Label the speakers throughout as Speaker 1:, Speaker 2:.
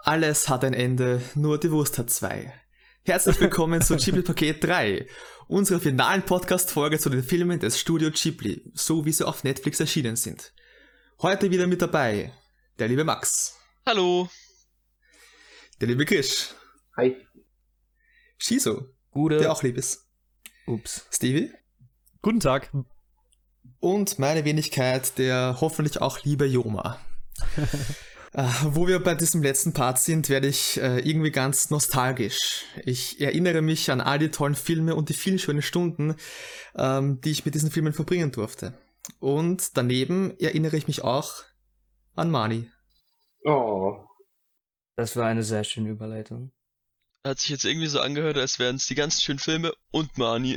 Speaker 1: Alles hat ein Ende, nur die Wurst hat zwei. Herzlich willkommen zu Ghibli Paket 3, unserer finalen Podcast-Folge zu den Filmen des Studio Ghibli, so wie sie auf Netflix erschienen sind. Heute wieder mit dabei der liebe Max.
Speaker 2: Hallo.
Speaker 1: Der liebe Krisch.
Speaker 3: Hi.
Speaker 1: Shizo.
Speaker 4: Gute.
Speaker 1: Der auch lieb ist.
Speaker 4: Ups.
Speaker 1: Stevie.
Speaker 5: Guten Tag.
Speaker 1: Und meine Wenigkeit, der hoffentlich auch liebe Joma. Wo wir bei diesem letzten Part sind, werde ich irgendwie ganz nostalgisch. Ich erinnere mich an all die tollen Filme und die vielen schönen Stunden, die ich mit diesen Filmen verbringen durfte. Und daneben erinnere ich mich auch an Mani.
Speaker 3: Oh.
Speaker 4: Das war eine sehr schöne Überleitung.
Speaker 2: Hat sich jetzt irgendwie so angehört, als wären es die ganzen schönen Filme und Mani.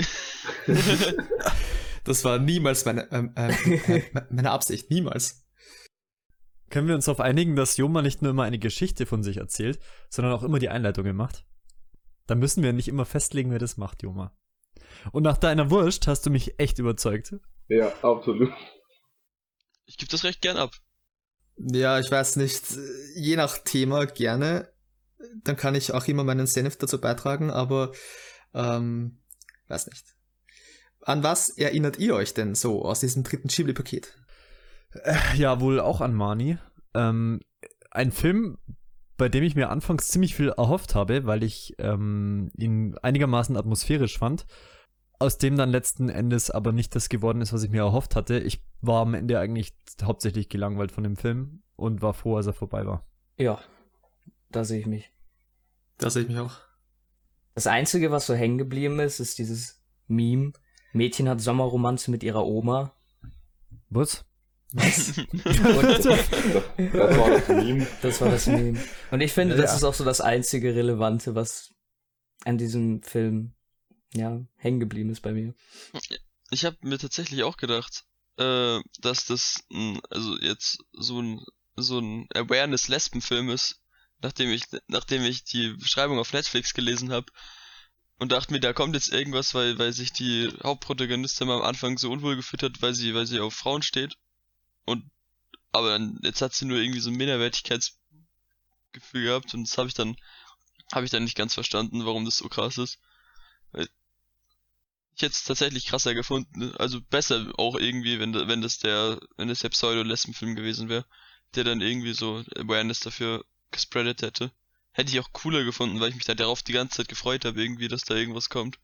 Speaker 1: Das war niemals meine Absicht, niemals.
Speaker 5: Können wir uns darauf einigen, dass Joma nicht nur immer eine Geschichte von sich erzählt, sondern auch immer die Einleitungen macht? Da müssen wir nicht immer festlegen, wer das macht, Joma. Und nach deiner Wurst hast du mich echt überzeugt.
Speaker 3: Ja, absolut.
Speaker 2: Ich gebe das recht gern ab.
Speaker 1: Ja, ich weiß nicht, je nach Thema gerne. Dann kann ich auch immer meinen Senf dazu beitragen, aber weiß nicht. An was erinnert ihr euch denn so aus diesem dritten Ghibli-Paket?
Speaker 5: Ja, wohl auch an Mani. Ein Film, bei dem ich mir anfangs ziemlich viel erhofft habe, weil ich ihn einigermaßen atmosphärisch fand, aus dem dann letzten Endes aber nicht das geworden ist, was ich mir erhofft hatte. Ich war am Ende eigentlich hauptsächlich gelangweilt von dem Film und war froh, als er vorbei war.
Speaker 4: Ja, da sehe ich mich.
Speaker 1: Da sehe ich mich auch.
Speaker 4: Das Einzige, was so hängen geblieben ist, ist dieses Meme. Mädchen hat Sommerromanze mit ihrer Oma.
Speaker 5: Was?
Speaker 1: Was?
Speaker 3: Das war das Meme.
Speaker 4: Das war das Meme. Und ich finde, das
Speaker 5: Ja.
Speaker 4: ist auch so das einzige Relevante, was an diesem Film hängen geblieben ist bei mir.
Speaker 2: Ich habe mir tatsächlich auch gedacht, dass das also jetzt so ein Awareness-Lesben-Film ist, nachdem ich die Beschreibung auf Netflix gelesen habe und dachte mir, da kommt jetzt irgendwas, weil sich die Hauptprotagonistin am Anfang so unwohl gefühlt hat, weil sie auf Frauen steht. Aber dann, jetzt hat sie nur irgendwie so ein Minderwertigkeitsgefühl gehabt und das habe ich dann nicht ganz verstanden, warum das so krass ist. Weil ich hätte es tatsächlich krasser gefunden, also besser auch irgendwie, wenn das der Pseudo-Lesben-Film gewesen wäre, der dann irgendwie so Awareness dafür gespreadet hätte. Hätte ich auch cooler gefunden, weil ich mich da darauf die ganze Zeit gefreut habe, irgendwie, dass da irgendwas kommt.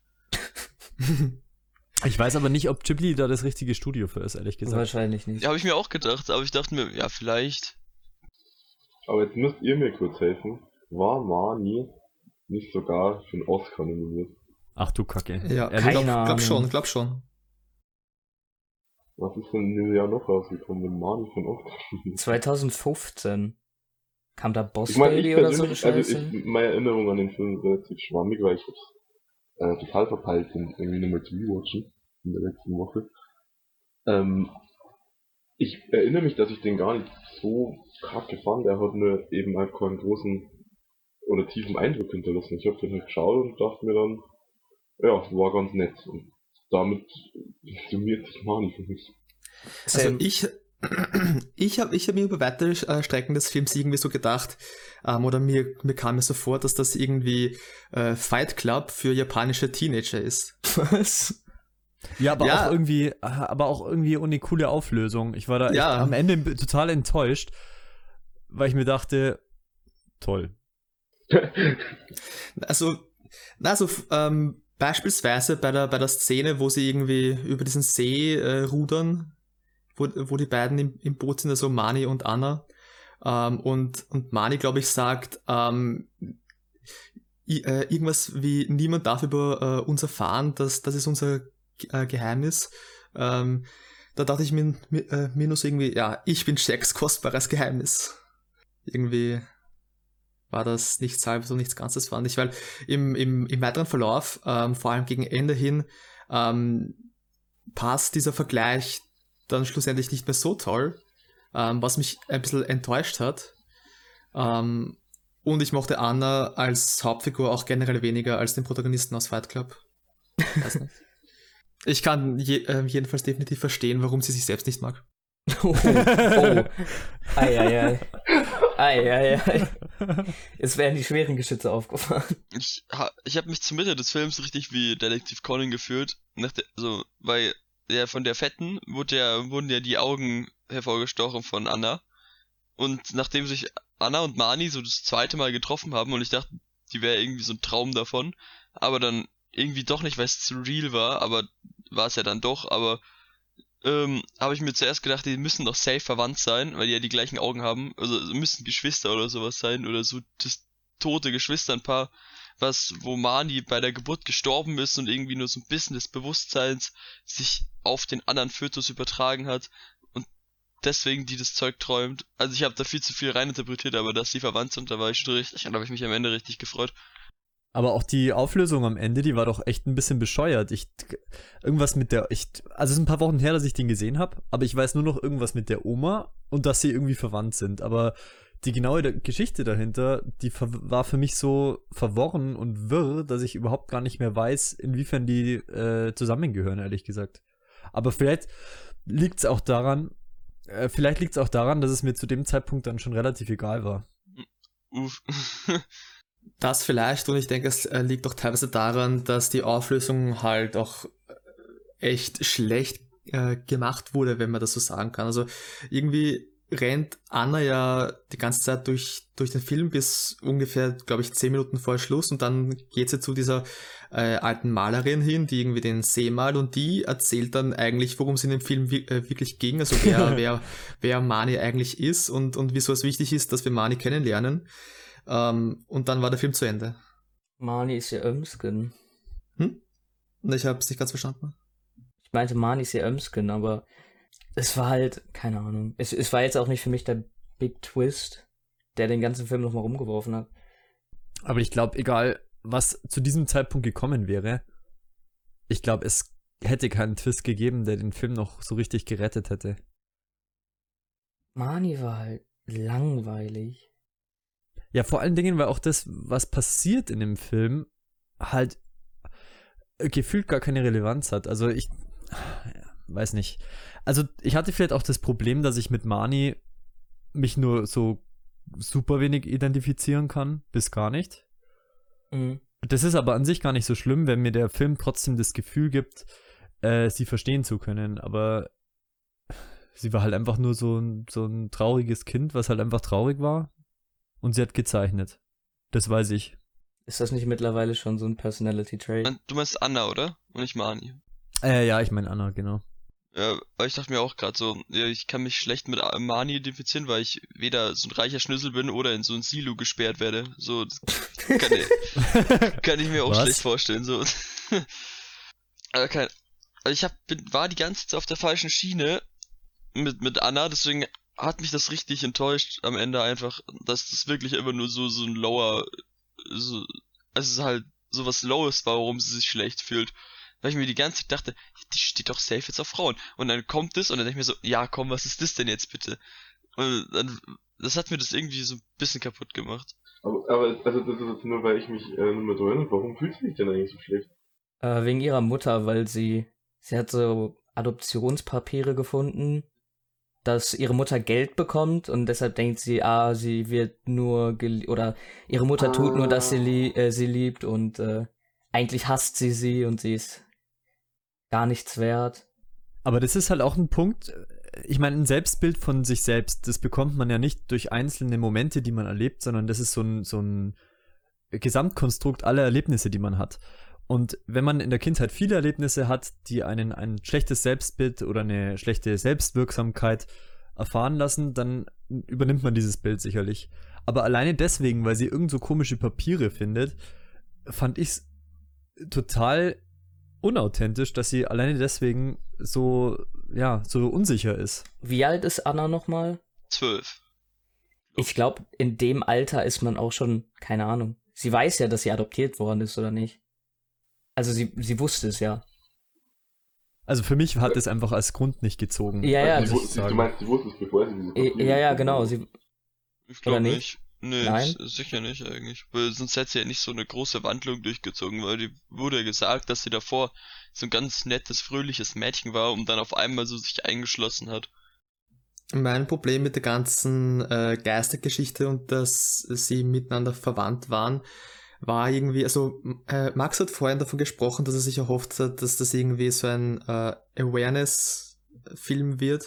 Speaker 5: Ich weiß aber nicht, ob Ghibli da das richtige Studio für ist, ehrlich gesagt.
Speaker 4: Wahrscheinlich nicht.
Speaker 2: Ja, habe ich mir auch gedacht, aber ich dachte mir, ja, vielleicht.
Speaker 3: Aber jetzt müsst ihr mir kurz helfen. War Mani nicht sogar für einen Oscar nominiert?
Speaker 5: Ach du Kacke.
Speaker 1: Ja,
Speaker 5: Ehrlich?
Speaker 1: glaub schon.
Speaker 3: Was ist denn in diesem Jahr noch rausgekommen, wenn Mani für einen Oscar nominiert?
Speaker 4: 2015 kam da Boss
Speaker 3: Ich meine,
Speaker 4: Baby
Speaker 3: ich
Speaker 4: oder so eine
Speaker 3: persönlich,
Speaker 4: Scheiße.
Speaker 3: meine Erinnerung an den Film ist relativ schwammig, weil ich hab's total verpeilt, den irgendwie nochmal zu rewatchen in der letzten Woche. Ich erinnere mich, dass ich den gar nicht so kacke fand. Er hat mir eben einfach keinen großen oder tiefen Eindruck hinterlassen. Ich habe den halt geschaut und dachte mir dann, ja, war ganz nett. Und damit summiert sich Mani für mich.
Speaker 1: Also ich hab mir über weite Strecken des Films irgendwie so gedacht, oder mir kam es so vor, dass das irgendwie Fight Club für japanische Teenager ist.
Speaker 4: Was?
Speaker 5: Ja, aber
Speaker 1: Ja.
Speaker 5: auch irgendwie ohne coole Auflösung. Ich war da echt
Speaker 1: Ja.
Speaker 5: am Ende total enttäuscht, weil ich mir dachte, toll.
Speaker 1: Also beispielsweise bei der Szene, wo sie irgendwie über diesen See rudern, wo die beiden im Boot sind, also Mani und Anna. Und Mani, glaube ich, sagt irgendwas wie, niemand darf über uns erfahren, das ist unser Geheimnis. Da dachte ich mir nur so irgendwie, ja, ich bin Shaqs kostbares Geheimnis. Irgendwie war das nichts halbes und nichts Ganzes, fand ich, weil im weiteren Verlauf, vor allem gegen Ende hin, passt dieser Vergleich dann schlussendlich nicht mehr so toll, was mich ein bisschen enttäuscht hat. Und ich mochte Anna als Hauptfigur auch generell weniger als den Protagonisten aus Fight Club. Weiß nicht. Ich kann jedenfalls definitiv verstehen, warum sie sich selbst nicht mag.
Speaker 4: Oh. Ei. Es wären die schweren Geschütze aufgefahren.
Speaker 2: Ich habe mich zur Mitte des Films richtig wie Detektiv Conan gefühlt. Weil von der Fetten wurden ja die Augen hervorgestochen von Anna. Und nachdem sich Anna und Mani so das zweite Mal getroffen haben und ich dachte, die wäre irgendwie so ein Traum davon, aber dann irgendwie doch nicht, weil es zu real war, aber war es ja dann doch, aber habe ich mir zuerst gedacht, die müssen doch safe verwandt sein, weil die ja die gleichen Augen haben, also müssen Geschwister oder sowas sein oder so das tote Geschwisternpaar, wo Mani bei der Geburt gestorben ist und irgendwie nur so ein bisschen des Bewusstseins sich auf den anderen Fötus übertragen hat und deswegen die das Zeug träumt. Also ich habe da viel zu viel reininterpretiert, aber dass die verwandt sind, da habe ich mich am Ende richtig gefreut.
Speaker 5: Aber auch die Auflösung am Ende, die war doch echt ein bisschen bescheuert. Also es ist ein paar Wochen her, dass ich den gesehen habe, aber ich weiß nur noch irgendwas mit der Oma und dass sie irgendwie verwandt sind. Aber die genaue Geschichte dahinter, war für mich so verworren und wirr, dass ich überhaupt gar nicht mehr weiß, inwiefern die zusammengehören, ehrlich gesagt. Aber vielleicht liegt's auch daran, dass es mir zu dem Zeitpunkt dann schon relativ egal war.
Speaker 2: Uff.
Speaker 1: Das vielleicht, und ich denke, es liegt auch teilweise daran, dass die Auflösung halt auch echt schlecht gemacht wurde, wenn man das so sagen kann. Also irgendwie rennt Anna ja die ganze Zeit durch den Film bis ungefähr, glaube ich, 10 Minuten vor Schluss und dann geht sie zu dieser alten Malerin hin, die irgendwie den See malt und die erzählt dann eigentlich, worum es in dem Film wirklich ging, also wer Mani eigentlich ist und wieso es wichtig ist, dass wir Mani kennenlernen. Und dann war der Film zu Ende.
Speaker 4: Mani ist ja Ömsken.
Speaker 1: Ich habe es nicht ganz verstanden.
Speaker 4: Ich meinte, Mani ist ja Ömsken, aber es war halt, keine Ahnung. Es war jetzt auch nicht für mich der Big Twist, der den ganzen Film nochmal rumgeworfen hat.
Speaker 5: Aber ich glaube, egal was zu diesem Zeitpunkt gekommen wäre, ich glaube, es hätte keinen Twist gegeben, der den Film noch so richtig gerettet hätte.
Speaker 4: Mani war halt langweilig.
Speaker 5: Ja, vor allen Dingen, weil auch das, was passiert in dem Film, halt gefühlt gar keine Relevanz hat. Also ich weiß nicht. Also ich hatte vielleicht auch das Problem, dass ich mit Mani mich nur so super wenig identifizieren kann, bis gar nicht.
Speaker 4: Mhm.
Speaker 5: Das ist aber an sich gar nicht so schlimm, wenn mir der Film trotzdem das Gefühl gibt, sie verstehen zu können. Aber sie war halt einfach nur so ein trauriges Kind, was halt einfach traurig war. Und sie hat gezeichnet. Das weiß ich.
Speaker 4: Ist das nicht mittlerweile schon so ein Personality-Trait?
Speaker 2: Du meinst Anna, oder? Und nicht Mani.
Speaker 5: Ja, ich meine Anna, genau.
Speaker 2: Ja, weil ich dachte mir auch gerade so, ja, ich kann mich schlecht mit Mani identifizieren, weil ich weder so ein reicher Schnüssel bin oder in so ein Silo gesperrt werde. So, das kann ich mir auch
Speaker 5: Was?
Speaker 2: schlecht vorstellen. So. Aber war die ganze Zeit auf der falschen Schiene mit Anna, deswegen hat mich das richtig enttäuscht am Ende einfach, dass das wirklich immer nur so ein lower, also es halt so was Lowes war, warum sie sich schlecht fühlt. Weil ich mir die ganze Zeit dachte, die steht doch safe jetzt auf Frauen. Und dann kommt es und dann denke ich mir so, ja komm, was ist das denn jetzt bitte? Und dann, das hat mir das irgendwie so ein bisschen kaputt gemacht.
Speaker 3: Aber also das ist jetzt nur, weil ich mich nur mehr so erinnere, warum fühlt sie sich denn eigentlich so schlecht?
Speaker 4: Wegen ihrer Mutter, weil sie hat so Adoptionspapiere gefunden, dass ihre Mutter Geld bekommt und deshalb denkt sie, sie wird nur oder ihre Mutter tut nur, dass sie liebt und eigentlich hasst sie und sie ist gar nichts wert.
Speaker 5: Aber das ist halt auch ein Punkt, ich meine, ein Selbstbild von sich selbst, das bekommt man ja nicht durch einzelne Momente, die man erlebt, sondern das ist so ein Gesamtkonstrukt aller Erlebnisse, die man hat. Und wenn man in der Kindheit viele Erlebnisse hat, die einen ein schlechtes Selbstbild oder eine schlechte Selbstwirksamkeit erfahren lassen, dann übernimmt man dieses Bild sicherlich. Aber alleine deswegen, weil sie irgend so komische Papiere findet, fand ich es total unauthentisch, dass sie alleine deswegen so unsicher ist.
Speaker 4: Wie alt ist Anna nochmal?
Speaker 2: 12.
Speaker 4: Ich glaube, in dem Alter ist man auch schon, keine Ahnung. Sie weiß ja, dass sie adoptiert worden ist, oder nicht? Also sie wusste es ja.
Speaker 5: Also für mich hat es einfach als Grund nicht gezogen.
Speaker 4: Ja,
Speaker 3: Du meinst, sie wusste es, bevor sie diese Papiere
Speaker 4: ja, genau.
Speaker 2: Ich glaube
Speaker 4: Oder nicht?
Speaker 2: nicht. Nee,
Speaker 4: Nein?
Speaker 2: sicher nicht eigentlich. Weil sonst hätte sie ja nicht so eine große Wandlung durchgezogen, weil die wurde ja gesagt, dass sie davor so ein ganz nettes, fröhliches Mädchen war und dann auf einmal so sich eingeschlossen hat.
Speaker 1: mein Problem mit der ganzen Geistergeschichte und dass sie miteinander verwandt waren, war irgendwie, also Max hat vorhin davon gesprochen, dass er sich erhofft hat, dass das irgendwie so ein Awareness-Film wird.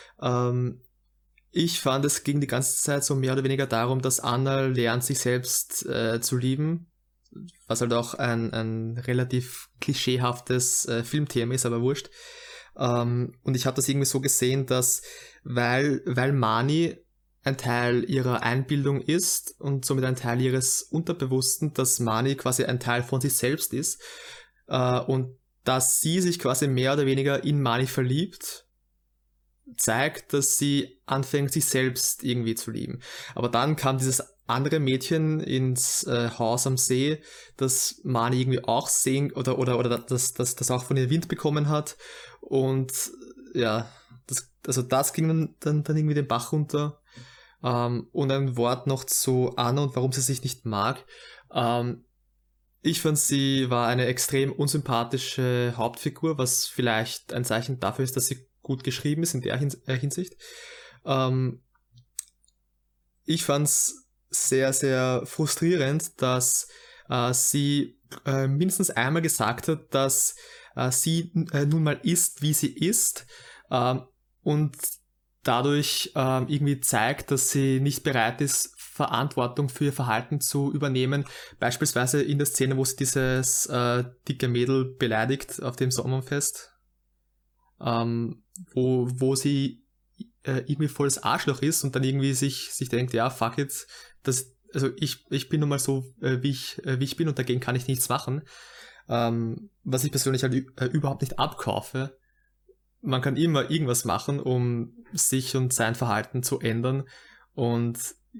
Speaker 1: Ich fand, es ging die ganze Zeit so mehr oder weniger darum, dass Anna lernt, sich selbst zu lieben, was halt auch ein relativ klischeehaftes Filmthema ist, aber wurscht. Und ich habe das irgendwie so gesehen, dass weil Marnie ein Teil ihrer Einbildung ist und somit ein Teil ihres Unterbewussten, dass Marnie quasi ein Teil von sich selbst ist und dass sie sich quasi mehr oder weniger in Marnie verliebt, zeigt, dass sie anfängt, sich selbst irgendwie zu lieben. Aber dann kam dieses andere Mädchen ins Haus am See, das Marnie irgendwie auch sehen oder das auch von ihr Wind bekommen hat. Und ja, das ging dann irgendwie den Bach runter. Und ein Wort noch zu Anna und warum sie sich nicht mag. Ich fand, sie war eine extrem unsympathische Hauptfigur, was vielleicht ein Zeichen dafür ist, dass sie gut geschrieben ist in der Hinsicht. Ich fand es sehr, sehr frustrierend, dass sie mindestens einmal gesagt hat, dass sie nun mal ist, wie sie ist, und dadurch irgendwie zeigt, dass sie nicht bereit ist, Verantwortung für ihr Verhalten zu übernehmen. Beispielsweise in der Szene, wo sie dieses dicke Mädel beleidigt auf dem Sommerfest, wo sie irgendwie volles Arschloch ist und dann irgendwie sich denkt, ja, fuck it, also ich bin nun mal so, wie ich bin und dagegen kann ich nichts machen. Was ich persönlich halt überhaupt nicht abkaufe. Man kann immer irgendwas machen, um sich und sein Verhalten zu ändern und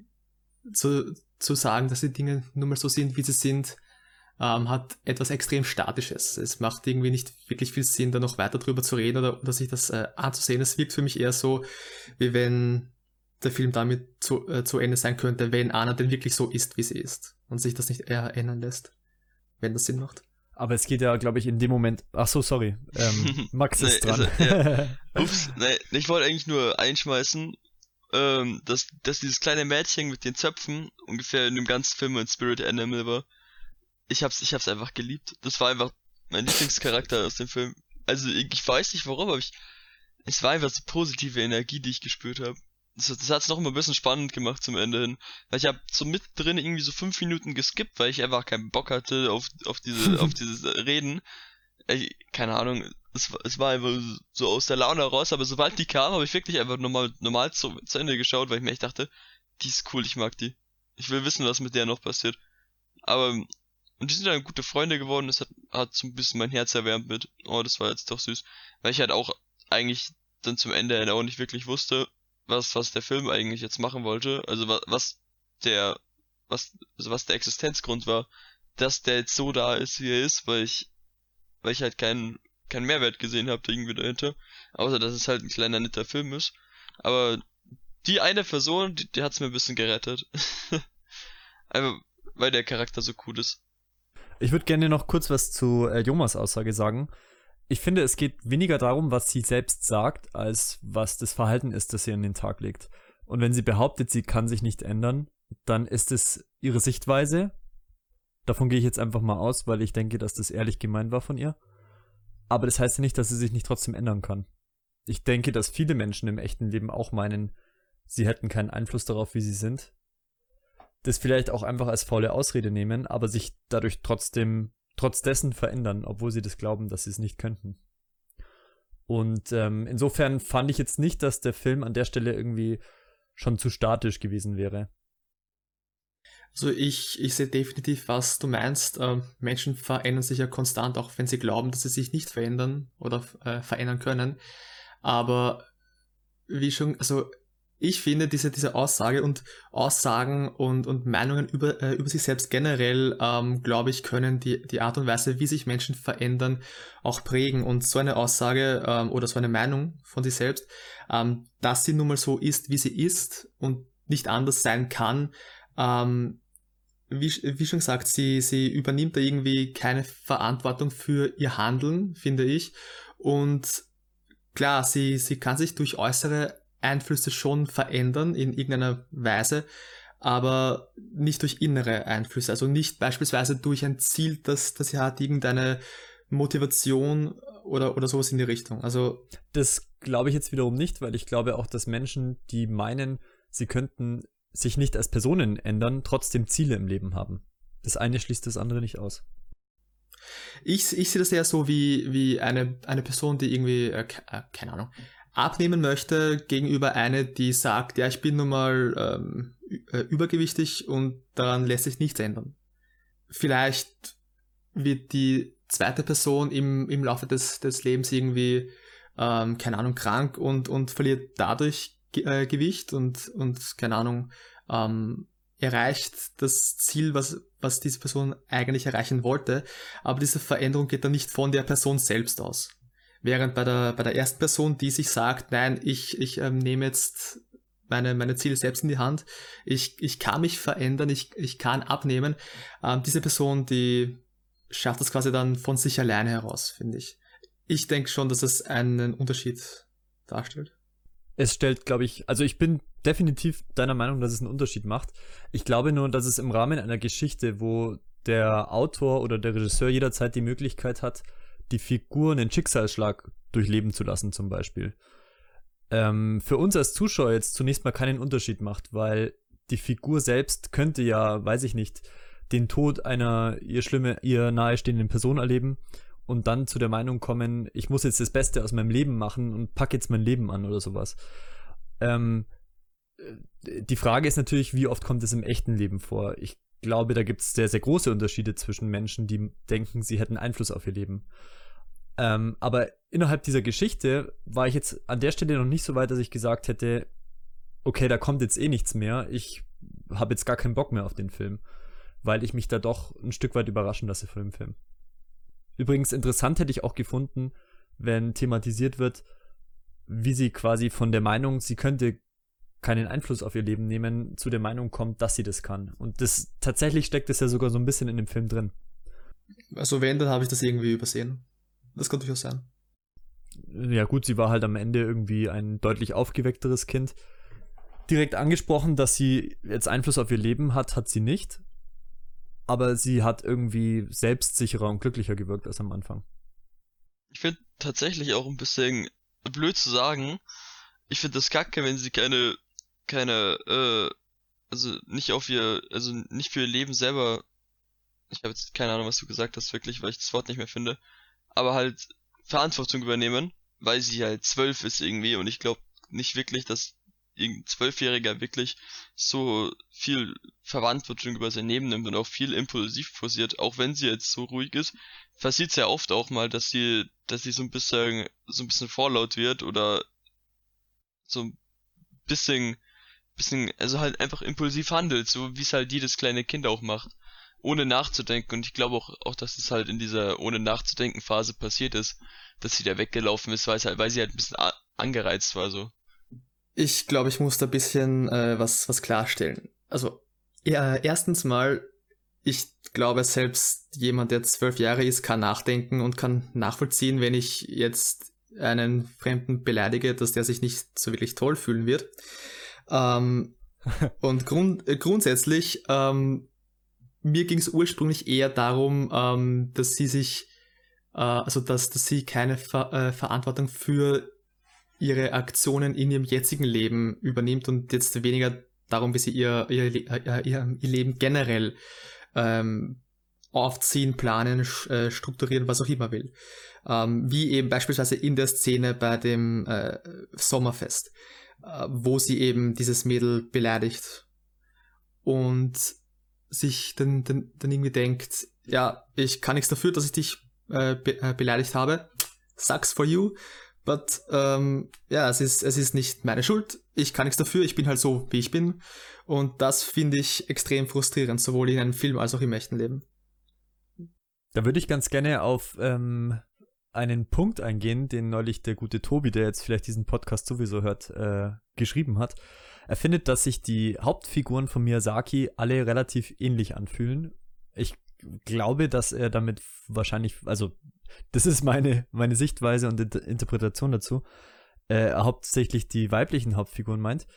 Speaker 1: zu sagen, dass die Dinge nun mal so sind, wie sie sind, hat etwas extrem Statisches. Es macht irgendwie nicht wirklich viel Sinn, da noch weiter drüber zu reden oder sich das anzusehen. Es wirkt für mich eher so, wie wenn der Film damit zu Ende sein könnte, wenn Anna denn wirklich so ist, wie sie ist und sich das nicht eher ändern lässt, wenn das Sinn macht.
Speaker 5: Aber es geht ja, glaube ich, in dem Moment. Ach so, sorry. Max ist dran.
Speaker 2: Ja. Ups, nee, ich wollte eigentlich nur einschmeißen, dass dieses kleine Mädchen mit den Zöpfen ungefähr in dem ganzen Film ein Spirit Animal war. Ich hab's einfach geliebt. Das war einfach mein Lieblingscharakter aus dem Film. Also ich weiß nicht warum, aber es war einfach so positive Energie, die ich gespürt habe. Das hat's noch mal ein bisschen spannend gemacht zum Ende hin. Weil ich habe so mittendrin irgendwie so 5 Minuten geskippt, weil ich einfach keinen Bock hatte auf dieses Reden. Keine Ahnung, es war einfach so aus der Laune raus, aber sobald die kam, habe ich wirklich einfach normal zu Ende geschaut, weil ich mir echt dachte, die ist cool, ich mag die. Ich will wissen, was mit der noch passiert. Und die sind dann gute Freunde geworden, das hat so ein bisschen mein Herz erwärmt mit, oh, das war jetzt doch süß. Weil ich halt auch eigentlich dann zum Ende auch nicht wirklich wusste, was der Film eigentlich jetzt machen wollte, also was der Existenzgrund war, dass der jetzt so da ist, wie er ist, weil ich halt keinen Mehrwert gesehen habe irgendwie dahinter, außer dass es halt ein kleiner netter Film ist. Aber die eine Person, die hat's mir ein bisschen gerettet. Einfach, weil der Charakter so cool ist.
Speaker 5: Ich würde gerne noch kurz was zu Jomas Aussage sagen. Ich finde, es geht weniger darum, was sie selbst sagt, als was das Verhalten ist, das sie an den Tag legt. Und wenn sie behauptet, sie kann sich nicht ändern, dann ist es ihre Sichtweise. Davon gehe ich jetzt einfach mal aus, weil ich denke, dass das ehrlich gemeint war von ihr. Aber das heißt ja nicht, dass sie sich nicht trotzdem ändern kann. Ich denke, dass viele Menschen im echten Leben auch meinen, sie hätten keinen Einfluss darauf, wie sie sind. Das vielleicht auch einfach als faule Ausrede nehmen, aber sich dadurch trotz dessen verändern, obwohl sie das glauben, dass sie es nicht könnten. Und insofern fand ich jetzt nicht, dass der Film an der Stelle irgendwie schon zu statisch gewesen wäre.
Speaker 1: Also ich sehe definitiv, was du meinst. Menschen verändern sich ja konstant, auch wenn sie glauben, dass sie sich nicht verändern oder verändern können. Aber wie schon, also ich finde diese Aussage und Aussagen und Meinungen über sich selbst generell, glaube ich, können die Art und Weise, wie sich Menschen verändern, auch prägen. Und so eine Aussage oder so eine Meinung von sich selbst, dass sie nun mal so ist, wie sie ist und nicht anders sein kann, wie schon gesagt, sie übernimmt da irgendwie keine Verantwortung für ihr Handeln, finde ich. Und klar, sie kann sich durch äußere Einflüsse schon verändern in irgendeiner Weise, aber nicht durch innere Einflüsse. Also nicht beispielsweise durch ein Ziel, das sie hat, irgendeine Motivation oder sowas in die Richtung. Also
Speaker 5: Das glaube ich jetzt wiederum nicht, weil ich glaube auch, dass Menschen, die meinen, sie könnten sich nicht als Personen ändern, trotzdem Ziele im Leben haben. Das eine schließt das andere nicht aus.
Speaker 1: ich sehe das eher so wie eine Person, die irgendwie, keine Ahnung, abnehmen möchte gegenüber eine, die sagt, ja, ich bin nun mal übergewichtig und daran lässt sich nichts ändern. Vielleicht wird die zweite Person im Laufe des Lebens irgendwie, keine Ahnung, krank und verliert dadurch Gewicht und keine Ahnung, erreicht das Ziel, was diese Person eigentlich erreichen wollte, aber diese Veränderung geht dann nicht von der Person selbst aus. Während bei der ersten Person, die sich sagt, nein, ich nehme jetzt meine Ziele selbst in die Hand, ich kann mich verändern, ich kann abnehmen, diese Person, die schafft das quasi dann von sich alleine heraus, finde ich. Ich denke schon, dass es einen Unterschied darstellt.
Speaker 5: Es stellt, glaube ich, also ich bin definitiv deiner Meinung, dass es einen Unterschied macht. Ich glaube nur, dass es im Rahmen einer Geschichte, wo der Autor oder der Regisseur jederzeit die Möglichkeit hat, die Figur einen Schicksalsschlag durchleben zu lassen zum Beispiel, für uns als Zuschauer jetzt zunächst mal keinen Unterschied macht, weil die Figur selbst könnte ja, weiß ich nicht, den Tod einer ihr nahestehenden Person erleben und dann zu der Meinung kommen, ich muss jetzt das Beste aus meinem Leben machen und pack jetzt mein Leben an oder sowas. Die Frage ist natürlich, wie oft kommt es im echten Leben vor? Ich glaube, da gibt es sehr, sehr große Unterschiede zwischen Menschen, die denken, sie hätten Einfluss auf ihr Leben. Aber innerhalb dieser Geschichte war ich jetzt an der Stelle noch nicht so weit, dass ich gesagt hätte, okay, da kommt jetzt eh nichts mehr, ich habe jetzt gar keinen Bock mehr auf den Film, weil ich mich da doch ein Stück weit überraschen lasse von dem Film. Übrigens interessant hätte ich auch gefunden, wenn thematisiert wird, wie sie quasi von der Meinung, sie könnte keinen Einfluss auf ihr Leben nehmen, zu der Meinung kommt, dass sie das kann. Und das tatsächlich steckt es ja sogar so ein bisschen in dem Film drin.
Speaker 1: Also wenn, dann habe ich das irgendwie übersehen. Das kann durchaus sein.
Speaker 5: Ja gut, sie war halt am Ende irgendwie ein deutlich aufgeweckteres Kind. Direkt angesprochen, dass sie jetzt Einfluss auf ihr Leben hat sie nicht. Aber sie hat irgendwie selbstsicherer und glücklicher gewirkt als am Anfang.
Speaker 2: Ich finde tatsächlich auch ein bisschen blöd zu sagen. Ich finde das kacke, wenn sie also nicht nicht für ihr Leben selber, ich habe jetzt keine Ahnung, was du gesagt hast, wirklich, weil ich das Wort nicht mehr finde, aber halt Verantwortung übernehmen, weil sie halt 12 ist irgendwie und ich glaube nicht wirklich, dass irgendein 12-Jähriger wirklich so viel Verantwortung über sein Leben nimmt und auch viel impulsiv forciert, auch wenn sie jetzt so ruhig ist, passiert es ja oft auch mal, dass sie so ein bisschen vorlaut wird oder so ein bisschen, also halt einfach impulsiv handelt, so wie es halt jedes kleine Kind auch macht, ohne nachzudenken. Und ich glaube auch, dass es halt in dieser ohne nachzudenken Phase passiert ist, dass sie da weggelaufen ist, weil sie halt ein bisschen angereizt war, so.
Speaker 1: Ich glaube, ich muss da ein bisschen was klarstellen. Also, erstens mal, ich glaube, selbst jemand, der 12 Jahre ist, kann nachdenken und kann nachvollziehen, wenn ich jetzt einen Fremden beleidige, dass der sich nicht so wirklich toll fühlen wird. Und grundsätzlich, mir ging es ursprünglich eher darum, dass sie sich, dass sie keine Verantwortung für ihre Aktionen in ihrem jetzigen Leben übernimmt und jetzt weniger darum, wie sie ihr Leben generell aufziehen, planen, strukturieren, was auch immer will. Wie eben beispielsweise in der Szene bei dem Sommerfest, wo sie eben dieses Mädel beleidigt und sich dann irgendwie denkt, ja, ich kann nichts dafür, dass ich dich beleidigt habe. Sucks for you. But, es ist nicht meine Schuld. Ich kann nichts dafür. Ich bin halt so, wie ich bin. Und das finde ich extrem frustrierend, sowohl in einem Film als auch im echten Leben.
Speaker 5: Da würde ich ganz gerne auf einen Punkt eingehen, den neulich der gute Tobi, der jetzt vielleicht diesen Podcast sowieso hört, geschrieben hat. Er findet, dass sich die Hauptfiguren von Miyazaki alle relativ ähnlich anfühlen. Ich glaube, dass er damit wahrscheinlich, also das ist meine Sichtweise und Interpretation dazu. hauptsächlich die weiblichen Hauptfiguren meint,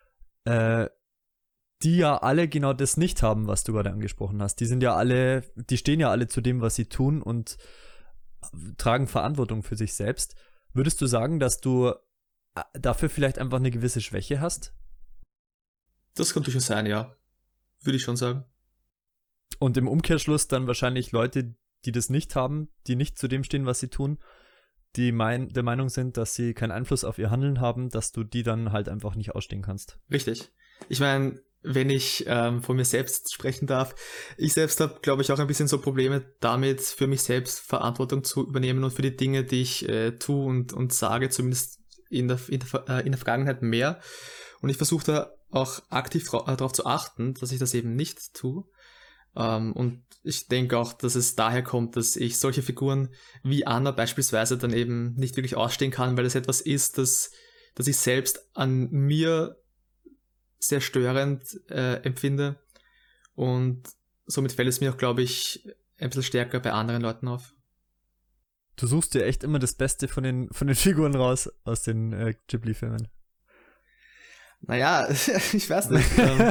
Speaker 5: die ja alle genau das nicht haben, was du gerade angesprochen hast. Die stehen ja alle zu dem, was sie tun und tragen Verantwortung für sich selbst. Würdest du sagen, dass du dafür vielleicht einfach eine gewisse Schwäche hast?
Speaker 1: Das könnte schon sein, ja. Würde ich schon sagen.
Speaker 5: Und im Umkehrschluss dann wahrscheinlich Leute, die das nicht haben, die nicht zu dem stehen, was sie tun, die der Meinung sind, dass sie keinen Einfluss auf ihr Handeln haben, dass du die dann halt einfach nicht ausstehen kannst.
Speaker 1: Richtig. Ich meine, wenn ich von mir selbst sprechen darf, ich selbst habe, glaube ich, auch ein bisschen so Probleme damit, für mich selbst Verantwortung zu übernehmen und für die Dinge, die ich tue und sage, zumindest in der Vergangenheit mehr. Und ich versuche da auch aktiv darauf zu achten, dass ich das eben nicht tue. Und ich denke auch, dass es daher kommt, dass ich solche Figuren wie Anna beispielsweise dann eben nicht wirklich ausstehen kann, weil es etwas ist, das ich selbst an mir sehr störend empfinde. Und somit fällt es mir auch, glaube ich, ein bisschen stärker bei anderen Leuten auf.
Speaker 5: Du suchst dir echt immer das Beste von den Figuren raus aus den Ghibli-Filmen.
Speaker 1: Naja, ich weiß nicht.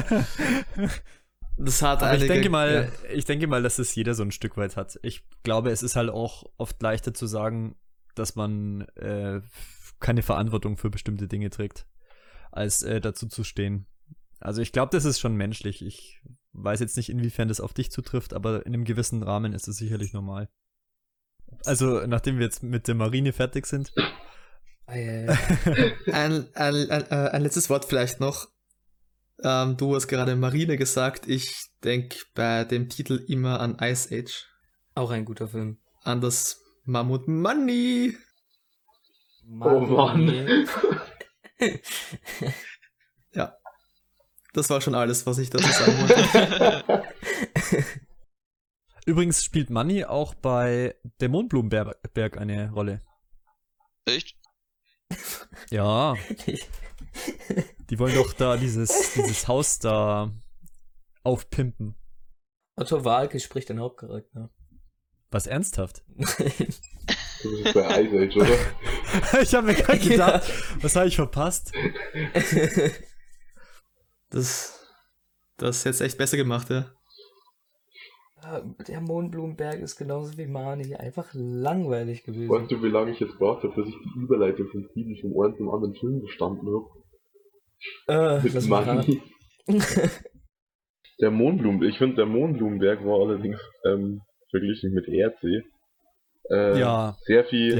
Speaker 1: Das hat
Speaker 5: Aber
Speaker 1: einige,
Speaker 5: ich denke mal, dass es jeder so ein Stück weit hat. Ich glaube, es ist halt auch oft leichter zu sagen, dass man keine Verantwortung für bestimmte Dinge trägt, als dazu zu stehen. Also ich glaube, das ist schon menschlich. Ich weiß jetzt nicht, inwiefern das auf dich zutrifft, aber in einem gewissen Rahmen ist es sicherlich normal. Also, nachdem wir jetzt mit der Marine fertig sind.
Speaker 1: Ein letztes Wort vielleicht noch. Du hast gerade Marine gesagt. Ich denke bei dem Titel immer an Ice Age.
Speaker 4: Auch ein guter Film.
Speaker 1: An das Mammut Money.
Speaker 3: Oh Mann.
Speaker 1: Ja. Das war schon alles, was ich dazu sagen wollte.
Speaker 5: Übrigens spielt Money auch bei der Mondblumenberg eine Rolle.
Speaker 2: Echt?
Speaker 5: Ja. Die wollen doch da dieses Haus da aufpimpen.
Speaker 4: Otto Walke spricht den Hauptcharakter.
Speaker 5: Was, ernsthaft?
Speaker 3: Das ist bei Ice Age, oder?
Speaker 5: Ich habe mir gerade gedacht, was habe ich verpasst?
Speaker 1: Das hättest echt besser gemacht, ja.
Speaker 4: Der Mondblumenberg ist genauso wie Mani einfach langweilig gewesen.
Speaker 3: Weißt du, wie lange ich jetzt braucht habe, bis ich die Überleitung von Steven vom einen zum anderen Film verstanden habe? Mit
Speaker 4: lass mal
Speaker 3: Money. Ich finde, der Mondblumenberg war allerdings verglichen mit Erdsee
Speaker 5: Ja.
Speaker 3: sehr viel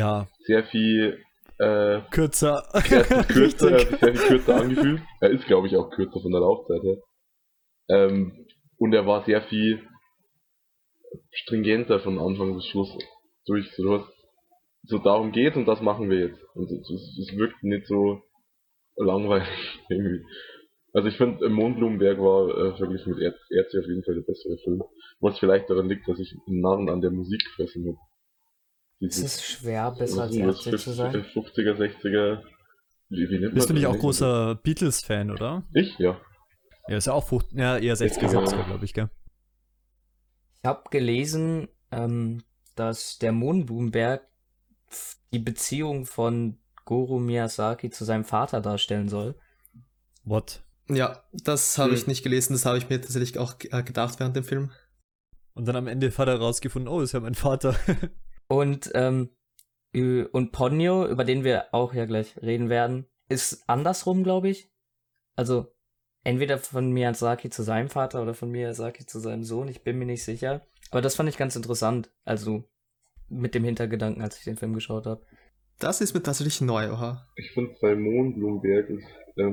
Speaker 5: Kürzer.
Speaker 3: kürzer, er hat sich sehr viel kürzer angefühlt. Er ist, glaube ich, auch kürzer von der Laufzeit her. Und er war sehr viel stringenter von Anfang bis Schluss durch. So, du hast, so darum geht's und das machen wir jetzt. Und es wirkt nicht so langweilig irgendwie. Also ich finde, Mondblumenberg war verglichen mit Erdsee auf jeden Fall der bessere Film. Was vielleicht daran liegt, dass ich einen Narren an der Musik gefressen habe.
Speaker 4: Es ist schwer, besser als Ärzte zu sein.
Speaker 3: 50er, 60er. Wie nennt man
Speaker 5: Bist du nicht
Speaker 3: das?
Speaker 5: auch großer Beatles-Fan, oder?
Speaker 3: Ich? Ja.
Speaker 5: Ja, ist ja auch eher 60er, 70er, glaube ich, gell?
Speaker 4: Ich habe gelesen, dass der Mondblumenberg die Beziehung von Goro Miyazaki zu seinem Vater darstellen soll.
Speaker 5: What?
Speaker 1: Ja, das habe ich nicht gelesen, das habe ich mir tatsächlich auch gedacht während dem Film.
Speaker 5: Und dann am Ende hat er rausgefunden, oh, ist ja mein Vater.
Speaker 4: Und Ponyo, über den wir auch ja gleich reden werden, ist andersrum, glaube ich. Also entweder von Miyazaki zu seinem Vater oder von Miyazaki zu seinem Sohn, ich bin mir nicht sicher. Aber das fand ich ganz interessant, also mit dem Hintergedanken, als ich den Film geschaut habe.
Speaker 1: Das ist mir tatsächlich neu, oha.
Speaker 3: Ich finde bei Mondblumenberg ist,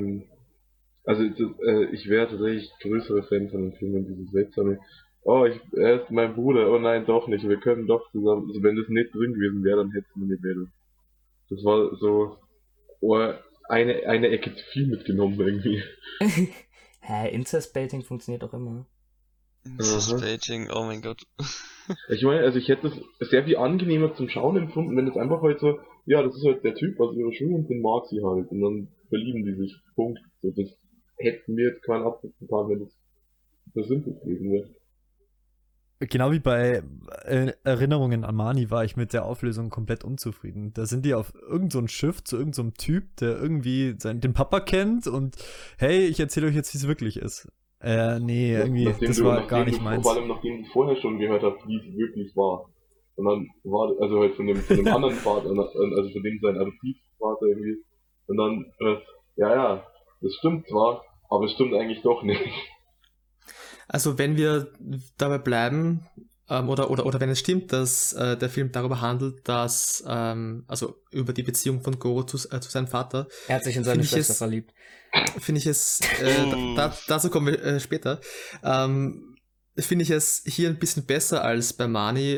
Speaker 3: ich wäre tatsächlich größerer Fan von den Filmen, dieses seltsame, er ist mein Bruder, oh nein, doch nicht, wir können doch zusammen, also wenn das nicht drin gewesen wäre, dann hätten wir nicht mehr. Das war so, eine Ecke zu viel mitgenommen irgendwie.
Speaker 4: Incest-Baiting funktioniert auch immer.
Speaker 2: Incest-Baiting, oh mein Gott.
Speaker 3: Ich meine, also ich hätte es sehr viel angenehmer zum Schauen empfunden, wenn es einfach halt so, ja, das ist halt der Typ aus ihrer Schule und den mag sie halt und dann verlieben die sich, Punkt. So, das hätten wir jetzt keinen Abdruck getan, wenn es so simpel gewesen wäre.
Speaker 5: Genau wie bei Erinnerungen an Mani war ich mit der Auflösung komplett unzufrieden. Da sind die auf irgend so ein Schiff zu irgend so einem Typ, der irgendwie den Papa kennt und hey, ich erzähle euch jetzt, wie es wirklich ist. Nee, irgendwie, das war gar nicht meins.
Speaker 3: Vor allem, nachdem du vorher schon gehört hast, wie es wirklich war. Und dann war, also halt von dem anderen Vater, also von dem sein Adoptivvater irgendwie. Und dann, ja, das stimmt zwar, aber es stimmt eigentlich doch nicht.
Speaker 1: Also wenn wir dabei bleiben, oder wenn es stimmt, dass der Film darüber handelt, dass, also über die Beziehung von Goro zu seinem Vater.
Speaker 4: Er hat sich in seine Schwester verliebt.
Speaker 1: Finde ich es, dazu kommen wir später, finde ich es hier ein bisschen besser als bei Mani,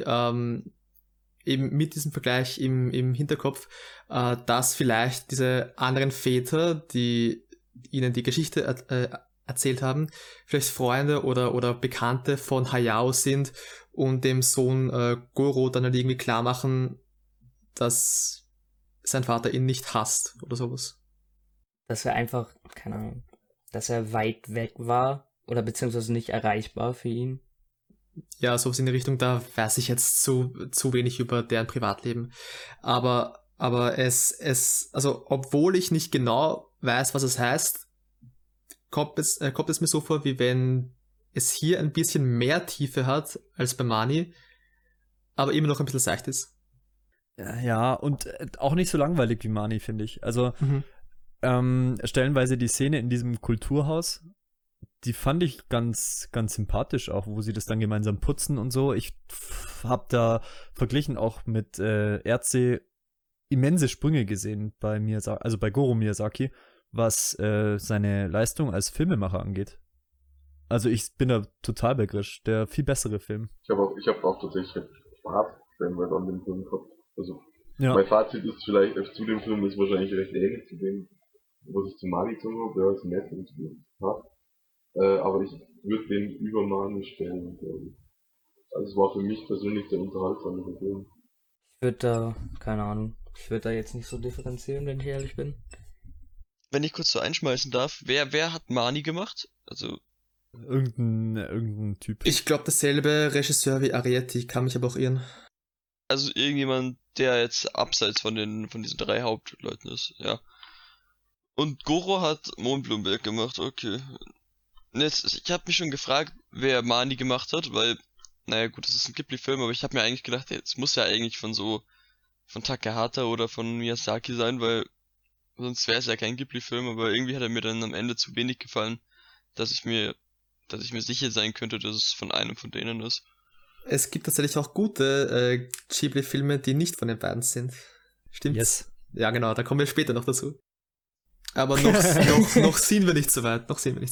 Speaker 1: eben mit diesem Vergleich im Hinterkopf, dass vielleicht diese anderen Väter, die ihnen die Geschichte erzählt haben, vielleicht Freunde oder Bekannte von Hayao sind und dem Sohn Goro dann halt irgendwie klar machen, dass sein Vater ihn nicht hasst oder sowas.
Speaker 4: Dass er einfach, keine Ahnung, dass er weit weg war oder beziehungsweise nicht erreichbar für ihn.
Speaker 1: Ja, sowas in die Richtung, da weiß ich jetzt zu wenig über deren Privatleben. Aber also, obwohl ich nicht genau weiß, was es heißt, kommt es mir so vor, wie wenn es hier ein bisschen mehr Tiefe hat als bei Mani, aber immer noch ein bisschen seicht ist.
Speaker 5: Ja, und auch nicht so langweilig wie Mani, finde ich. Also, stellenweise die Szene in diesem Kulturhaus, die fand ich ganz, ganz sympathisch auch, wo sie das dann gemeinsam putzen und so. Ich habe da verglichen auch mit Erze immense Sprünge gesehen bei Miyazaki, also bei Goro Miyazaki, was seine Leistung als Filmemacher angeht. Also ich bin da total bei Grisch, der viel bessere Film.
Speaker 3: Ich hab auch tatsächlich Spaß stellenweise an dem Film gehabt. Also
Speaker 5: Ja.
Speaker 3: mein Fazit ist vielleicht, zu dem Film ist wahrscheinlich recht ähnlich zu dem, was ich zu Mani gezogen habe, der ist nett und passt. Aber ich würde den über Mani stellen, glaube ich. Also es war für mich persönlich der unterhaltsamere Film.
Speaker 4: Ich würde da jetzt nicht so differenzieren, wenn ich ehrlich bin.
Speaker 2: Wenn ich kurz so einschmeißen darf, wer hat Mani gemacht? Also,
Speaker 5: Irgendein Typ.
Speaker 1: Ich glaube, dasselbe Regisseur wie Arrietty, kann mich aber auch irren.
Speaker 2: also irgendjemand, der jetzt abseits von diesen 3 Hauptleuten ist, ja. Und Goro hat Mondblumenberg gemacht, okay. Und jetzt, ich habe mich schon gefragt, wer Mani gemacht hat, weil, naja gut, das ist ein Ghibli-Film, aber ich habe mir eigentlich gedacht, es muss ja eigentlich von Takahata oder von Miyazaki sein, weil sonst wäre es ja kein Ghibli-Film, aber irgendwie hat er mir dann am Ende zu wenig gefallen, dass ich mir sicher sein könnte, dass es von einem von denen ist.
Speaker 1: Es gibt tatsächlich auch gute Ghibli-Filme, die nicht von den beiden sind. Stimmt's?
Speaker 5: Yes.
Speaker 1: Ja, genau, da kommen wir später noch dazu. Aber noch sind wir nicht so weit.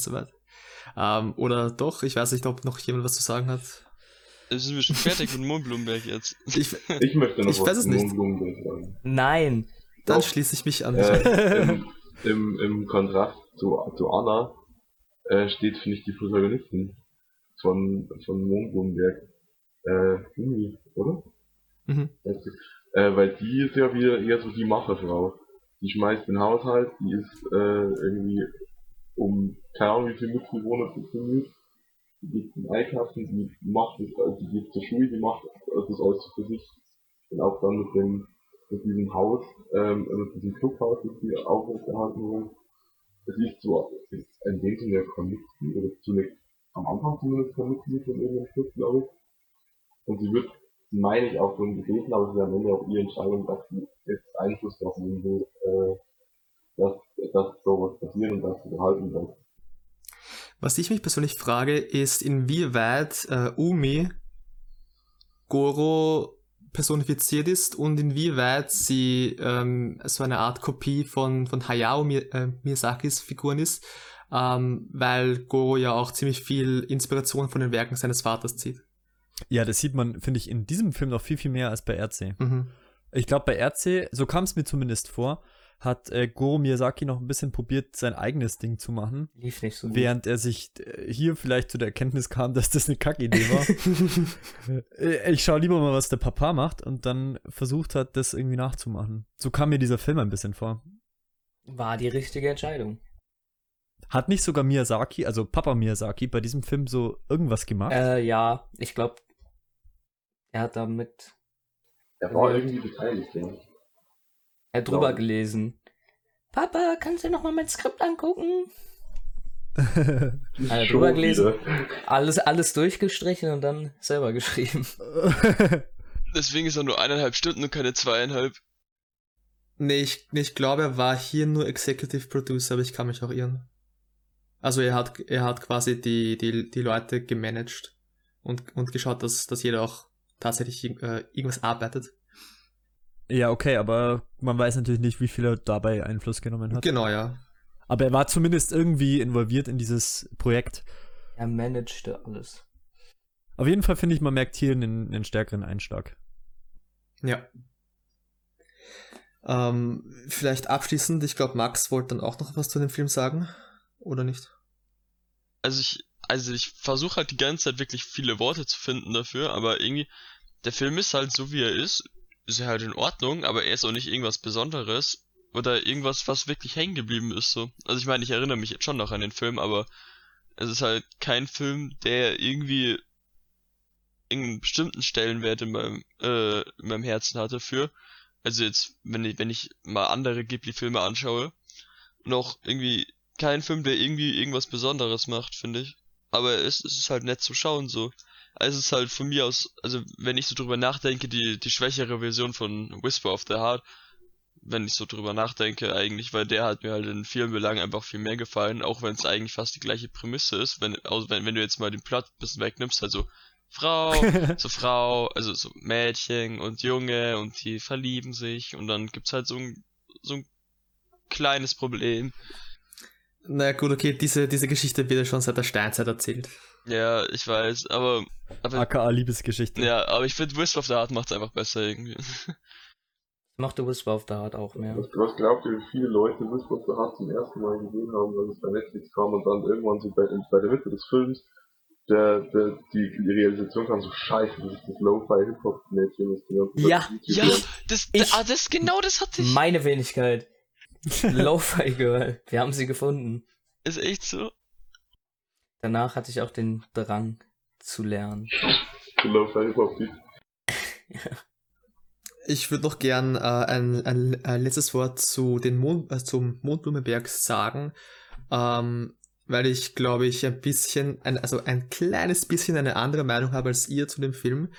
Speaker 1: Oder doch, ich weiß nicht, ob noch jemand was zu sagen hat.
Speaker 2: Sind wir schon fertig mit Mondblumenberg jetzt?
Speaker 3: Ich möchte noch
Speaker 1: Ich weiß es nicht.
Speaker 3: Mondblumenberg sagen.
Speaker 4: Nein!
Speaker 1: Dann
Speaker 3: Doch.
Speaker 1: schließe ich mich an.
Speaker 3: Im Kontrast zu Anna steht, finde ich, die Protagonistin von Mondblumenberg Humi, oder?
Speaker 1: Mhm.
Speaker 3: Weil die ist ja wieder eher so die Macherfrau. Die schmeißt den Haushalt, die ist irgendwie um keine Ahnung wie viele Mitbewohner bemüht. Die geht zum Einkaufen, die macht das, also die geht zur Schule, die macht das alles für sich. Und auch dann mit diesem Haus, mit diesem Clubhaus, das die aufrechterhalten wollen. Es ist so, ist in dem Sinne ja kein Mitglied, oder zunächst am Anfang zumindest kein Mitglied von irgendeinem Club, glaube ich. Und sie wird, meine ich, auch schon gebeten, aber es ist am Ende auch ihre Entscheidung, dass sie jetzt Einfluss darauf nehmen will, dass sowas passiert und dass sie behalten wird.
Speaker 1: Was ich mich persönlich frage, ist, inwieweit Umi Goro personifiziert ist und inwieweit sie so eine Art Kopie von Hayao Miyazakis Figuren ist, weil Goro ja auch ziemlich viel Inspiration von den Werken seines Vaters zieht.
Speaker 5: Ja, das sieht man, finde ich, in diesem Film noch viel, viel mehr als bei Erze.
Speaker 1: Mhm.
Speaker 5: Ich glaube, bei Erze, so kam es mir zumindest vor, hat Goro Miyazaki noch ein bisschen probiert, sein eigenes Ding zu machen.
Speaker 4: Lief nicht so gut.
Speaker 5: Während er sich hier vielleicht zu der Erkenntnis kam, dass das eine Kackidee war. Ich schaue lieber mal, was der Papa macht und dann versucht hat, das irgendwie nachzumachen. So kam mir dieser Film ein bisschen vor.
Speaker 4: War die richtige Entscheidung.
Speaker 5: Hat nicht sogar Miyazaki, also Papa Miyazaki, bei diesem Film so irgendwas gemacht?
Speaker 4: Ja, ich glaube, Er hat damit
Speaker 3: Er war irgendwie beteiligt, ja.
Speaker 4: drüber
Speaker 3: Ja.
Speaker 4: gelesen. Papa, kannst du noch mal mein Skript angucken? Hat er
Speaker 3: Schon
Speaker 4: drüber gelesen,
Speaker 3: wieder.
Speaker 4: alles durchgestrichen und dann selber geschrieben.
Speaker 2: Deswegen ist er nur 1,5 Stunden und keine 2,5.
Speaker 1: Nee, ich glaube, er war hier nur Executive Producer, aber ich kann mich auch irren. Also er hat quasi die Leute gemanagt und geschaut, dass jeder auch tatsächlich irgendwas arbeitet.
Speaker 5: Ja, okay, aber man weiß natürlich nicht, wie viel er dabei Einfluss genommen hat.
Speaker 1: Genau, ja.
Speaker 5: Aber er war zumindest irgendwie involviert in dieses Projekt.
Speaker 4: Er managte alles.
Speaker 5: Auf jeden Fall finde ich, man merkt hier einen stärkeren Einschlag.
Speaker 1: Ja. Vielleicht abschließend, ich glaube, Max wollte dann auch noch was zu dem Film sagen, oder nicht?
Speaker 2: Also ich versuche halt die ganze Zeit wirklich viele Worte zu finden dafür, aber irgendwie, der Film ist halt so wie er ist er halt in Ordnung, aber er ist auch nicht irgendwas Besonderes oder irgendwas, was wirklich hängen geblieben ist, so. Also ich meine, ich erinnere mich jetzt schon noch an den Film, aber es ist halt kein Film, der irgendwie einen bestimmten Stellenwert in meinem Herzen hatte für. Also jetzt, wenn ich mal andere Ghibli-Filme anschaue, noch irgendwie kein Film, der irgendwie irgendwas Besonderes macht, finde ich. Aber es ist halt nett zu schauen, so. Also es ist halt von mir aus, also wenn ich so drüber nachdenke, die schwächere Version von Whisper of the Heart, wenn ich so drüber nachdenke eigentlich, weil der hat mir halt in vielen Belangen einfach viel mehr gefallen, auch wenn es eigentlich fast die gleiche Prämisse ist, wenn du jetzt mal den Plot ein bisschen wegnimmst, also Frau, also so Mädchen und Junge und die verlieben sich und dann gibt's halt so ein kleines Problem.
Speaker 1: Na gut, okay, diese Geschichte wird ja schon seit der Steinzeit erzählt.
Speaker 2: Ja, ich weiß, aber
Speaker 5: AKA Liebesgeschichte.
Speaker 2: ja, aber ich finde Whisper of the Heart macht's einfach besser irgendwie.
Speaker 4: Ich mochte Whisper of the Heart auch mehr.
Speaker 3: Was glaubt ihr, wie viele Leute Whisper of the Heart zum ersten Mal gesehen haben, als es bei Netflix kam und dann irgendwann so bei der Mitte des Films die Realisation kam, so scheiße, das ist das Lo-Fi-Hip-Hop-Mädchen, das die ganze Zeit
Speaker 4: Ja,
Speaker 2: das hatte ich.
Speaker 4: Meine Wenigkeit. Lo-Fi Girl. Wir haben sie gefunden.
Speaker 2: Ist echt so.
Speaker 4: Danach hatte ich auch den Drang zu lernen.
Speaker 3: Lo-Fi-Hip-Hop-Beat.
Speaker 1: Ich würde noch gern ein letztes Wort zu zum Mondblumenberg sagen, weil ich, glaube ich, ein kleines bisschen eine andere Meinung habe als ihr zu dem Film.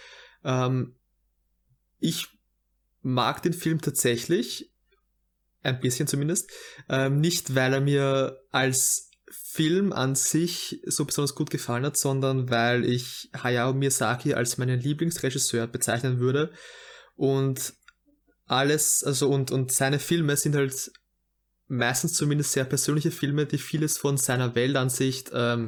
Speaker 1: Ich mag den Film tatsächlich, ein bisschen zumindest, nicht weil er mir als Film an sich so besonders gut gefallen hat, sondern weil ich Hayao Miyazaki als meinen Lieblingsregisseur bezeichnen würde. Und alles, also und seine Filme sind halt meistens zumindest sehr persönliche Filme, die vieles von seiner Weltansicht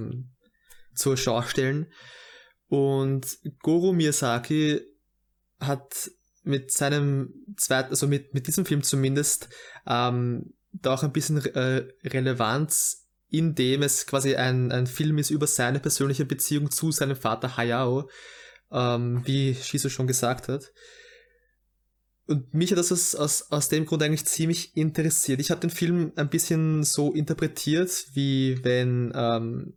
Speaker 1: zur Schau stellen. Und Goro Miyazaki hat mit seinem mit diesem Film zumindest da auch ein bisschen Relevanz, indem es quasi ein Film ist über seine persönliche Beziehung zu seinem Vater Hayao, wie Shizu schon gesagt hat. Und mich hat das aus dem Grund eigentlich ziemlich interessiert. Ich habe den Film ein bisschen so interpretiert, wie wenn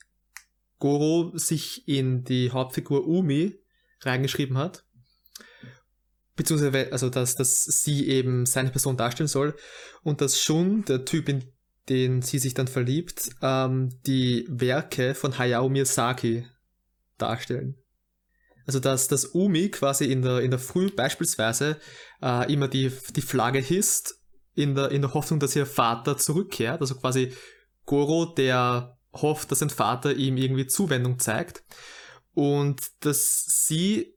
Speaker 1: Goro sich in die Hauptfigur Umi reingeschrieben hat. Beziehungsweise, also dass sie eben seine Person darstellen soll. Und dass Shun, der Typ, in den sie sich dann verliebt, die Werke von Hayao Miyazaki darstellen. Also dass Umi quasi in der Früh beispielsweise immer die Flagge hisst, in der Hoffnung, dass ihr Vater zurückkehrt. Also quasi Goro, der hofft, dass sein Vater ihm irgendwie Zuwendung zeigt. Und dass sie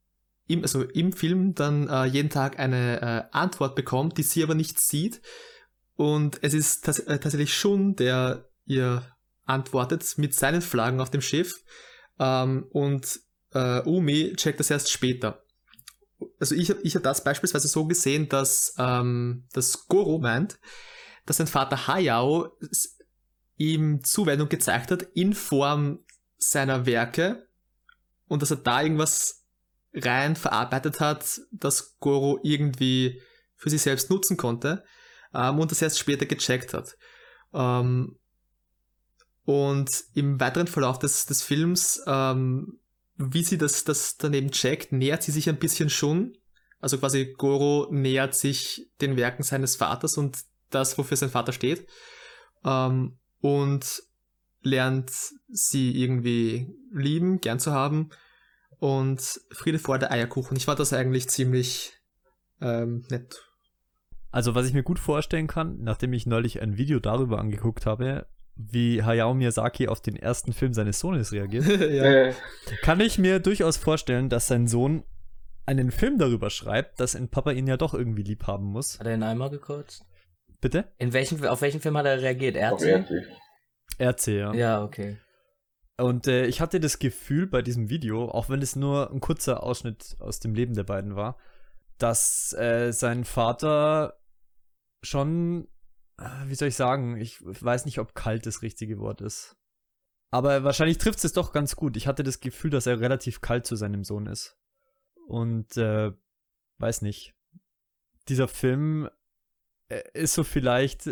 Speaker 1: im Film dann jeden Tag eine Antwort bekommt, die sie aber nicht sieht. Und es ist tatsächlich Shun, der ihr antwortet mit seinen Flaggen auf dem Schiff. Und Umi checkt das erst später. Also ich hab das beispielsweise so gesehen, dass Goro meint, dass sein Vater Hayao ihm Zuwendung gezeigt hat in Form seiner Werke und dass er da irgendwas rein verarbeitet hat, das Goro irgendwie für sich selbst nutzen konnte und das erst später gecheckt hat. Und im weiteren Verlauf des Films wie sie das daneben checkt, nähert sie sich ein bisschen schon. Also quasi Goro nähert sich den Werken seines Vaters und das, wofür sein Vater steht. Und lernt sie irgendwie lieben, gern zu haben. Und Friede, Freude, Eierkuchen. Ich fand das eigentlich ziemlich nett.
Speaker 5: Also was ich mir gut vorstellen kann, nachdem ich neulich ein Video darüber angeguckt habe, wie Hayao Miyazaki auf den ersten Film seines Sohnes reagiert,
Speaker 1: Ja.
Speaker 5: kann ich mir durchaus vorstellen, dass sein Sohn einen Film darüber schreibt, dass ein Papa ihn ja doch irgendwie lieb haben muss.
Speaker 4: Hat er einen Eimer gekotzt?
Speaker 5: Bitte?
Speaker 4: Auf welchen Film hat er reagiert?
Speaker 3: Auf
Speaker 4: RC?
Speaker 5: RC, ja.
Speaker 4: Ja, okay.
Speaker 5: Und ich hatte das Gefühl bei diesem Video, auch wenn es nur ein kurzer Ausschnitt aus dem Leben der beiden war, dass sein Vater schon, wie soll ich sagen, ich weiß nicht, ob kalt das richtige Wort ist. Aber wahrscheinlich trifft es doch ganz gut. Ich hatte das Gefühl, dass er relativ kalt zu seinem Sohn ist. Und weiß nicht. Dieser Film ist so vielleicht,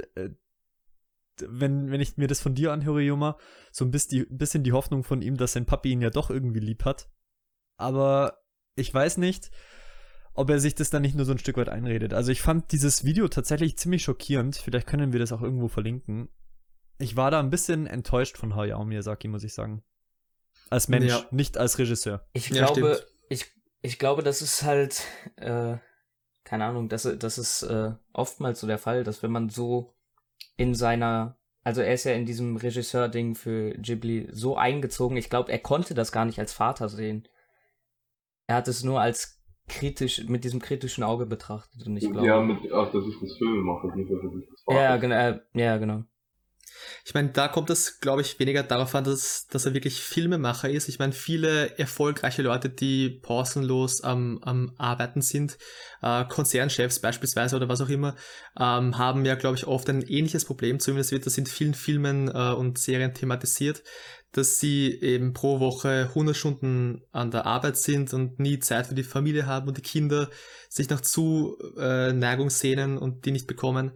Speaker 5: wenn ich mir das von dir anhöre, Joma, so ein bisschen die Hoffnung von ihm, dass sein Papi ihn ja doch irgendwie lieb hat. Aber ich weiß nicht, ob er sich das dann nicht nur so ein Stück weit einredet. Also ich fand dieses Video tatsächlich ziemlich schockierend. Vielleicht können wir das auch irgendwo verlinken. Ich war da ein bisschen enttäuscht von Hayao Miyazaki, muss ich sagen. Als Mensch,
Speaker 1: Ja.
Speaker 5: nicht als Regisseur.
Speaker 4: Ich
Speaker 1: Ja,
Speaker 4: glaube, ich glaube, das ist halt, keine Ahnung, das ist oftmals so der Fall, dass wenn man so also er ist ja in diesem Regisseur-Ding für Ghibli so eingezogen, ich glaube, er konnte das gar nicht als Vater sehen. Er hat es nur als mit diesem kritischen Auge betrachtet und ich glaube...
Speaker 3: Ja, das ist das Filmemacher, nicht das ist das Vater.
Speaker 4: Ja, genau.
Speaker 1: Ich meine, da kommt es, glaube ich, weniger darauf an, dass er wirklich Filmemacher ist. Ich meine, viele erfolgreiche Leute, die pausenlos am Arbeiten sind, Konzernchefs beispielsweise oder was auch immer, haben ja, glaube ich, oft ein ähnliches Problem. Zumindest wird das in vielen Filmen und Serien thematisiert, dass sie eben pro Woche 100 Stunden an der Arbeit sind und nie Zeit für die Familie haben und die Kinder sich nach Zuneigung sehnen und die nicht bekommen.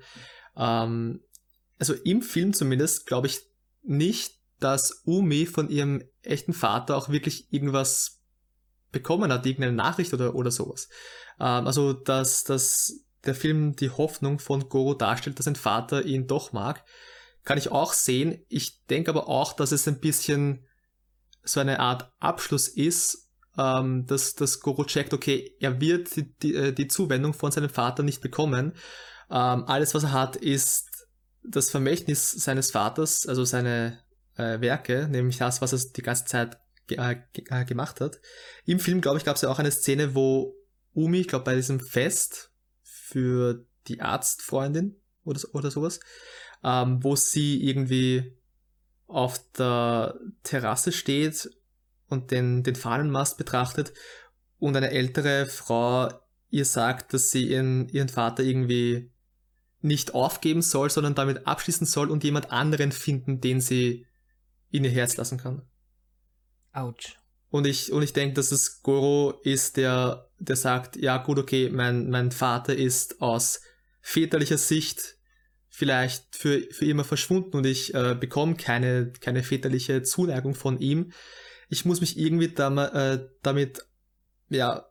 Speaker 1: Also im Film zumindest glaube ich nicht, dass Umi von ihrem echten Vater auch wirklich irgendwas bekommen hat, irgendeine Nachricht oder sowas. Also dass der Film die Hoffnung von Goro darstellt, dass sein Vater ihn doch mag, kann ich auch sehen. Ich denke aber auch, dass es ein bisschen so eine Art Abschluss ist, dass Goro checkt, okay, er wird die Zuwendung von seinem Vater nicht bekommen. Alles, was er hat, ist das Vermächtnis seines Vaters, also seine Werke, nämlich das, was er die ganze Zeit gemacht hat. Im Film, glaube ich, gab es ja auch eine Szene, wo Umi, ich glaube bei diesem Fest für die Arztfreundin oder sowas, wo sie irgendwie auf der Terrasse steht und den Fahnenmast betrachtet und eine ältere Frau ihr sagt, dass sie ihren Vater irgendwie nicht aufgeben soll, sondern damit abschließen soll und jemand anderen finden, den sie in ihr Herz lassen kann.
Speaker 4: Autsch.
Speaker 1: Und ich denke, dass es Goro ist, der sagt, ja gut, okay, mein Vater ist aus väterlicher Sicht vielleicht für immer verschwunden und ich bekomme keine väterliche Zuneigung von ihm. Ich muss mich irgendwie damit, ja,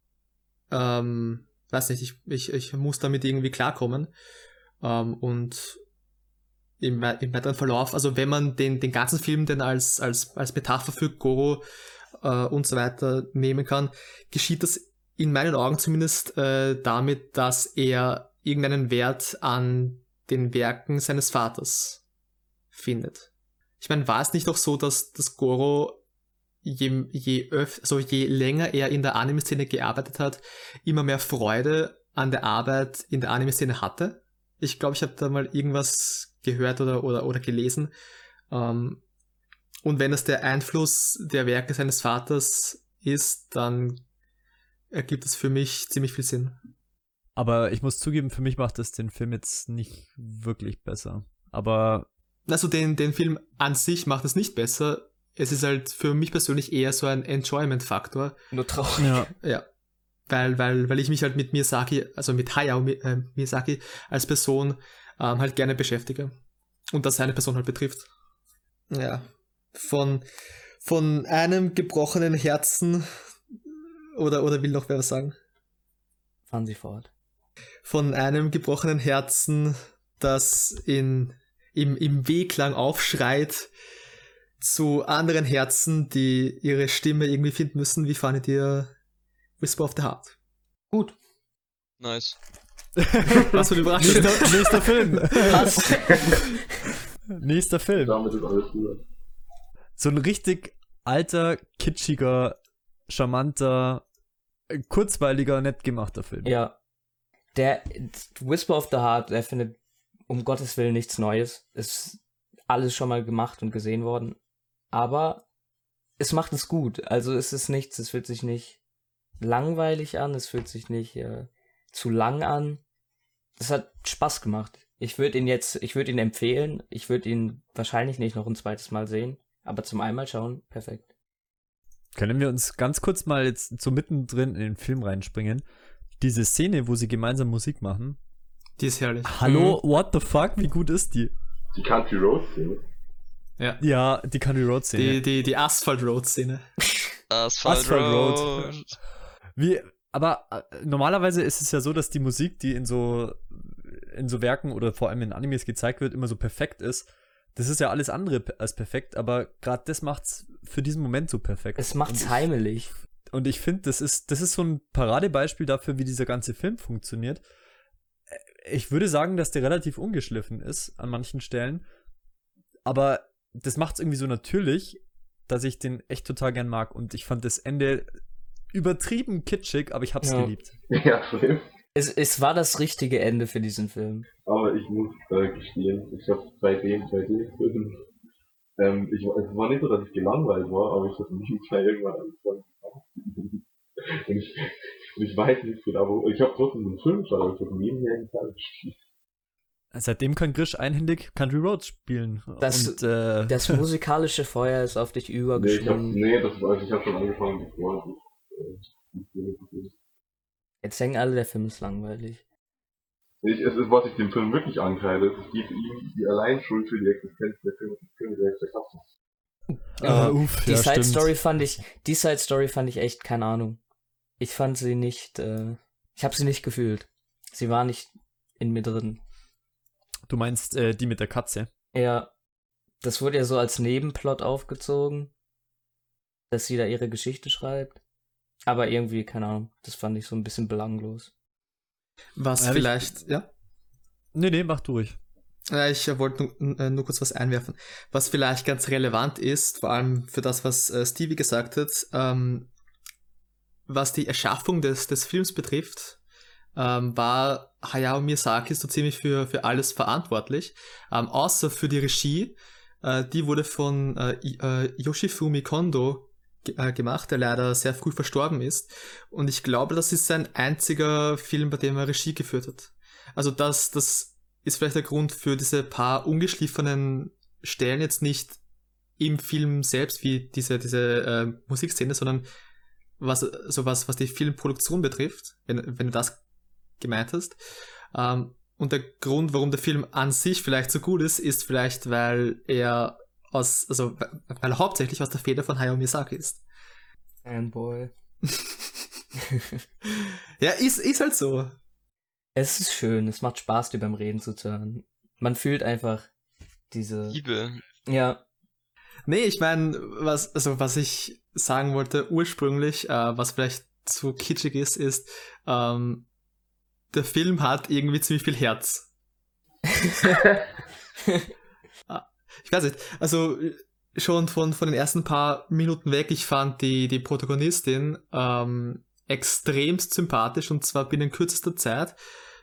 Speaker 1: weiß nicht, ich muss damit irgendwie klarkommen. Und im weiteren Verlauf, also wenn man den ganzen Film denn als Metapher für Goro und so weiter nehmen kann, geschieht das in meinen Augen zumindest damit, dass er irgendeinen Wert an den Werken seines Vaters findet. Ich meine, war es nicht auch so, dass Goro je länger er in der Anime-Szene gearbeitet hat, immer mehr Freude an der Arbeit in der Anime-Szene hatte? Ich glaube, ich habe da mal irgendwas gehört oder gelesen. Und wenn das der Einfluss der Werke seines Vaters ist, dann ergibt es für mich ziemlich viel Sinn.
Speaker 5: Aber ich muss zugeben, für mich macht es den Film jetzt nicht wirklich besser. Aber
Speaker 1: Also den Film an sich macht es nicht besser. Es ist halt für mich persönlich eher so ein Enjoyment-Faktor.
Speaker 4: Nur traurig.
Speaker 5: ja,
Speaker 1: Ja. Weil ich mich halt mit Miyazaki, also mit Hayao Miyazaki als Person halt gerne beschäftige. Und das seine Person halt betrifft. Ja. Von Von einem gebrochenen Herzen, oder will noch wer was sagen?
Speaker 4: Fahren Sie fort.
Speaker 1: Von einem gebrochenen Herzen, das im Wehklang aufschreit, zu anderen Herzen, die ihre Stimme irgendwie finden müssen. Wie fandet ihr Whisper of the Heart?
Speaker 4: Gut.
Speaker 2: Nice.
Speaker 1: Was für eine Überraschung.
Speaker 5: Nächster Film.
Speaker 4: Passt.
Speaker 5: Nächster Film.
Speaker 3: Damit ist alles gut.
Speaker 5: So ein richtig alter, kitschiger, charmanter, kurzweiliger, nett gemachter Film.
Speaker 4: Ja. Der Whisper of the Heart, der findet um Gottes Willen nichts Neues. Ist alles schon mal gemacht und gesehen worden. Aber es macht es gut. Also es ist nichts, es fühlt sich nicht langweilig an, es fühlt sich nicht zu lang an. Es hat Spaß gemacht. Ich würde ihn empfehlen. Ich würde ihn wahrscheinlich nicht noch ein zweites Mal sehen. Aber zum einmal schauen, perfekt.
Speaker 5: Können wir uns ganz kurz mal jetzt so mittendrin in den Film reinspringen? Diese Szene, wo sie gemeinsam Musik machen.
Speaker 1: Die ist herrlich.
Speaker 5: Hallo, what the fuck? Wie gut ist die?
Speaker 3: Die Country Road Szene.
Speaker 1: Ja.
Speaker 5: Ja, die Country Road Szene.
Speaker 1: Die Asphalt Road Szene.
Speaker 2: Asphalt Road.
Speaker 5: Aber normalerweise ist es ja so, dass die Musik, die in so Werken oder vor allem in Animes gezeigt wird, immer so perfekt ist. Das ist ja alles andere als perfekt, aber gerade das macht's für diesen Moment so perfekt.
Speaker 4: Es macht's heimelig.
Speaker 5: Und ich finde, das ist so ein Paradebeispiel dafür, wie dieser ganze Film funktioniert. Ich würde sagen, dass der relativ ungeschliffen ist an manchen Stellen, aber das macht's irgendwie so natürlich, dass ich den echt total gern mag. Und ich fand das Ende übertrieben kitschig, aber ich hab's geliebt.
Speaker 3: Ja, Film.
Speaker 4: Es war das richtige Ende für diesen Film.
Speaker 3: Aber ich muss gestehen, ich habe bei dem Film, es war nicht so, dass ich gelangweilt war, aber ich habe mich irgendwann angefangen. Und ich weiß nicht genau, aber ich habe trotzdem einen Film geschaut, aber ich habe nebenher einen Teil gespielt.
Speaker 5: Seitdem kann Grisch einhändig Country Roads spielen.
Speaker 4: Das musikalische Feuer ist auf dich übergeschwungen.
Speaker 3: Ich habe schon angefangen, bevor
Speaker 4: Jetzt denken alle, der Film ist langweilig.
Speaker 3: Was ich dem Film wirklich ankreide, ist, es gibt ihm die Alleinschuld für die Existenz der Königreichs der Katzen.
Speaker 4: Die Side Story fand ich echt, keine Ahnung. Ich fand sie nicht, ich habe sie nicht gefühlt. Sie war nicht in mir drin.
Speaker 5: Du meinst die mit der Katze?
Speaker 4: Ja, das wurde ja so als Nebenplot aufgezogen, dass sie da ihre Geschichte schreibt. Aber irgendwie, keine Ahnung, das fand ich so ein bisschen belanglos.
Speaker 1: Was vielleicht, ja?
Speaker 5: Nee, mach du ruhig.
Speaker 1: Ich wollte nur kurz was einwerfen. Was vielleicht ganz relevant ist, vor allem für das, was Stevie gesagt hat, was die Erschaffung des Films betrifft, war Hayao Miyazaki so ziemlich für alles verantwortlich, außer für die Regie. Die wurde von Yoshifumi Kondo gemacht, der leider sehr früh verstorben ist. Und ich glaube, das ist sein einziger Film, bei dem er Regie geführt hat. Also das ist vielleicht der Grund für diese paar ungeschliffenen Stellen, jetzt nicht im Film selbst, wie diese Musikszene, sondern was die Filmproduktion betrifft, wenn du das gemeint hast. Und der Grund, warum der Film an sich vielleicht so gut ist vielleicht, weil er weil er hauptsächlich aus der Feder von Hayao Miyazaki ist.
Speaker 4: Fanboy.
Speaker 1: Ja, ist halt so.
Speaker 4: Es ist schön, es macht Spaß, dir beim Reden zuzuhören. Man fühlt einfach diese
Speaker 2: Liebe.
Speaker 4: Ja.
Speaker 1: Nee, ich meine, was ich sagen wollte ursprünglich, was vielleicht zu kitschig ist, der Film hat irgendwie ziemlich viel Herz. Ich weiß nicht, also schon von den ersten paar Minuten weg, ich fand die Protagonistin extremst sympathisch und zwar binnen kürzester Zeit.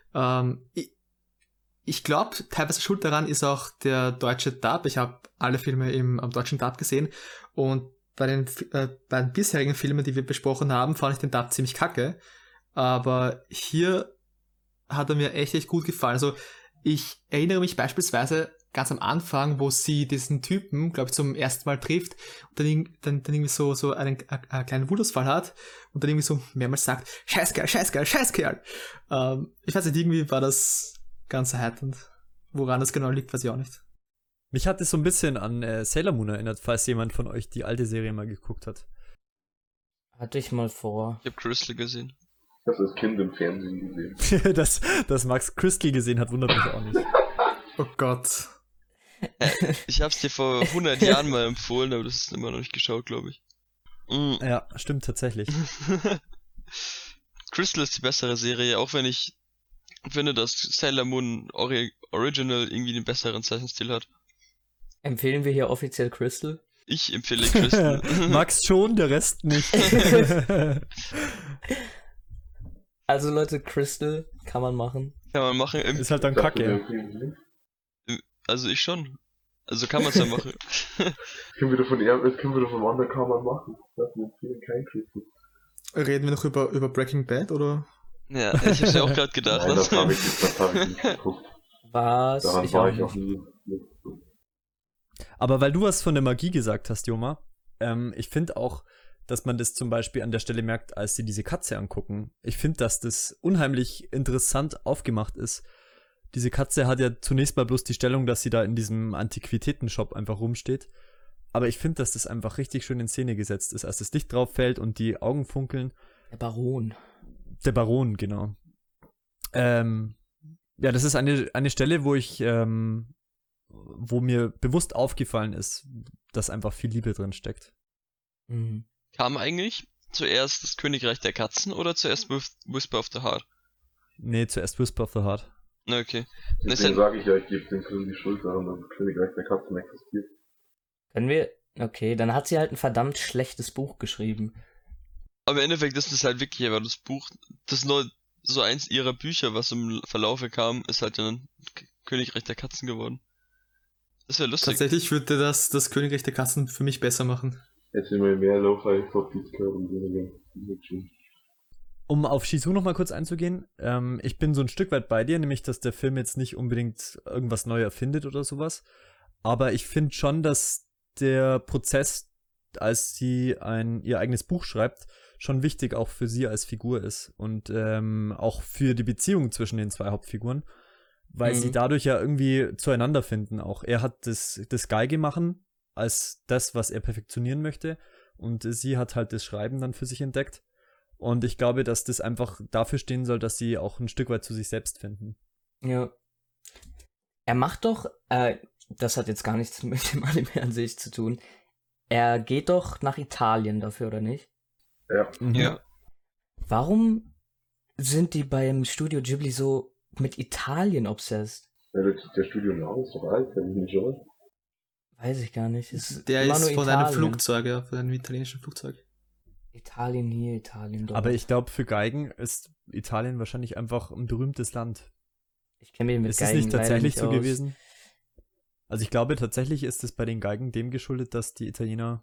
Speaker 1: Ich glaube, teilweise schuld daran ist auch der deutsche Dub. Ich habe alle Filme am deutschen Dub gesehen und bei den bisherigen Filmen, die wir besprochen haben, fand ich den Dub ziemlich kacke. Aber hier hat er mir echt gut gefallen. Also ich erinnere mich beispielsweise ganz am Anfang, wo sie diesen Typen, glaube ich, zum ersten Mal trifft und dann irgendwie so einen kleinen Wutausfall hat und dann irgendwie so mehrmals sagt, Scheißkerl. Ich weiß nicht, irgendwie war das ganz erheiternd. Woran das genau liegt, weiß ich auch nicht.
Speaker 5: Mich hat es so ein bisschen an Sailor Moon erinnert, falls jemand von euch die alte Serie mal geguckt hat.
Speaker 4: Hatte ich mal vor.
Speaker 2: Ich hab Crystal gesehen.
Speaker 3: Ich habe das Kind im Fernsehen gesehen.
Speaker 5: dass Max Crystal gesehen hat, wundert mich auch nicht.
Speaker 1: Oh Gott.
Speaker 2: Ich hab's dir vor 100 Jahren mal empfohlen, aber das ist immer noch nicht geschaut, glaube ich.
Speaker 5: Ja, stimmt tatsächlich.
Speaker 2: Crystal ist die bessere Serie, auch wenn ich finde, dass Sailor Moon Original irgendwie den besseren Zeichenstil hat.
Speaker 4: Empfehlen wir hier offiziell Crystal?
Speaker 2: Ich empfehle Crystal.
Speaker 5: Max schon, der Rest nicht.
Speaker 4: Also Leute, Crystal kann man machen.
Speaker 2: Kann man machen.
Speaker 5: Ist halt dann
Speaker 3: Ich dachte, wir
Speaker 5: Kacke.
Speaker 3: empfehlen es nicht.
Speaker 2: Also ich schon. Also kann man's ja machen.
Speaker 3: Können wir davon anderen kann man machen. Das wir empfehlen kein Crystal.
Speaker 1: Reden wir noch über Breaking Bad, oder?
Speaker 2: Ja, ich hab's ja auch gerade gedacht.
Speaker 3: Nein, das habe ich nicht geguckt.
Speaker 4: Was?
Speaker 3: Daran
Speaker 4: Ich
Speaker 3: war
Speaker 4: auch
Speaker 3: ich auch
Speaker 4: nicht.
Speaker 3: nie.
Speaker 5: Aber weil du was von der Magie gesagt hast, Joma, ich finde auch, dass man das zum Beispiel an der Stelle merkt, als sie diese Katze angucken. Ich finde, dass das unheimlich interessant aufgemacht ist. Diese Katze hat ja zunächst mal bloß die Stellung, dass sie da in diesem Antiquitätenshop einfach rumsteht. Aber ich finde, dass das einfach richtig schön in Szene gesetzt ist, als das Licht drauf fällt und die Augen funkeln.
Speaker 4: Der Baron.
Speaker 5: Der Baron, genau. Ja, das ist eine Stelle, wo mir bewusst aufgefallen ist, dass einfach viel Liebe drin steckt.
Speaker 4: Mhm.
Speaker 2: Kam eigentlich zuerst das Königreich der Katzen oder zuerst Whisper of the Heart?
Speaker 5: Nee, zuerst Whisper of the Heart.
Speaker 2: Na, okay.
Speaker 3: Deswegen sage ich ja, ich gebe dem Film die Schuld daran, dass das Königreich der Katzen existiert.
Speaker 4: Können wir... Okay, dann hat sie halt ein verdammt schlechtes Buch geschrieben.
Speaker 2: Aber im Endeffekt ist es halt wirklich einfach das Buch, das nur so eins ihrer Bücher, was im Verlaufe kam, ist halt dann Königreich der Katzen geworden. Das wäre lustig.
Speaker 1: Tatsächlich würde das Königreich der Katzen für mich besser machen.
Speaker 3: Jetzt immer mehr Lo-Fi-Hip-Hop-Beats gehört und weniger Action.
Speaker 5: Um auf Shizu noch mal kurz einzugehen, ich bin so ein Stück weit bei dir, nämlich, dass der Film jetzt nicht unbedingt irgendwas neu erfindet oder sowas. Aber ich finde schon, dass der Prozess, als sie ihr eigenes Buch schreibt, schon wichtig auch für sie als Figur ist. Und auch für die Beziehung zwischen den zwei Hauptfiguren. Weil sie dadurch ja irgendwie zueinander finden auch. Er hat das Geige machen als das, was er perfektionieren möchte. Und sie hat halt das Schreiben dann für sich entdeckt. Und ich glaube, dass das einfach dafür stehen soll, dass sie auch ein Stück weit zu sich selbst finden.
Speaker 4: Ja. Er macht doch, das hat jetzt gar nichts mit dem Anime an sich zu tun. Er geht doch nach Italien dafür, oder nicht?
Speaker 3: Ja.
Speaker 2: Ja.
Speaker 4: Warum sind die beim Studio Ghibli so mit Italien obsessed?
Speaker 3: Ja, der Studioname ist doch alt, wenn ich nicht irre.
Speaker 4: Weiß ich gar nicht.
Speaker 1: Der
Speaker 4: immer
Speaker 1: ist
Speaker 4: nur
Speaker 1: von einem
Speaker 4: Italien.
Speaker 1: Flugzeug, ja, von einem italienischen Flugzeug.
Speaker 4: Italien hier, Italien dort.
Speaker 5: Aber ich glaube, für Geigen ist Italien wahrscheinlich einfach ein berühmtes Land.
Speaker 4: Ich kenne mich mit
Speaker 5: Ist es
Speaker 4: Geigen
Speaker 5: nicht tatsächlich
Speaker 4: leider
Speaker 5: so
Speaker 4: nicht aus.
Speaker 5: gewesen? Also ich glaube, tatsächlich ist es bei den Geigen dem geschuldet, dass die Italiener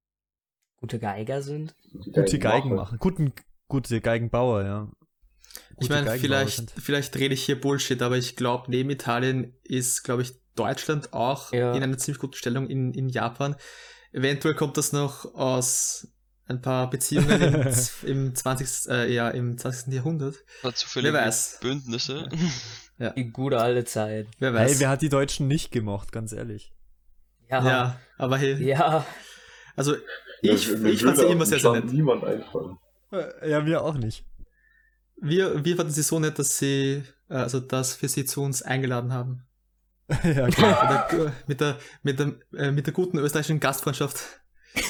Speaker 4: Gute Geiger sind?
Speaker 5: gute Geigen machen. Gute Geigenbauer, ja.
Speaker 1: Ich
Speaker 5: Gute
Speaker 1: meine,
Speaker 5: Geigenbauer sind.
Speaker 1: vielleicht rede ich hier Bullshit, aber ich glaube, neben Italien ist, glaube ich, Deutschland auch
Speaker 4: Ja.
Speaker 1: in einer ziemlich guten Stellung in Japan. Eventuell kommt das noch aus ein paar Beziehungen im 20. Jahrhundert.
Speaker 2: Hat zufällig
Speaker 1: Wer weiß.
Speaker 2: Bündnisse.
Speaker 4: Die gute alte Zeit.
Speaker 1: Wer weiß.
Speaker 5: Hey, wer hat die Deutschen nicht gemocht, ganz ehrlich?
Speaker 1: Ja, aber hey,
Speaker 4: Ja.
Speaker 1: also
Speaker 3: Mir
Speaker 1: ich fand
Speaker 3: würde
Speaker 1: sie
Speaker 3: auf
Speaker 1: immer
Speaker 3: den
Speaker 1: sehr, sehr
Speaker 3: Stand
Speaker 1: nett.
Speaker 3: niemand einfallen.
Speaker 5: Ja, mir auch nicht.
Speaker 1: Wir fanden sie so nett, dass dass wir sie zu uns eingeladen haben.
Speaker 5: Ja, klar.
Speaker 1: mit der guten österreichischen Gastfreundschaft.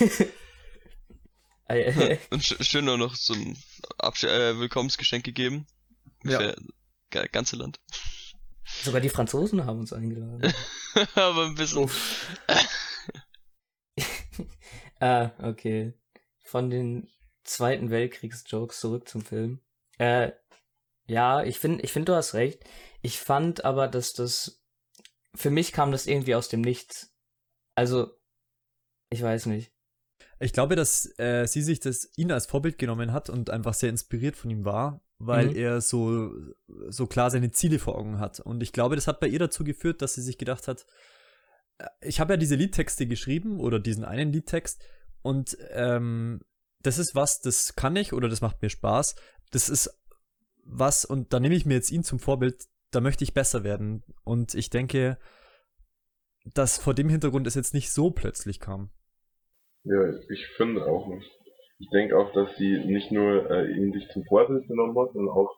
Speaker 2: Und schön auch noch so ein Willkommensgeschenk gegeben.
Speaker 1: Ja.
Speaker 2: Für das ganze Land.
Speaker 4: Sogar die Franzosen haben uns eingeladen.
Speaker 2: Aber ein bisschen.
Speaker 4: Okay. Von den Zweiten Weltkriegs-Jokes zurück zum Film. Ja, ich finde, du hast recht. Ich fand aber, dass für mich kam das irgendwie aus dem Nichts. Also, ich weiß nicht.
Speaker 5: Ich glaube, dass sie sich ihn als Vorbild genommen hat und einfach sehr inspiriert von ihm war, weil er so klar seine Ziele vor Augen hat. Und ich glaube, das hat bei ihr dazu geführt, dass sie sich gedacht hat, ich habe ja diese Liedtexte geschrieben oder diesen einen Liedtext und das ist was, das kann ich oder das macht mir Spaß. Das ist was und da nehme ich mir jetzt ihn zum Vorbild, da möchte ich besser werden. Und ich denke, dass vor dem Hintergrund es jetzt nicht so plötzlich kam.
Speaker 3: Ja, ich finde auch nicht. Ich denke auch, dass sie nicht nur ihn sich zum Vorbild genommen hat, sondern auch,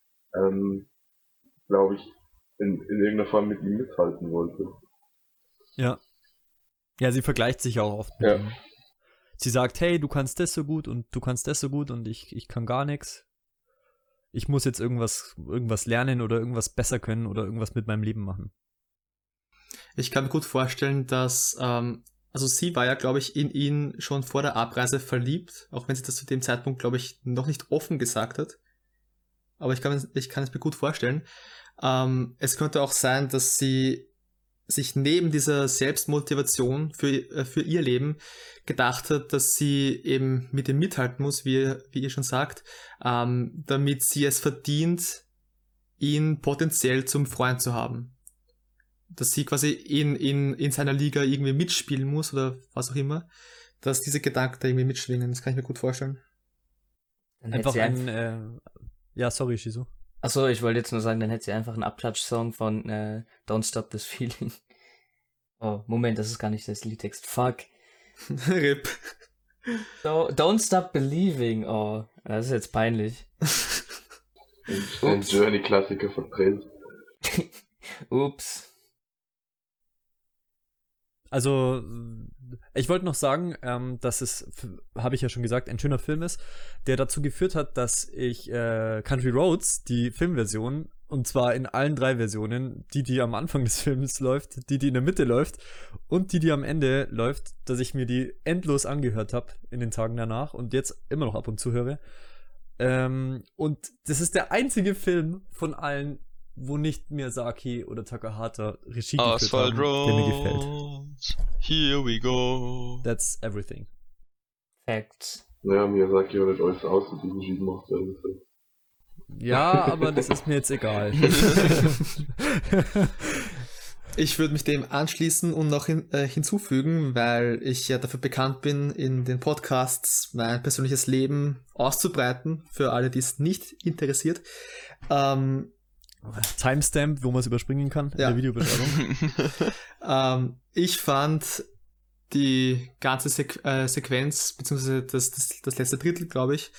Speaker 3: glaube ich, in irgendeiner Form mit ihm mithalten wollte.
Speaker 5: Ja. Ja, sie vergleicht sich auch oft mit
Speaker 3: Ja.
Speaker 5: ihm. Sie sagt, hey, du kannst das so gut und du kannst das so gut und ich kann gar nichts. Ich muss jetzt irgendwas lernen oder irgendwas besser können oder irgendwas mit meinem Leben machen.
Speaker 1: Ich kann mir gut vorstellen, dass, also sie war ja, glaube ich, in ihn schon vor der Abreise verliebt, auch wenn sie das zu dem Zeitpunkt, glaube ich, noch nicht offen gesagt hat. Aber ich kann es mir gut vorstellen. Es könnte auch sein, dass sie sich neben dieser Selbstmotivation für ihr Leben gedacht hat, dass sie eben mit ihm mithalten muss, wie ihr schon sagt, damit sie es verdient, ihn potenziell zum Freund zu haben. Dass sie quasi in seiner Liga irgendwie mitspielen muss oder was auch immer, dass diese Gedanken da irgendwie mitschwingen. Das kann ich mir gut vorstellen.
Speaker 4: Dann hätte
Speaker 5: Einfach
Speaker 4: sie
Speaker 5: ein, ja, sorry, Shizu.
Speaker 4: Achso, ich wollte jetzt nur sagen, dann hätte sie einfach einen Abklatsch-Song von Don't Stop This Feeling. Oh, Moment, das ist gar nicht das Liedtext. Fuck.
Speaker 1: RIP.
Speaker 4: Don't Stop Believing. Oh, das ist jetzt peinlich.
Speaker 3: Ein Journey-Klassiker verdreht.
Speaker 4: Ups.
Speaker 5: Also, ich wollte noch sagen, dass es, habe ich ja schon gesagt, ein schöner Film ist, der dazu geführt hat, dass ich Country Roads, die Filmversion, und zwar in allen 3 Versionen, die am Anfang des Films läuft, die in der Mitte läuft und die am Ende läuft, dass ich mir die endlos angehört habe in den Tagen danach und jetzt immer noch ab und zu höre. Und das ist der einzige Film von allen, wo nicht Miyazaki oder Takahata Regie geführt
Speaker 2: Asphalt
Speaker 5: haben, der mir gefällt.
Speaker 2: Roads, here we go.
Speaker 5: That's everything.
Speaker 4: Facts.
Speaker 3: Naja, Miyazaki hat nicht alles aus, und die Regie gemacht werden.
Speaker 5: Ja, aber das ist mir jetzt egal.
Speaker 1: Ich würde mich dem anschließen und noch hinzufügen, weil ich ja dafür bekannt bin, in den Podcasts mein persönliches Leben auszubreiten, für alle, die es nicht interessiert.
Speaker 5: Timestamp, wo man es überspringen kann in
Speaker 1: Ja.
Speaker 5: der Videobeschreibung.
Speaker 1: Ich fand die ganze Sequenz, beziehungsweise das letzte Drittel, glaube ich,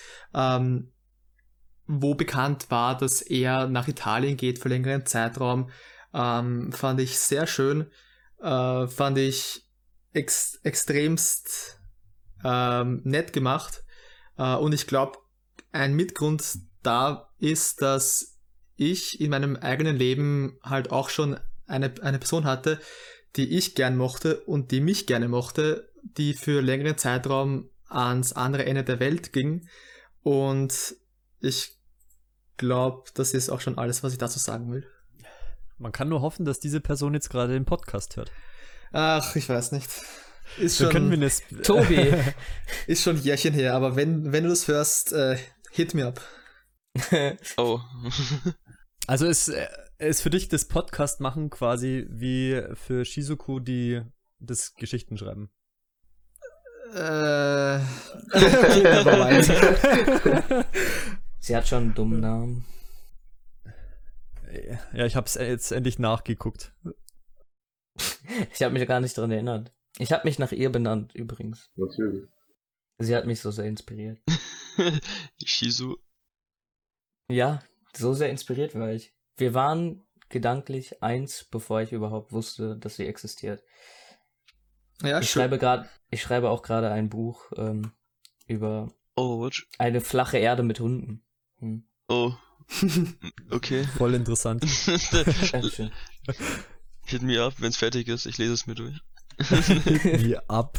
Speaker 1: wo bekannt war, dass er nach Italien geht für längeren Zeitraum, fand ich sehr schön, fand ich extremst nett gemacht, und ich glaube, ein Mitgrund da ist, dass ich in meinem eigenen Leben halt auch schon eine Person hatte, die ich gern mochte und die mich gerne mochte, die für längeren Zeitraum ans andere Ende der Welt ging, und ich glaube, das ist auch schon alles, was ich dazu sagen will.
Speaker 5: Man kann nur hoffen, dass diese Person jetzt gerade den Podcast hört.
Speaker 1: Ach, ich weiß nicht. Ist
Speaker 5: Dann können wir
Speaker 1: schon,
Speaker 5: das.
Speaker 4: Tobi.
Speaker 1: ist schon ein Jährchen her, aber wenn du das hörst, hit me up.
Speaker 2: Oh.
Speaker 5: Also ist für dich das Podcast machen quasi wie für Shizuku das Geschichten schreiben.
Speaker 1: Okay,
Speaker 4: Sie hat schon einen dummen Namen.
Speaker 5: Ja, ich hab's jetzt endlich nachgeguckt.
Speaker 4: Ich habe mich gar nicht dran erinnert. Ich habe mich nach ihr benannt, übrigens.
Speaker 3: Natürlich.
Speaker 4: Sie hat mich so sehr inspiriert.
Speaker 2: Shizu.
Speaker 4: Ja, so sehr inspiriert war ich. Wir waren gedanklich eins, bevor ich überhaupt wusste, dass sie existiert.
Speaker 1: Ja,
Speaker 4: Ich
Speaker 1: schön.
Speaker 4: schreibe auch gerade ein Buch über
Speaker 2: Oh, what?
Speaker 4: eine flache Erde mit Hunden.
Speaker 2: Oh. Okay.
Speaker 5: Voll interessant.
Speaker 4: Dankeschön.
Speaker 2: Hit me up, wenn's fertig ist. Ich lese es mir durch.
Speaker 5: Wie ab.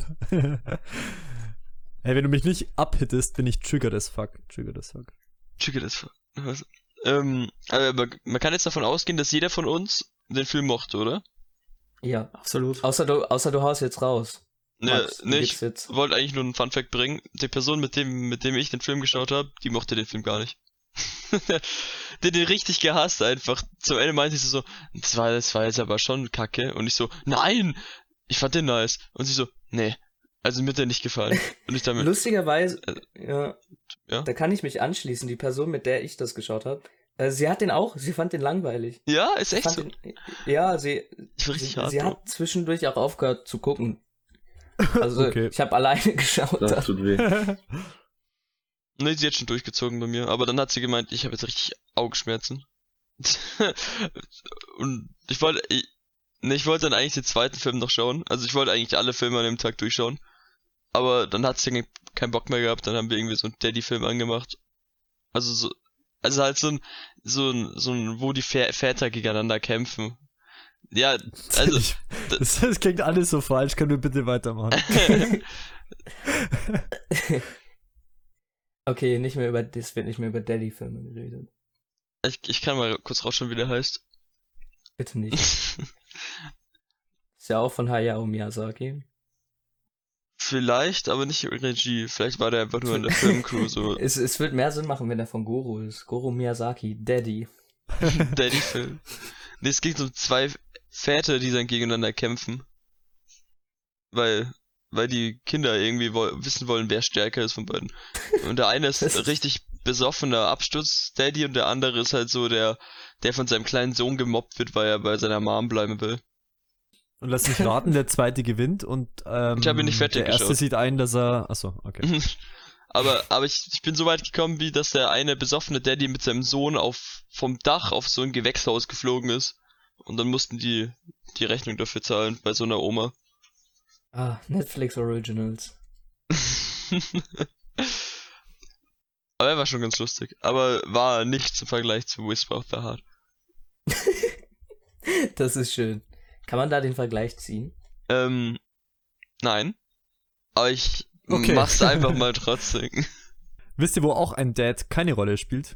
Speaker 5: Hey, wenn du mich nicht abhittest, bin ich triggered as fuck. Triggered as fuck.
Speaker 2: Trigger das. Was? Aber man kann jetzt davon ausgehen, dass jeder von uns den Film mochte, oder?
Speaker 4: Ja.
Speaker 1: Absolut.
Speaker 4: Außer du haust jetzt raus.
Speaker 2: Ne,
Speaker 4: Max, du
Speaker 2: ich
Speaker 4: gibst jetzt.
Speaker 2: wollte eigentlich nur einen Funfact bringen. Die Person, mit dem ich den Film geschaut habe, die mochte den Film gar nicht. Die hat den richtig gehasst einfach. Zum Ende meinte sie so, das war jetzt aber schon kacke. Und ich so, nein! Ich fand den nice. Und sie so, nee. Also mir hat der nicht gefallen. Und ich damit,
Speaker 4: Lustigerweise, ja,
Speaker 2: ja?
Speaker 4: da kann ich mich anschließen. Die Person, mit der ich das geschaut habe, Sie fand den langweilig.
Speaker 2: Ja, ist echt
Speaker 4: Fand
Speaker 2: so.
Speaker 4: Ja,
Speaker 2: Ich war richtig hart.
Speaker 4: sie hat zwischendurch auch aufgehört zu gucken. Also,
Speaker 5: Okay.
Speaker 4: ich habe alleine geschaut.
Speaker 3: Das tut weh.
Speaker 2: Ne, sie hat schon durchgezogen bei mir, aber dann hat sie gemeint, ich habe jetzt richtig Augenschmerzen. Und ich wollte dann eigentlich den zweiten Film noch schauen. Also ich wollte eigentlich alle Filme an dem Tag durchschauen. Aber dann hat sie keinen Bock mehr gehabt, dann haben wir irgendwie so einen Daddy-Film angemacht. Also halt so ein, wo die Väter gegeneinander kämpfen. Ja, also,
Speaker 5: das klingt alles so falsch, können wir bitte weitermachen?
Speaker 4: Okay, es wird nicht mehr über Daddy-Filme geredet.
Speaker 2: ich kann mal kurz rausschauen, wie der heißt.
Speaker 4: Bitte nicht. Ist ja auch von Hayao Miyazaki.
Speaker 2: Vielleicht, aber nicht Regie. Vielleicht war der einfach nur in der Filmcrew so.
Speaker 4: Es wird mehr Sinn machen, wenn er von Goro ist. Goro Miyazaki, Daddy.
Speaker 2: Daddy-Film. Nee, es geht um zwei Väter, die dann gegeneinander kämpfen. Weil die Kinder irgendwie wissen wollen, wer stärker ist von beiden. Und der eine ist richtig besoffener Absturz-Daddy und der andere ist halt so der von seinem kleinen Sohn gemobbt wird, weil er bei seiner Mom bleiben will.
Speaker 5: Und lass mich raten, der zweite gewinnt und
Speaker 2: Ich habe ihn nicht fertig
Speaker 5: der erste
Speaker 2: geschaut.
Speaker 5: sieht ein, dass er... Achso, okay.
Speaker 2: aber ich bin so weit gekommen, wie dass der eine besoffene Daddy mit seinem Sohn vom Dach auf so ein Gewächshaus geflogen ist. Und dann mussten die Rechnung dafür zahlen bei so einer Oma.
Speaker 4: Ah, Netflix Originals.
Speaker 2: Aber er war schon ganz lustig. Aber war nichts im Vergleich zu Whisper of the Heart.
Speaker 4: Das ist schön. Kann man da den Vergleich ziehen?
Speaker 2: Nein. Aber ich
Speaker 5: Okay.
Speaker 2: mach's einfach mal trotzdem.
Speaker 5: Wisst ihr, wo auch ein Dad keine Rolle spielt?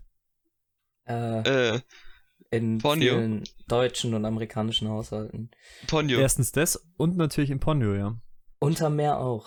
Speaker 4: In
Speaker 2: Ponyo.
Speaker 4: vielen deutschen und amerikanischen Haushalten.
Speaker 2: Ponyo.
Speaker 5: Erstens das und natürlich in Ponyo, ja.
Speaker 4: Unterm Meer auch.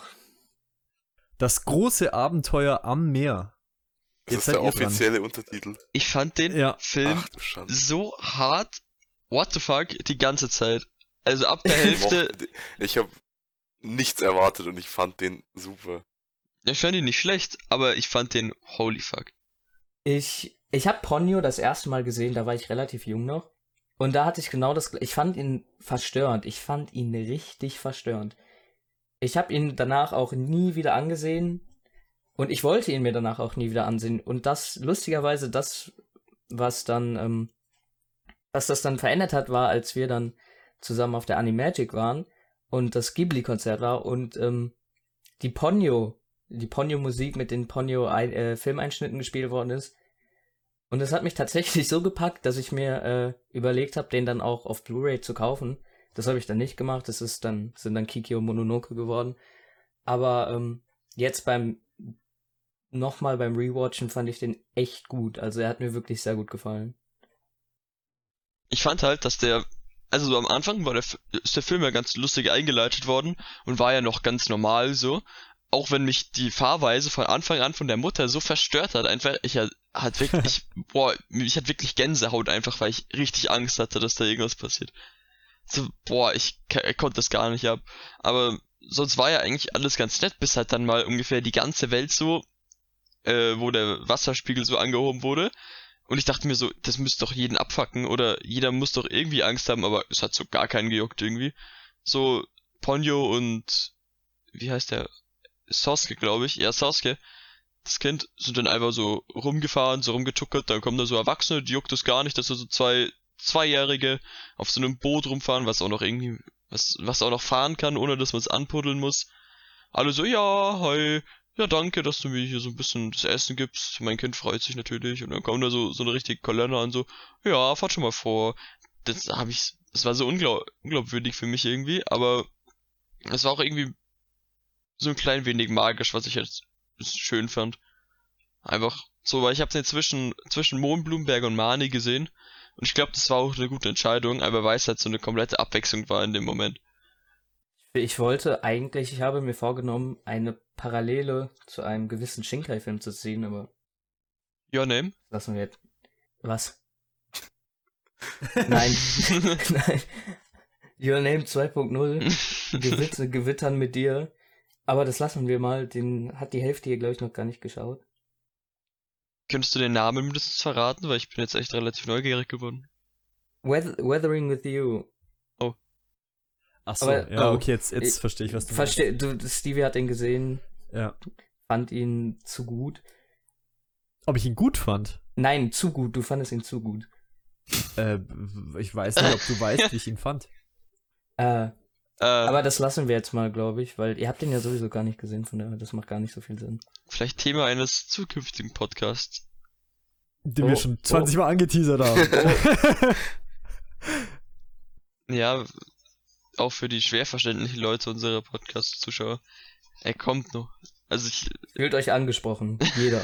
Speaker 5: Das große Abenteuer am Meer.
Speaker 6: Das
Speaker 5: Jetzt
Speaker 6: ist
Speaker 5: seid
Speaker 6: der
Speaker 5: ihr dran.
Speaker 6: offizielle Untertitel.
Speaker 2: Ich fand den
Speaker 5: Ja.
Speaker 2: Film
Speaker 6: Ach du Schande.
Speaker 2: so hart, what the fuck, die ganze Zeit. Also ab der Hälfte,
Speaker 6: Ich habe nichts erwartet und ich fand den super.
Speaker 2: ich fand ihn nicht schlecht, aber ich fand den holy fuck.
Speaker 4: Ich habe Ponyo das erste Mal gesehen, da war ich relativ jung noch. Und da hatte ich genau ich fand ihn verstörend. Ich fand ihn richtig verstörend. Ich habe ihn danach auch nie wieder angesehen. Und ich wollte ihn mir danach auch nie wieder ansehen. Und das, lustigerweise, was das dann verändert hat, war, als wir dann zusammen auf der Animagic waren und das Ghibli-Konzert war und die Ponyo-Musik mit den Ponyo-Filmeinschnitten gespielt worden ist. Und das hat mich tatsächlich so gepackt, dass ich mir überlegt habe, den dann auch auf Blu-ray zu kaufen. Das habe ich dann nicht gemacht. Sind dann Kiki und Mononoke geworden. Aber jetzt nochmal beim Rewatchen fand ich den echt gut. Also er hat mir wirklich sehr gut gefallen.
Speaker 2: Ich fand halt, dass also so am Anfang ist der Film ja ganz lustig eingeleitet worden und war ja noch ganz normal so. Auch wenn mich die Fahrweise von Anfang an von der Mutter so verstört hat, einfach, mich hat wirklich Gänsehaut einfach, weil ich richtig Angst hatte, dass da irgendwas passiert. So, ich konnte das gar nicht ab. Aber sonst war ja eigentlich alles ganz nett, bis halt dann mal ungefähr die ganze Welt so, wo der Wasserspiegel so angehoben wurde. Und ich dachte mir so, das müsste doch jeden abfacken oder jeder muss doch irgendwie Angst haben, aber es hat so gar keinen gejuckt irgendwie. So, Ponyo und, wie heißt der? Sasuke, glaube ich. Ja, Sasuke. Das Kind sind dann einfach so rumgefahren, so rumgetuckert, dann kommen da so Erwachsene, die juckt es gar nicht, dass da so Zweijährige auf so einem Boot rumfahren, was auch noch irgendwie, was auch noch fahren kann, ohne dass man es anpuddeln muss. Alle so, ja, hi, ja, danke, dass du mir hier so ein bisschen das Essen gibst. Mein Kind freut sich natürlich. Und dann kommt da so eine richtige Kolonne an, so, ja, fahrt schon mal vor. Das war so unglaubwürdig für mich irgendwie, aber es war auch irgendwie so ein klein wenig magisch, was ich jetzt schön fand. Einfach so, weil ich hab's jetzt zwischen Mohnblumenberg und Mani gesehen. Und ich glaube, das war auch eine gute Entscheidung, aber weil es halt so eine komplette Abwechslung war in dem Moment.
Speaker 4: Ich habe mir vorgenommen, eine Parallele zu einem gewissen Shinkai-Film zu ziehen, aber
Speaker 2: Your Name?
Speaker 4: lassen wir jetzt. Was? Nein. Nein. Your Name 2.0. Gewittern mit dir. Aber das lassen wir mal. Den hat die Hälfte hier, glaube ich, noch gar nicht geschaut.
Speaker 2: Könntest du den Namen mindestens verraten, weil ich bin jetzt echt relativ neugierig geworden.
Speaker 4: Weathering with You.
Speaker 5: Achso,
Speaker 4: Aber-
Speaker 5: ja,
Speaker 1: oh,
Speaker 5: okay, jetzt verstehe ich, was du meinst.
Speaker 4: Stevie hat ihn gesehen,
Speaker 5: Ja.
Speaker 4: fand ihn zu gut.
Speaker 5: Ob ich ihn gut fand?
Speaker 4: Nein, zu gut, du fandest ihn zu gut.
Speaker 5: Ich weiß nicht, ob du weißt, wie ich ihn fand.
Speaker 4: Aber das lassen wir jetzt mal, glaube ich, weil ihr habt den ja sowieso gar nicht gesehen, von daher, das macht gar nicht so viel Sinn.
Speaker 2: Vielleicht Thema eines zukünftigen Podcasts.
Speaker 5: Den
Speaker 4: Oh,
Speaker 5: wir schon 20 Mal angeteasert haben.
Speaker 2: Ja, auch für die schwer verständlichen Leute unserer Podcast-Zuschauer. Er kommt noch. Also ich,
Speaker 4: Fühlt euch angesprochen, jeder.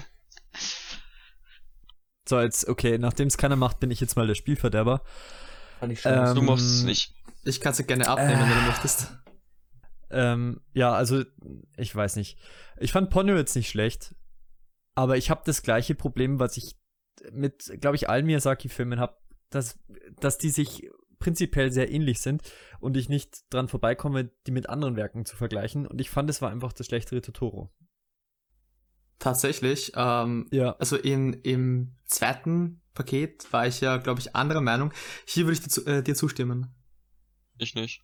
Speaker 5: So, jetzt, okay, nachdem es keiner macht, bin ich jetzt mal der Spielverderber.
Speaker 4: Fand ich schön.
Speaker 2: du machst es nicht.
Speaker 1: Ich kann es gerne abnehmen, wenn du möchtest.
Speaker 5: Ja, also, ich weiß nicht. Ich fand Ponyo jetzt nicht schlecht, aber ich habe das gleiche Problem, was ich mit, glaube ich, allen Miyazaki-Filmen habe, dass die sich prinzipiell sehr ähnlich sind und ich nicht dran vorbeikomme, die mit anderen Werken zu vergleichen. Und ich fand, es war einfach das schlechtere Totoro.
Speaker 1: Tatsächlich.
Speaker 5: Ja.
Speaker 1: Also im zweiten Paket war ich ja, glaube ich, anderer Meinung. Hier würde ich dir zustimmen.
Speaker 2: Ich nicht.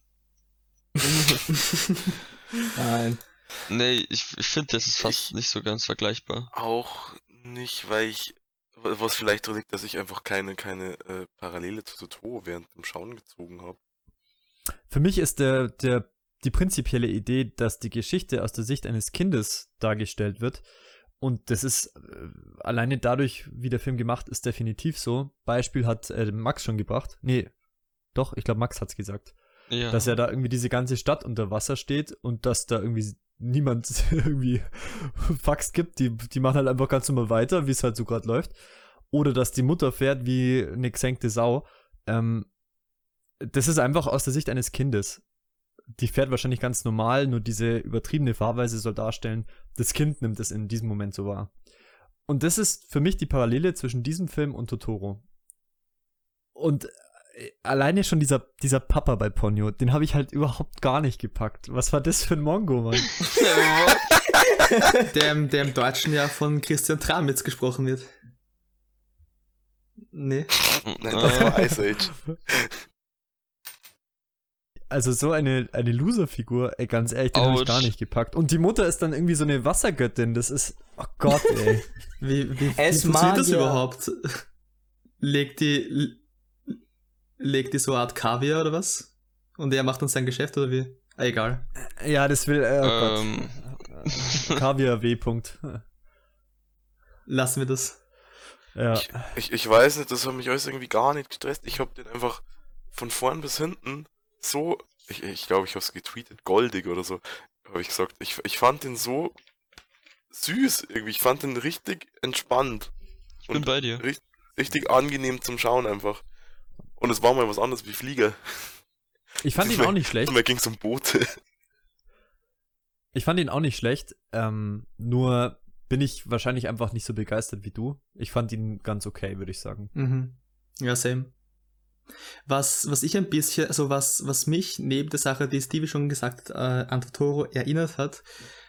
Speaker 4: Nein.
Speaker 2: Nee, ich finde, das ist fast nicht so ganz vergleichbar.
Speaker 6: Auch nicht, weil was vielleicht daran liegt, dass ich einfach keine Parallele zu Totoro während dem Schauen gezogen habe.
Speaker 5: Für mich ist die prinzipielle Idee, dass die Geschichte aus der Sicht eines Kindes dargestellt wird. Und das ist alleine dadurch, wie der Film gemacht ist, definitiv so. Beispiel hat Max schon gebracht. Nee, doch, ich glaube, Max hat's gesagt.
Speaker 2: Ja.
Speaker 5: Dass ja da irgendwie diese ganze Stadt unter Wasser steht und dass da irgendwie niemand irgendwie Fax gibt. Die machen halt einfach ganz normal weiter, wie es halt so gerade läuft. Oder dass die Mutter fährt wie eine gesenkte Sau. Das ist einfach aus der Sicht eines Kindes. Die fährt wahrscheinlich ganz normal, nur diese übertriebene Fahrweise soll darstellen, das Kind nimmt es in diesem Moment so wahr. Und das ist für mich die Parallele zwischen diesem Film und Totoro. Und alleine schon dieser Papa bei Ponyo, den habe ich halt überhaupt gar nicht gepackt. Was war das für ein Mongo, Mann?
Speaker 1: der im Deutschen ja von Christian Tramitz gesprochen wird. Nee.
Speaker 6: Nein, das war Ice Age.
Speaker 5: Also so eine Loser-Figur, ey, ganz ehrlich, den habe ich
Speaker 2: Autsch.
Speaker 5: gar nicht gepackt. Und die Mutter ist dann irgendwie so eine Wassergöttin, das ist, oh Gott, ey.
Speaker 1: Wie
Speaker 4: Es
Speaker 1: funktioniert das
Speaker 4: mag ja-
Speaker 1: überhaupt? Legt die so eine Art Kaviar oder was? Und er macht dann sein Geschäft oder wie? Ah, egal.
Speaker 5: Ja, das will, oh
Speaker 2: Ähm.
Speaker 5: Gott. Kaviar W.
Speaker 1: Lassen wir das.
Speaker 5: Ja.
Speaker 6: Ich weiß nicht, das hat mich alles irgendwie gar nicht gestresst. Ich habe den einfach von vorn bis hinten so, ich glaube, ich habe es getweetet, goldig oder so, habe ich gesagt. Ich fand den so süß irgendwie. Ich fand den richtig entspannt.
Speaker 2: Ich bin bei dir.
Speaker 6: Richtig angenehm zum Schauen einfach. Und es war mal was anderes wie Flieger.
Speaker 5: Ich fand ihn auch nicht schlecht.
Speaker 6: Da ging es um Boote.
Speaker 5: Ich fand ihn auch nicht schlecht, nur bin ich wahrscheinlich einfach nicht so begeistert wie du. Ich fand ihn ganz okay, würde ich sagen.
Speaker 1: Mhm. Ja, same. Was ich ein bisschen, also was mich neben der Sache, die Stevie schon gesagt hat, an Totoro erinnert hat,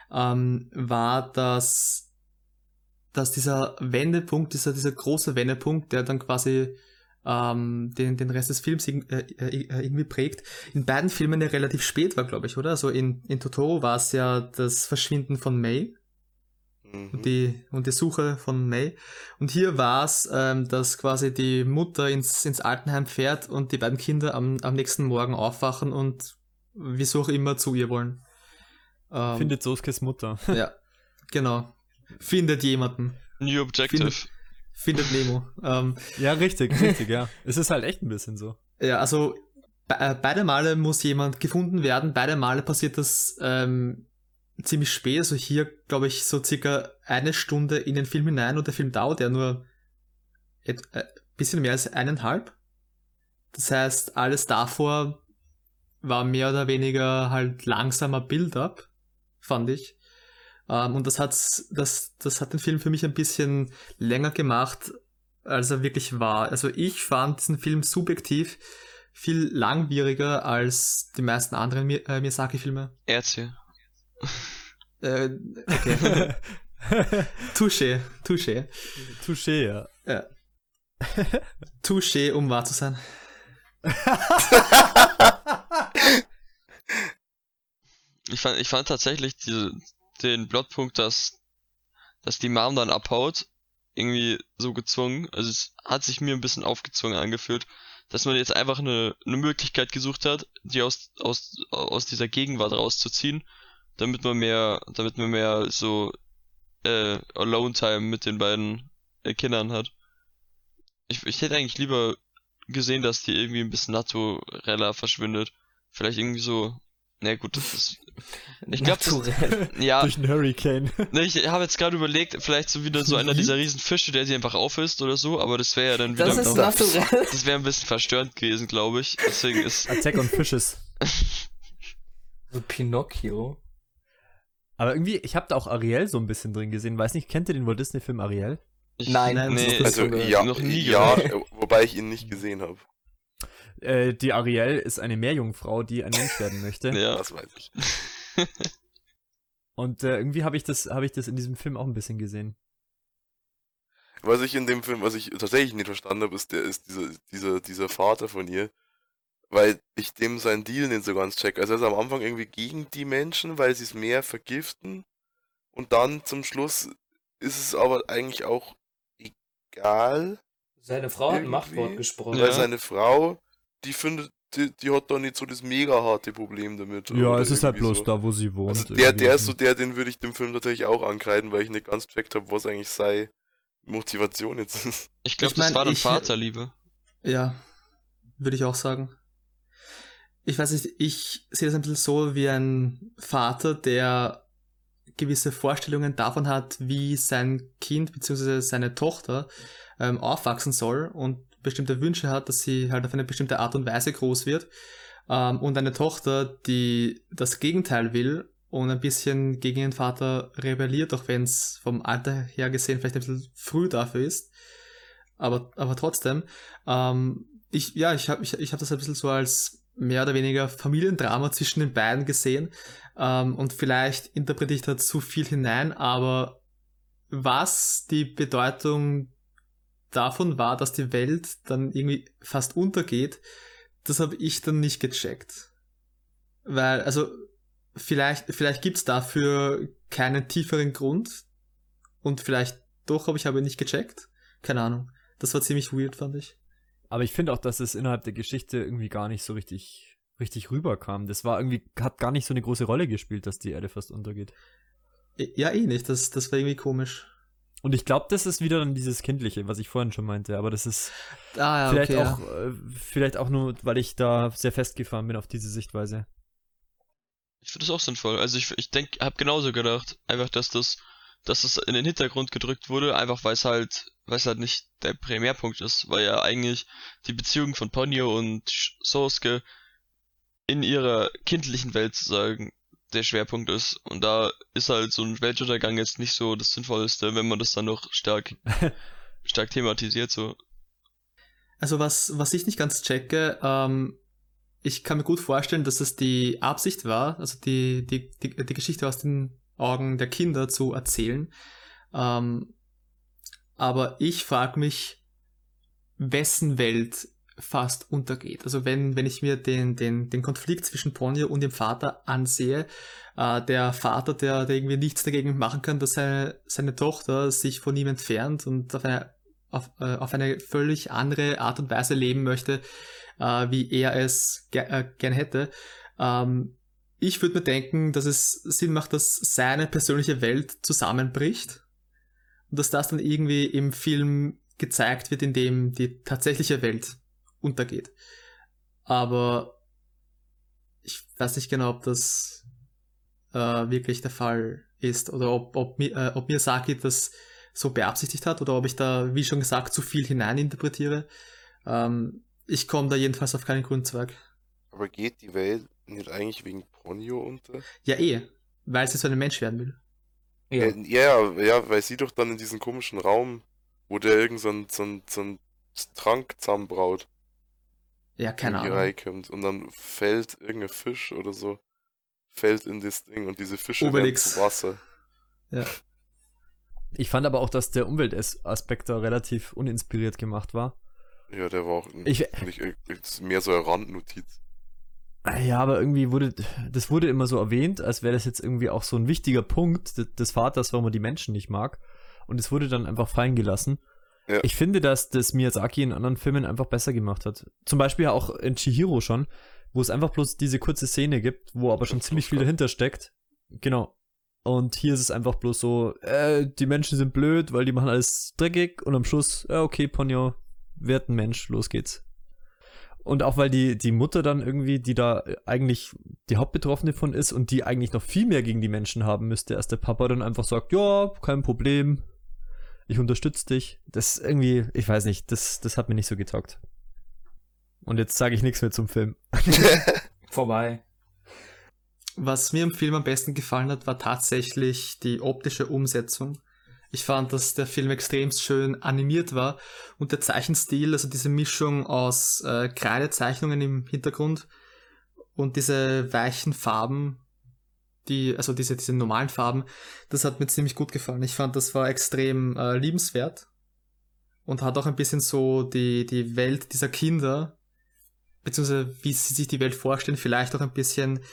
Speaker 1: war, dass dieser Wendepunkt, dieser große Wendepunkt, der dann quasi den Rest des Films irgendwie prägt, in beiden Filmen ja relativ spät war, glaube ich, oder? Also in Totoro war es ja das Verschwinden von Mei und die Suche von Mei. Und hier war es, dass quasi die Mutter ins Altenheim fährt und die beiden Kinder am nächsten Morgen aufwachen und wieso auch immer zu ihr wollen.
Speaker 5: Findet Soskes Mutter.
Speaker 1: Ja, genau. Findet jemanden.
Speaker 2: New Objective.
Speaker 1: Findet Nemo.
Speaker 5: Ja, richtig, ja. Es ist halt echt ein bisschen so.
Speaker 1: Ja, also beide Male muss jemand gefunden werden. Beide Male passiert das ziemlich spät. Also hier, glaube ich, so circa eine Stunde in den Film hinein und der Film dauert ja nur ein bisschen mehr als 1,5. Das heißt, alles davor war mehr oder weniger halt langsamer Build-up, fand ich. Und das hat den Film für mich ein bisschen länger gemacht, als er wirklich war. Also ich fand diesen Film subjektiv viel langwieriger als die meisten anderen Miyazaki-Filme.
Speaker 2: Erzähl.
Speaker 1: Okay. Touché.
Speaker 5: Touché, ja.
Speaker 1: Ja. Touché, um wahr zu sein.
Speaker 2: Ich fand tatsächlich den Plotpunkt, dass die Mom dann abhaut, irgendwie so gezwungen. Also es hat sich mir ein bisschen aufgezwungen angefühlt, dass man jetzt einfach eine Möglichkeit gesucht hat, die aus dieser Gegenwart rauszuziehen, damit man mehr so Alone-Time mit den beiden Kindern hat. Ich hätte eigentlich lieber gesehen, dass die irgendwie ein bisschen natureller verschwindet. Vielleicht irgendwie so. Na gut, das ist. Ich glaube, ja.
Speaker 5: Durch einen Hurricane.
Speaker 2: Ne, ich habe jetzt gerade überlegt, vielleicht so wieder so einer dieser riesen Fische, der sie einfach aufisst oder so, aber das wäre ja dann wieder.
Speaker 4: Das ist naturell.
Speaker 2: Das wäre ein bisschen verstörend gewesen, glaube ich. Deswegen ist.
Speaker 5: Attack on Fishes.
Speaker 4: So Pinocchio.
Speaker 5: Aber irgendwie, ich habe da auch Ariel so ein bisschen drin gesehen. Weiß nicht, kennt ihr den Walt Disney-Film Ariel?
Speaker 4: Nein,
Speaker 2: nee,
Speaker 1: das
Speaker 6: Also,
Speaker 1: so
Speaker 6: ja,
Speaker 2: noch nie
Speaker 6: ja,
Speaker 2: gehört.
Speaker 6: wobei ich ihn nicht gesehen habe.
Speaker 5: Die Ariel ist eine Meerjungfrau, die ein Mensch werden möchte.
Speaker 2: Ja.
Speaker 6: Das weiß ich.
Speaker 5: Und irgendwie habe ich das in diesem Film auch ein bisschen gesehen.
Speaker 6: Was ich in dem Film, was ich tatsächlich nicht verstanden habe, ist dieser Vater von ihr. Weil ich dem seinen Deal nicht so ganz check. Also er ist am Anfang irgendwie gegen die Menschen, weil sie es mehr vergiften. Und dann zum Schluss ist es aber eigentlich auch egal,
Speaker 4: Seine Frau hat ein
Speaker 6: Irgendwie.
Speaker 4: Machtwort gesprochen.
Speaker 6: weil
Speaker 2: Ja.
Speaker 6: seine Frau, die findet, die hat doch nicht so das mega harte Problem damit.
Speaker 5: Ja,
Speaker 6: oder
Speaker 5: es ist halt
Speaker 6: irgendwie
Speaker 5: bloß
Speaker 6: so.
Speaker 5: da, wo sie wohnt.
Speaker 6: Also
Speaker 5: irgendwie.
Speaker 6: der ist so den würde ich dem Film tatsächlich auch ankreiden, weil ich nicht ganz checkt habe, was eigentlich sei Motivation jetzt ist.
Speaker 2: Ich glaube,
Speaker 1: Ich mein,
Speaker 2: das war dann
Speaker 1: ich-
Speaker 2: Vaterliebe.
Speaker 1: Ja, würde ich auch sagen. Ich weiß nicht, ich sehe das ein bisschen so wie ein Vater, der gewisse Vorstellungen davon hat, wie sein Kind bzw. seine Tochter aufwachsen soll und bestimmte Wünsche hat, dass sie halt auf eine bestimmte Art und Weise groß wird. Und eine Tochter, die das Gegenteil will und ein bisschen gegen ihren Vater rebelliert, auch wenn es vom Alter her gesehen vielleicht ein bisschen früh dafür ist. Aber trotzdem, ich hab das ein bisschen so als mehr oder weniger Familiendrama zwischen den beiden gesehen. Und vielleicht interpretiere ich da zu viel hinein, aber was die Bedeutung davon war, dass die Welt dann irgendwie fast untergeht, das habe ich dann nicht gecheckt. Weil, also, vielleicht gibt's dafür keinen tieferen Grund und vielleicht doch, aber ich habe ihn nicht gecheckt. Keine Ahnung. Das war ziemlich weird, fand ich.
Speaker 5: Aber ich finde auch, dass es innerhalb der Geschichte irgendwie gar nicht so richtig rüberkam. Das war irgendwie, hat gar nicht so eine große Rolle gespielt, dass die Erde fast untergeht.
Speaker 1: Ja, nicht. Das war irgendwie komisch.
Speaker 5: Und ich glaube, das ist wieder dann dieses Kindliche, was ich vorhin schon meinte. Aber das ist
Speaker 1: Ja,
Speaker 5: vielleicht
Speaker 1: okay,
Speaker 5: auch, vielleicht auch nur, weil ich da sehr festgefahren bin auf diese Sichtweise.
Speaker 2: Ich finde das auch sinnvoll. Also ich denke, habe genauso gedacht, einfach, dass es in den Hintergrund gedrückt wurde, einfach weil es halt nicht der Primärpunkt ist, weil ja eigentlich die Beziehung von Ponyo und Sosuke in ihrer kindlichen Welt sozusagen der Schwerpunkt ist. Und da ist halt so ein Weltuntergang jetzt nicht so das Sinnvollste, wenn man das dann noch stark thematisiert, so.
Speaker 1: Also was ich nicht ganz checke, ich kann mir gut vorstellen, dass es die Absicht war, also die Geschichte aus den Augen der Kinder zu erzählen. Aber ich frage mich, wessen Welt fast untergeht. Also wenn ich mir den Konflikt zwischen Ponyo und dem Vater ansehe, der Vater, der irgendwie nichts dagegen machen kann, dass seine Tochter sich von ihm entfernt und auf eine völlig andere Art und Weise leben möchte, wie er es gern hätte. Ich würde mir denken, dass es Sinn macht, dass seine persönliche Welt zusammenbricht und dass das dann irgendwie im Film gezeigt wird, in dem die tatsächliche Welt untergeht. Aber ich weiß nicht genau, ob das wirklich der Fall ist oder ob Miyazaki das so beabsichtigt hat oder ob ich da, wie schon gesagt, zu viel hineininterpretiere. Ich komme da jedenfalls auf keinen Gründzweig.
Speaker 6: Aber geht die Welt nicht eigentlich wegen Ponyo unter?
Speaker 1: Ja, weil sie so ein Mensch werden will.
Speaker 4: Ja.
Speaker 6: Ja, weil sie doch dann in diesem komischen Raum, wo der irgend so ein Trank zusammenbraut,
Speaker 1: Ja, keine
Speaker 6: irgendwie
Speaker 1: Ahnung.
Speaker 6: reinkommt und dann fällt irgendein Fisch oder so, fällt in das Ding und diese Fische
Speaker 1: Obelix.
Speaker 6: werden zu Wasser.
Speaker 1: Ja.
Speaker 5: Ich fand aber auch, dass der Umweltaspekt da relativ uninspiriert gemacht war.
Speaker 6: Ja, der war auch
Speaker 5: Ich,
Speaker 6: mehr so eine Randnotiz.
Speaker 5: ja, aber irgendwie das wurde immer so erwähnt, als wäre das jetzt irgendwie auch so ein wichtiger Punkt des Vaters, warum er die Menschen nicht mag. Und es wurde dann einfach fallen gelassen.
Speaker 6: Ja.
Speaker 5: Ich finde, dass das Miyazaki in anderen Filmen einfach besser gemacht hat. Zum Beispiel auch in Chihiro schon, wo es einfach bloß diese kurze Szene gibt, wo aber schon
Speaker 6: Das
Speaker 5: ziemlich viel
Speaker 6: Flussgrab.
Speaker 5: dahinter steckt. Genau. Und hier ist es einfach bloß so, die Menschen sind blöd, weil die machen alles dreckig und am Schluss, okay, Ponyo, wird ein Mensch, los geht's. Und auch weil die Mutter dann irgendwie, die da eigentlich die Hauptbetroffene von ist und die eigentlich noch viel mehr gegen die Menschen haben müsste, als der Papa dann einfach sagt, ja, kein Problem, ich unterstütze dich. Das irgendwie, ich weiß nicht, das hat mir nicht so getaugt. Und jetzt sage ich nichts mehr zum Film.
Speaker 4: Vorbei.
Speaker 1: Was mir im Film am besten gefallen hat, war tatsächlich die optische Umsetzung. Ich fand, dass der Film extrem schön animiert war und der Zeichenstil, also diese Mischung aus Kreidezeichnungen im Hintergrund und diese weichen Farben, also diese normalen Farben, das hat mir ziemlich gut gefallen. Ich fand, das war extrem liebenswert und hat auch ein bisschen so die Welt dieser Kinder, beziehungsweise wie sie sich die Welt vorstellen, vielleicht auch ein bisschen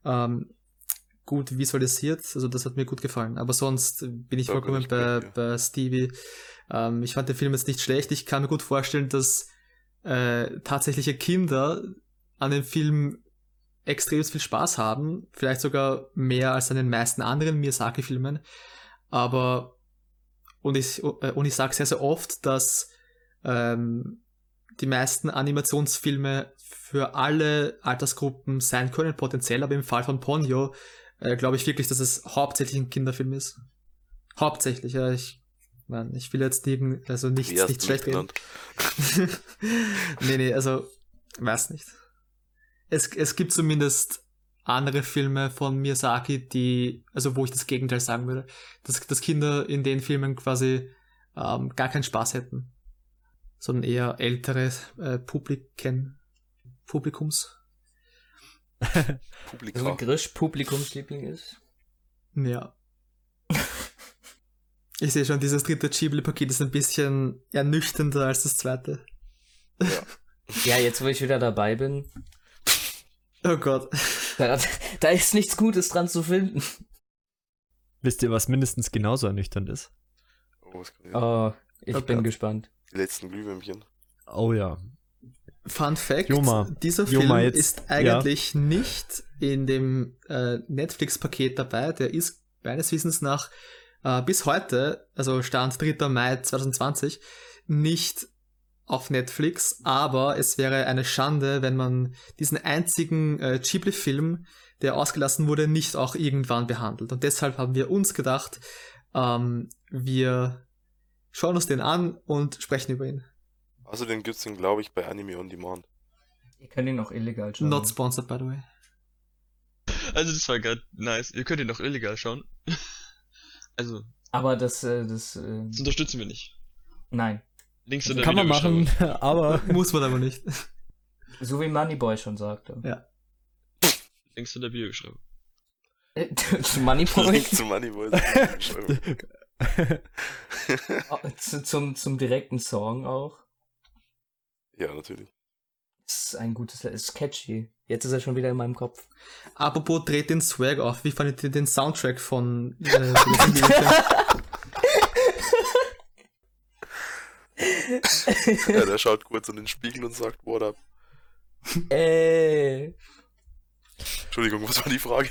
Speaker 1: gut visualisiert. Also das hat mir gut gefallen. Aber sonst bin ich
Speaker 6: Da bin
Speaker 1: vollkommen
Speaker 6: ich bei dir.
Speaker 1: bei Stevie. Ich fand den Film jetzt nicht schlecht. Ich kann mir gut vorstellen, dass tatsächliche Kinder an dem Film extrem viel Spaß haben. Vielleicht sogar mehr als an den meisten anderen Miyazaki-Filmen. Aber und ich sage sehr, sehr oft, dass die meisten Animationsfilme für alle Altersgruppen sein können, potenziell, aber im Fall von Ponyo glaube ich wirklich, dass es hauptsächlich ein Kinderfilm ist. Hauptsächlich, ja. Ich will jetzt
Speaker 6: Wie hast
Speaker 1: nichts
Speaker 6: du
Speaker 1: schlecht
Speaker 6: mich
Speaker 1: reden.
Speaker 6: genannt?
Speaker 1: Nee, also, weiß nicht. Es gibt zumindest andere Filme von Miyazaki, wo ich das Gegenteil sagen würde, dass Kinder in den Filmen quasi gar keinen Spaß hätten, sondern eher ältere Publikums.
Speaker 6: Publika.
Speaker 4: Also Grisch Publikumsliebling ist.
Speaker 1: Ja. Ich sehe schon, dieses dritte Ghibli-Paket ist ein bisschen ernüchternder als das zweite.
Speaker 4: Ja, jetzt wo ich wieder dabei bin,
Speaker 1: Oh Gott.
Speaker 4: da ist nichts Gutes dran zu finden.
Speaker 5: Wisst ihr, was mindestens genauso ernüchternd ist?
Speaker 6: Oh, was kann ich
Speaker 4: Oh, ich
Speaker 1: Oh
Speaker 4: bin
Speaker 1: Gott.
Speaker 4: gespannt.
Speaker 6: Die letzten Glühwürmchen.
Speaker 5: Oh ja.
Speaker 1: Fun Fact,
Speaker 5: Joma.
Speaker 1: dieser
Speaker 5: Joma,
Speaker 1: Film
Speaker 5: jetzt-
Speaker 1: ist eigentlich nicht in dem Netflix-Paket dabei. Der ist meines Wissens nach bis heute, also Stand 3. Mai 2020, nicht auf Netflix, aber es wäre eine Schande, wenn man diesen einzigen Ghibli-Film, der ausgelassen wurde, nicht auch irgendwann behandelt. Und deshalb haben wir uns gedacht, wir schauen uns den an und sprechen über ihn.
Speaker 6: Außerdem gibt's den, glaube ich, bei Anime On Demand.
Speaker 4: Ihr könnt ihn auch illegal schauen.
Speaker 1: Not sponsored, by the way.
Speaker 2: Also das war gerade nice. Ihr könnt ihn doch illegal schauen. Also,
Speaker 4: Aber das
Speaker 2: das unterstützen wir nicht.
Speaker 4: nein.
Speaker 2: Links in der
Speaker 5: Kann man machen,
Speaker 2: Videobeschreibung.
Speaker 5: aber
Speaker 1: Muss man aber nicht.
Speaker 4: So wie Moneyboy schon sagte.
Speaker 1: Ja.
Speaker 2: Links in der Videobeschreibung.
Speaker 4: Zu Moneyboy?
Speaker 6: Link zu Moneyboy.
Speaker 4: zum direkten Song auch.
Speaker 6: Ja, natürlich.
Speaker 4: Das ist ein gutes, ist catchy. Jetzt ist er schon wieder in meinem Kopf.
Speaker 1: Apropos, dreht den Swag auf. Wie fandet ihr den Soundtrack von den letzten Videofilm?
Speaker 6: Ja, der schaut kurz in den Spiegel und sagt, what up? Entschuldigung, was war die Frage?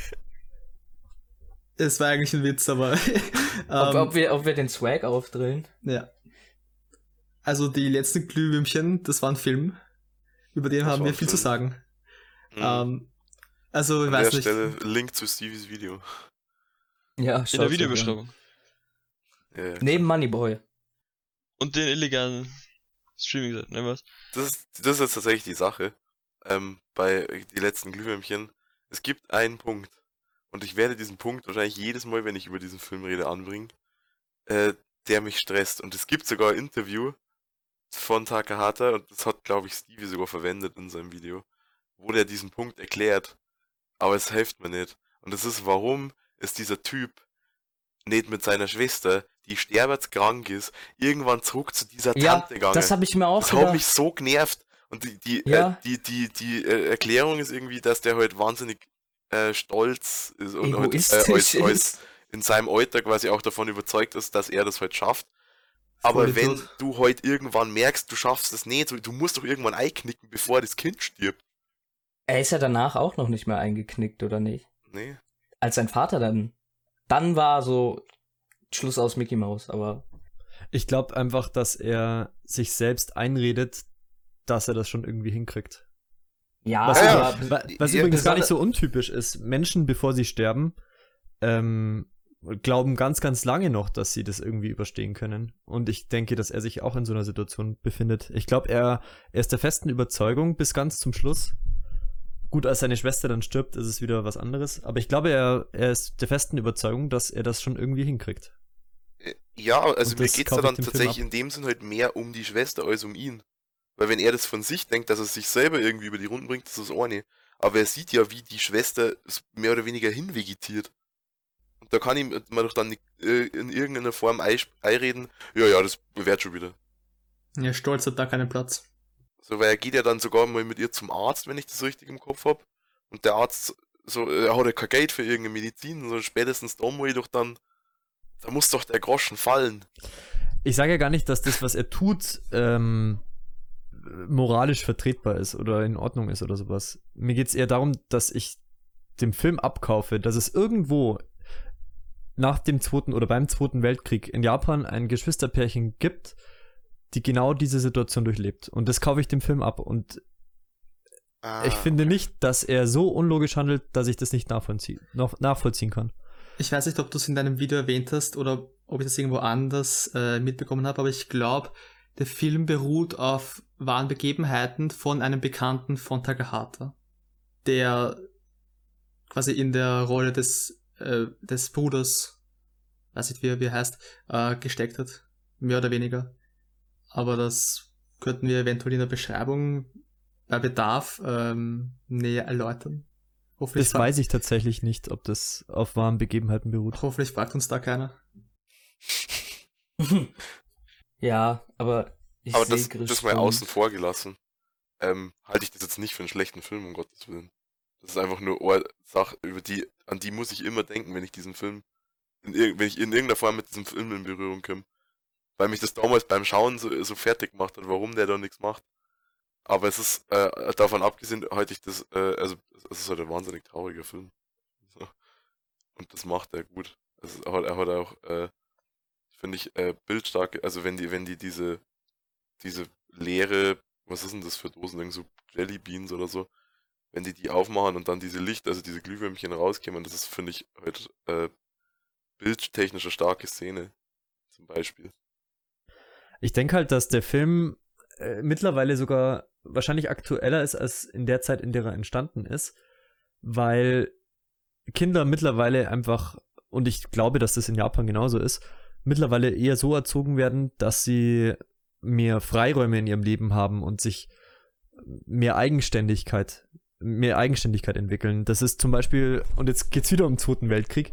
Speaker 1: Es war eigentlich ein Witz, aber
Speaker 4: Ob wir den Swag aufdrehen?
Speaker 1: ja. Also die letzten Glühwürmchen, das war ein Film. Über den
Speaker 6: Das
Speaker 1: haben
Speaker 6: war
Speaker 1: wir
Speaker 6: ein
Speaker 1: viel zu
Speaker 6: Film.
Speaker 1: sagen.
Speaker 6: Mhm.
Speaker 1: Also ich
Speaker 6: An
Speaker 1: weiß
Speaker 6: der
Speaker 1: nicht.
Speaker 6: Stelle Link zu Stevies Video.
Speaker 4: Ja,
Speaker 2: In der
Speaker 4: schaut's dir
Speaker 2: Videobeschreibung.
Speaker 6: Ja, ja.
Speaker 4: an. Neben Moneyboy.
Speaker 2: Und den illegalen Streaming-Seiten, ne was?
Speaker 6: Das ist jetzt tatsächlich die Sache. Bei die letzten Glühwürmchen. Es gibt einen Punkt. Und ich werde diesen Punkt wahrscheinlich jedes Mal, wenn ich über diesen Film rede, anbringen. Der mich stresst. Und es gibt sogar ein Interview von Takahata, und das hat, glaube ich, Stevie sogar verwendet in seinem Video, wo der diesen Punkt erklärt. Aber es hilft mir nicht. Und das ist, warum ist dieser Typ nicht mit seiner Schwester, die sterbenskrank ist, irgendwann zurück zu dieser
Speaker 4: Ja,
Speaker 6: Tante gegangen.
Speaker 4: das habe ich mir auch
Speaker 6: Das hat
Speaker 4: gedacht.
Speaker 6: mich so genervt. Und
Speaker 4: Ja.
Speaker 6: die Erklärung ist irgendwie, dass der halt wahnsinnig stolz ist und halt,
Speaker 4: Egoistisch ist.
Speaker 6: in seinem Alter quasi auch davon überzeugt ist, dass er das halt schafft. Aber wenn
Speaker 1: Vollidiot.
Speaker 6: du halt irgendwann merkst, du schaffst es nicht, du musst doch irgendwann einknicken, bevor das Kind stirbt.
Speaker 4: Er ist ja danach auch noch nicht mehr eingeknickt, oder nicht?
Speaker 6: Nee.
Speaker 4: Als sein Vater dann war so Schluss aus Mickey Mouse, aber
Speaker 5: Ich glaube einfach, dass er sich selbst einredet, dass er das schon irgendwie hinkriegt.
Speaker 4: ja,
Speaker 5: Was,
Speaker 6: Ja,
Speaker 4: aber
Speaker 5: was
Speaker 6: ja,
Speaker 5: übrigens gar nicht
Speaker 4: besonder-
Speaker 5: so untypisch ist. Menschen, bevor sie sterben, glauben ganz, ganz lange noch, dass sie das irgendwie überstehen können. Und ich denke, dass er sich auch in so einer Situation befindet. Ich glaube, er ist der festen Überzeugung bis ganz zum Schluss. Gut, als seine Schwester dann stirbt, ist es wieder was anderes. Aber ich glaube, er ist der festen Überzeugung, dass er das schon irgendwie hinkriegt.
Speaker 6: Ja, also
Speaker 5: Und
Speaker 6: mir
Speaker 5: das
Speaker 6: geht's
Speaker 5: kaufe
Speaker 6: da
Speaker 5: ich
Speaker 6: dann
Speaker 5: dem Film
Speaker 6: tatsächlich
Speaker 5: ab.
Speaker 6: in dem Sinn halt mehr um die Schwester als um ihn. Weil wenn er das von sich denkt, dass er sich selber irgendwie über die Runden bringt, das ist das eine. Aber er sieht ja, wie die Schwester mehr oder weniger hinvegetiert. Und da kann ihm man doch dann nicht, in irgendeiner Form einreden, ja, das wird schon wieder.
Speaker 1: Ja, Stolz hat da keinen Platz.
Speaker 6: So, weil er geht ja dann sogar mal mit ihr zum Arzt, wenn ich das richtig im Kopf hab. Und der Arzt, so, er hat ja kein Geld für irgendeine Medizin, so spätestens da muss ich doch dann, da muss doch der Groschen fallen.
Speaker 5: Ich sage ja gar nicht, dass das, was er tut, moralisch vertretbar ist oder in Ordnung ist oder sowas. Mir geht es eher darum, dass ich dem Film abkaufe, dass es irgendwo nach dem beim Zweiten Weltkrieg in Japan ein Geschwisterpärchen gibt, die genau diese Situation durchlebt. Und das kaufe ich dem Film ab. Und ich finde nicht, dass er so unlogisch handelt, dass ich das nicht nachvollziehen kann.
Speaker 1: Ich weiß nicht, ob du es in deinem Video erwähnt hast oder ob ich das irgendwo anders mitbekommen habe, aber ich glaube, der Film beruht auf wahren Begebenheiten von einem Bekannten von Takahata, der quasi in der Rolle des Bruders, weiß nicht, wie er heißt, gesteckt hat. Mehr oder weniger. Aber das könnten wir eventuell in der Beschreibung bei Bedarf näher erläutern.
Speaker 5: Das weiß ich tatsächlich nicht, ob das auf wahren Begebenheiten beruht.
Speaker 1: Hoffentlich fragt uns da keiner.
Speaker 4: ja, aber ich
Speaker 6: Aber
Speaker 4: sehe
Speaker 6: das mal außen vor gelassen, halte ich das jetzt nicht für einen schlechten Film, um Gottes Willen. Das ist einfach nur eine Sache, an die muss ich immer denken, wenn ich diesen Film, wenn ich in irgendeiner Form mit diesem Film in Berührung komme. Weil mich das damals beim Schauen so fertig gemacht hat, warum der da nichts macht. Aber es ist, davon abgesehen, halte ich das, also es ist halt ein wahnsinnig trauriger Film. So. Und das macht er gut. Er hat auch, finde ich, bildstark, also wenn die diese leere, was ist denn das für Dosen, irgend so Jellybeans oder so, wenn die aufmachen und dann diese also diese Glühwürmchen rauskommen, das ist, finde ich, halt bildtechnisch eine starke Szene, zum Beispiel.
Speaker 5: Ich denke halt, dass der Film mittlerweile sogar wahrscheinlich aktueller ist als in der Zeit, in der er entstanden ist, weil Kinder mittlerweile einfach, und ich glaube, dass das in Japan genauso ist, mittlerweile eher so erzogen werden, dass sie mehr Freiräume in ihrem Leben haben und sich mehr Eigenständigkeit entwickeln. Das ist zum Beispiel, und jetzt geht's wieder um den Zweiten Weltkrieg,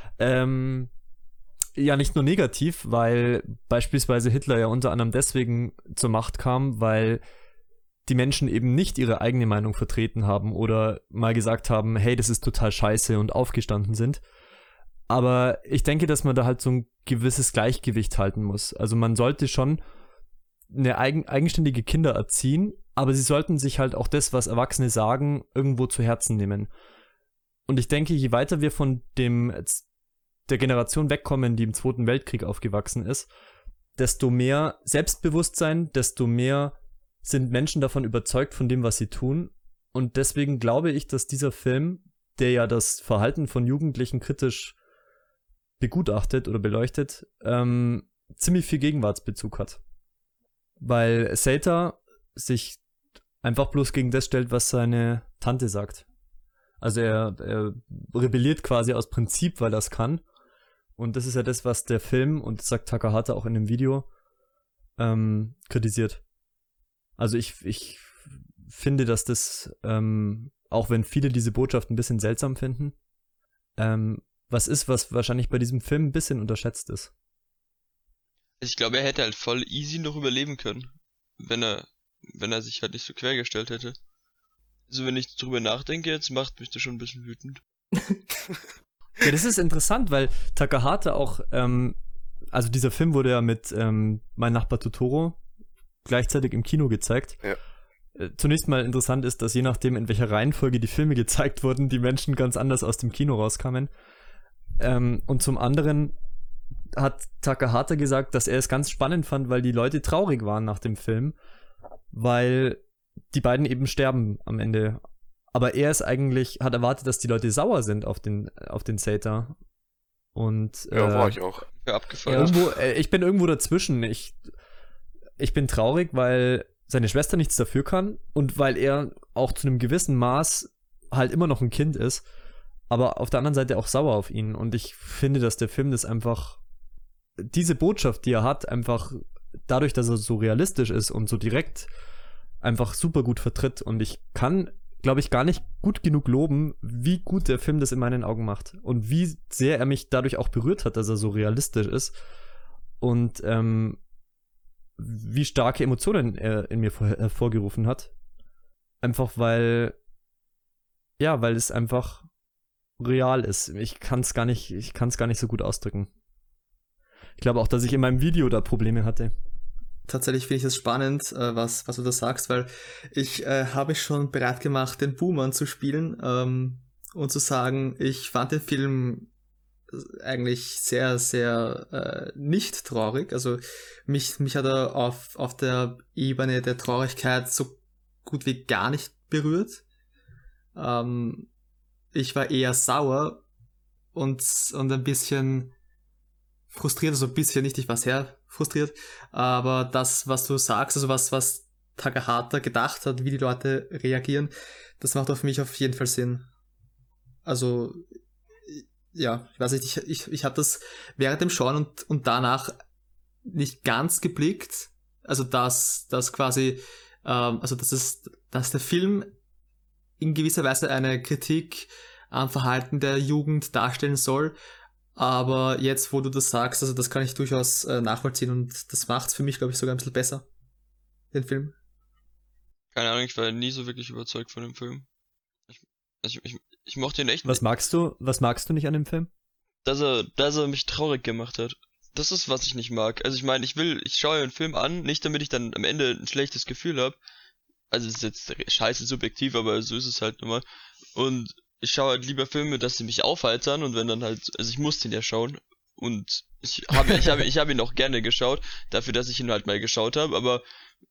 Speaker 5: ja nicht nur negativ, weil beispielsweise Hitler ja unter anderem deswegen zur Macht kam, weil die Menschen eben nicht ihre eigene Meinung vertreten haben oder mal gesagt haben, hey, das ist total scheiße und aufgestanden sind. Aber ich denke, dass man da halt so ein gewisses Gleichgewicht halten muss. Also man sollte schon eine eigenständige Kinder erziehen, aber sie sollten sich halt auch das, was Erwachsene sagen, irgendwo zu Herzen nehmen. Und ich denke, je weiter wir von der Generation wegkommen, die im Zweiten Weltkrieg aufgewachsen ist, desto mehr Selbstbewusstsein, desto mehr sind Menschen davon überzeugt von dem, was sie tun. Und deswegen glaube ich, dass dieser Film, der ja das Verhalten von Jugendlichen kritisch begutachtet oder beleuchtet, ziemlich viel Gegenwartsbezug hat. Weil Seita sich einfach bloß gegen das stellt, was seine Tante sagt. Also er rebelliert quasi aus Prinzip, weil er es kann. Und das ist ja das, was der Film, und das sagt Takahata auch in dem Video, kritisiert. Also ich finde, dass das, auch wenn viele diese Botschaft ein bisschen seltsam finden, was ist, was wahrscheinlich bei diesem Film ein bisschen unterschätzt ist.
Speaker 2: Ich glaube, er hätte halt voll easy noch überleben können, wenn er sich halt nicht so quergestellt hätte. Also wenn ich drüber nachdenke, jetzt macht mich das schon ein bisschen wütend.
Speaker 5: Ja, das ist interessant, weil Takahata auch, also dieser Film wurde ja mit Mein Nachbar Totoro gleichzeitig im Kino gezeigt.
Speaker 6: Ja.
Speaker 5: Zunächst mal interessant ist, dass je nachdem, in welcher Reihenfolge die Filme gezeigt wurden, die Menschen ganz anders aus dem Kino rauskamen. Und zum anderen hat Takahata gesagt, dass er es ganz spannend fand, weil die Leute traurig waren nach dem Film, weil die beiden eben sterben am Ende. Aber er ist eigentlich, hat erwartet, dass die Leute sauer sind auf den Seitan. Und
Speaker 6: Ja, war ich auch.
Speaker 2: Ja, abgefeiert.
Speaker 5: ich bin irgendwo dazwischen. Ich bin traurig, weil seine Schwester nichts dafür kann und weil er auch zu einem gewissen Maß halt immer noch ein Kind ist, aber auf der anderen Seite auch sauer auf ihn. Und ich finde, dass der Film das einfach, diese Botschaft, die er hat, einfach dadurch, dass er so realistisch ist und so direkt, einfach super gut vertritt. Und ich kann, glaube ich, gar nicht gut genug loben, wie gut der Film das in meinen Augen macht. Und wie sehr er mich dadurch auch berührt hat, dass er so realistisch ist. Und wie starke Emotionen er in mir hervorgerufen hat. Einfach weil es einfach real ist. Ich kann es gar nicht so gut ausdrücken. Ich glaube auch, dass ich in meinem Video da Probleme hatte.
Speaker 1: Tatsächlich finde ich es spannend, was du da sagst, weil ich habe mich schon bereit gemacht, den Boomer zu spielen und zu sagen, ich fand den Film eigentlich sehr, sehr nicht traurig. Also mich hat er auf der Ebene der Traurigkeit so gut wie gar nicht berührt. Ich war eher sauer und ein bisschen frustriert, also ein bisschen nicht, ich war sehr frustriert, aber das, was du sagst, also was Takahata gedacht hat, wie die Leute reagieren, das macht auf mich auf jeden Fall Sinn. Also ja, ich weiß nicht, ich habe das während dem Schauen und danach nicht ganz geblickt, also dass quasi, dass der Film in gewisser Weise eine Kritik am Verhalten der Jugend darstellen soll, aber jetzt, wo du das sagst, also das kann ich durchaus nachvollziehen und das macht es für mich, glaube ich, sogar ein bisschen besser, den Film.
Speaker 2: Keine Ahnung, ich war nie so wirklich überzeugt von dem Film. Ich mochte ihn echt
Speaker 5: Was magst du nicht an dem Film?
Speaker 2: dass er mich traurig gemacht hat. Das ist, was ich nicht mag. Also ich meine, ich schaue einen Film an, nicht damit ich dann am Ende ein schlechtes Gefühl habe. Also es ist jetzt scheiße subjektiv, aber so ist es halt immer. Und ich schaue halt lieber Filme, dass sie mich aufheitern und wenn dann halt, also ich musste ihn ja schauen. Und ich habe ihn auch gerne geschaut, dafür, dass ich ihn halt mal geschaut habe, aber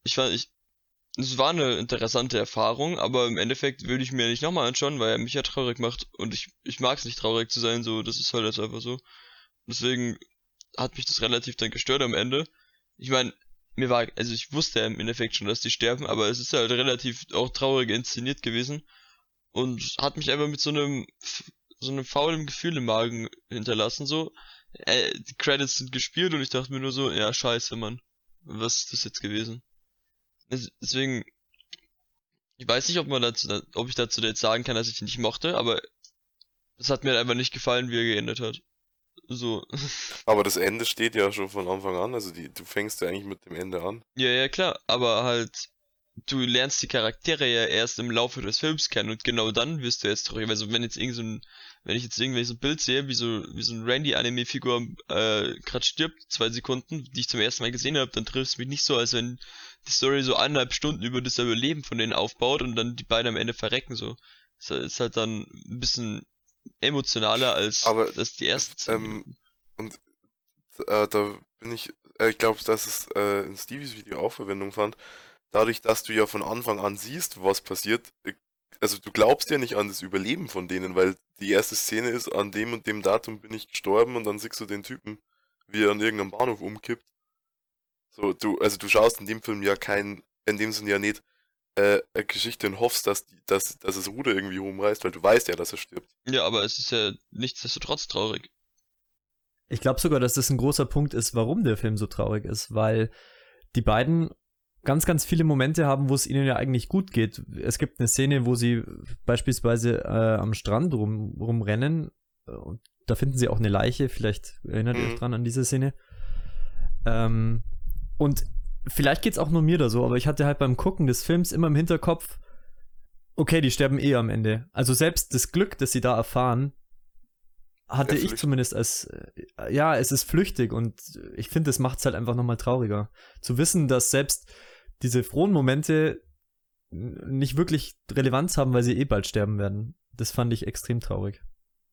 Speaker 2: es war eine interessante Erfahrung, aber im Endeffekt würde ich mir nicht nochmal anschauen, weil er mich ja traurig macht und ich mag es nicht traurig zu sein, so, das ist halt jetzt einfach so. Deswegen hat mich das relativ dann gestört am Ende. Ich meine, ich wusste ja im Endeffekt schon, dass die sterben, aber es ist halt relativ auch traurig inszeniert gewesen und hat mich einfach mit so einem faulen Gefühl im Magen hinterlassen, so. Die Credits sind gespielt und ich dachte mir nur so, ja, scheiße, Mann. Was ist das jetzt gewesen? Deswegen, ich weiß nicht, ob ich dazu jetzt sagen kann, dass ich ihn nicht mochte, aber es hat mir einfach nicht gefallen, wie er geendet hat. So.
Speaker 6: Aber das Ende steht ja schon von Anfang an, also du fängst ja eigentlich mit dem Ende an.
Speaker 2: Ja, klar, aber halt, du lernst die Charaktere ja erst im Laufe des Films kennen und genau dann wirst du jetzt traurig. Also wenn ich jetzt irgendwie so ein Bild sehe, wie so ein Randy-Anime-Figur gerade stirbt, 2 Sekunden, die ich zum ersten Mal gesehen habe, dann trifft es mich nicht so, als wenn die Story so 1,5 Stunden über das Überleben von denen aufbaut und dann die beiden am Ende verrecken, so. Das ist halt dann ein bisschen emotionaler als das die ersten.
Speaker 6: Da bin ich glaube, dass es in Stevies Video auch Verwendung fand. Dadurch, dass du ja von Anfang an siehst, was passiert, also du glaubst ja nicht an das Überleben von denen, weil die erste Szene ist, an dem und dem Datum bin ich gestorben und dann siehst du den Typen, wie er an irgendeinem Bahnhof umkippt. So, du schaust in dem Film ja in dem Sinne ja nicht eine Geschichte und hoffst, dass das Ruder irgendwie rumreißt, weil du weißt ja, dass er stirbt.
Speaker 2: Ja, aber es ist ja nichtsdestotrotz traurig.
Speaker 5: Ich glaube sogar, dass das ein großer Punkt ist, warum der Film so traurig ist, weil die beiden ganz, ganz viele Momente haben, wo es ihnen ja eigentlich gut geht. Es gibt eine Szene, wo sie beispielsweise am Strand rumrennen und da finden sie auch eine Leiche, vielleicht erinnert ihr euch dran an diese Szene. Und vielleicht geht's auch nur mir da so, aber ich hatte halt beim Gucken des Films immer im Hinterkopf, okay, die sterben am Ende. Also selbst das Glück, das sie da erfahren, hatte ich zumindest als, es ist flüchtig und ich finde, das macht's halt einfach nochmal trauriger. Zu wissen, dass selbst diese frohen Momente nicht wirklich Relevanz haben, weil sie bald sterben werden. Das fand ich extrem traurig.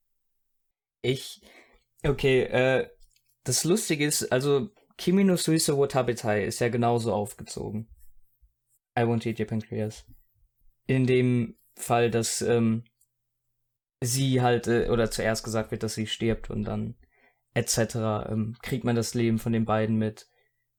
Speaker 4: Das Lustige ist, also Kimi no Suiso wo Tabetai ist ja genauso aufgezogen. I won't eat your pancreas. In dem Fall, dass sie halt, oder zuerst gesagt wird, dass sie stirbt und dann etc. Kriegt man das Leben von den beiden mit.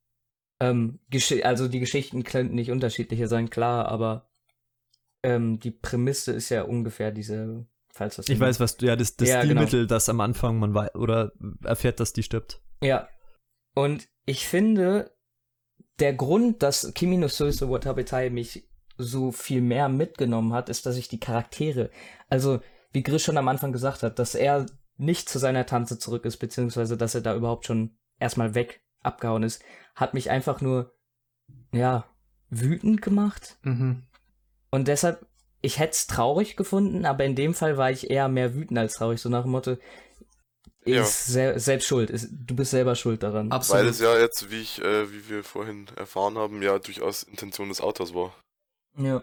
Speaker 4: Also die Geschichten könnten nicht unterschiedlicher sein, klar, aber die Prämisse ist ja ungefähr diese, falls das...
Speaker 5: Ich weiß, was du, das
Speaker 4: Ja,
Speaker 5: Stilmittel,
Speaker 4: genau.
Speaker 5: das am Anfang man oder erfährt, dass die stirbt.
Speaker 4: Ja. Und ich finde, der Grund, dass Kimi no Suiso wo Tabetai mich so viel mehr mitgenommen hat, ist, dass ich die Charaktere, also wie Gris schon am Anfang gesagt hat, dass er nicht zu seiner Tante zurück ist, beziehungsweise dass er da überhaupt schon erstmal weg abgehauen ist, hat mich einfach nur, wütend gemacht.
Speaker 1: Mhm.
Speaker 4: Und deshalb, ich hätte es traurig gefunden, aber in dem Fall war ich eher mehr wütend als traurig, so nach dem Motto, ist selbst schuld, du bist selber schuld daran.
Speaker 1: Absolut.
Speaker 6: Weil es ja jetzt, wie wir vorhin erfahren haben, ja durchaus Intention des Autors war.
Speaker 4: Ja.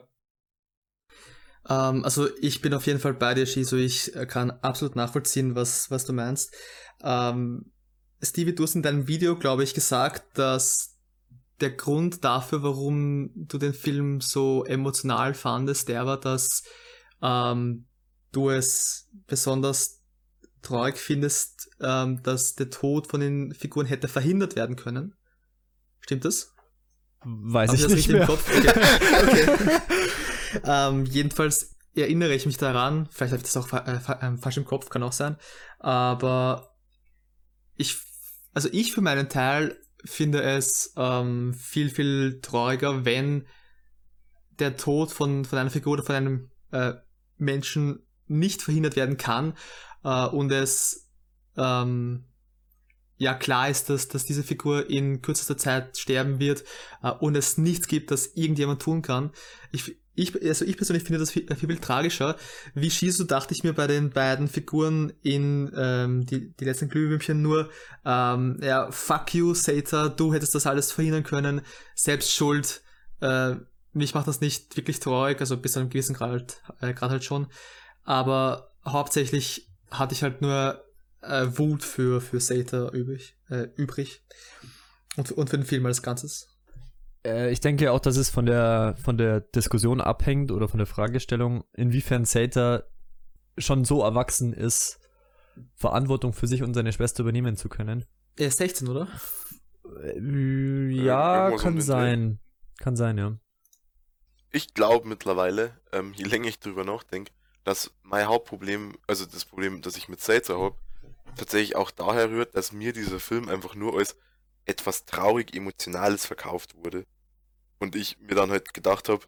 Speaker 1: Also ich bin auf jeden Fall bei dir, Shizo. Ich kann absolut nachvollziehen, was du meinst. Stevie, du hast in deinem Video, glaube ich, gesagt, dass der Grund dafür, warum du den Film so emotional fandest, der war, dass du es besonders traurig findest, dass der Tod von den Figuren hätte verhindert werden können. Stimmt das?
Speaker 5: Weiß
Speaker 1: Hab
Speaker 5: ich
Speaker 1: das
Speaker 5: nicht
Speaker 1: richtig
Speaker 5: mehr.
Speaker 1: im Kopf? Okay. Jedenfalls erinnere ich mich daran, vielleicht habe ich das auch falsch im Kopf, kann auch sein, aber ich für meinen Teil finde es viel, viel trauriger, wenn der Tod von einer Figur oder von einem Menschen nicht verhindert werden kann und es klar ist, dass diese Figur in kürzester Zeit sterben wird und es nichts gibt, das irgendjemand tun kann. Ich persönlich finde das viel tragischer. Wie Shizu dachte ich mir bei den beiden Figuren in die letzten Glühwürmchen nur, fuck you, Sata, du hättest das alles verhindern können, selbst schuld. Mich macht das nicht wirklich traurig, also bis zu einem gewissen Grad halt schon. Aber hauptsächlich hatte ich halt nur Wut für Sata übrig. Und für den Film als Ganzes.
Speaker 5: Ich denke auch, dass es von der Diskussion abhängt oder von der Fragestellung, inwiefern Sata schon so erwachsen ist, Verantwortung für sich und seine Schwester übernehmen zu können.
Speaker 1: Er ist 16, oder?
Speaker 5: Ja,
Speaker 6: irgendwo so
Speaker 5: kann
Speaker 6: um den
Speaker 5: sein. Kann sein, ja.
Speaker 6: Ich glaube mittlerweile, je länger ich drüber nachdenke, dass mein Hauptproblem, also das Problem, das ich mit Sata habe, tatsächlich auch daher rührt, dass mir dieser Film einfach nur als etwas traurig Emotionales verkauft wurde. Und ich mir dann halt gedacht habe,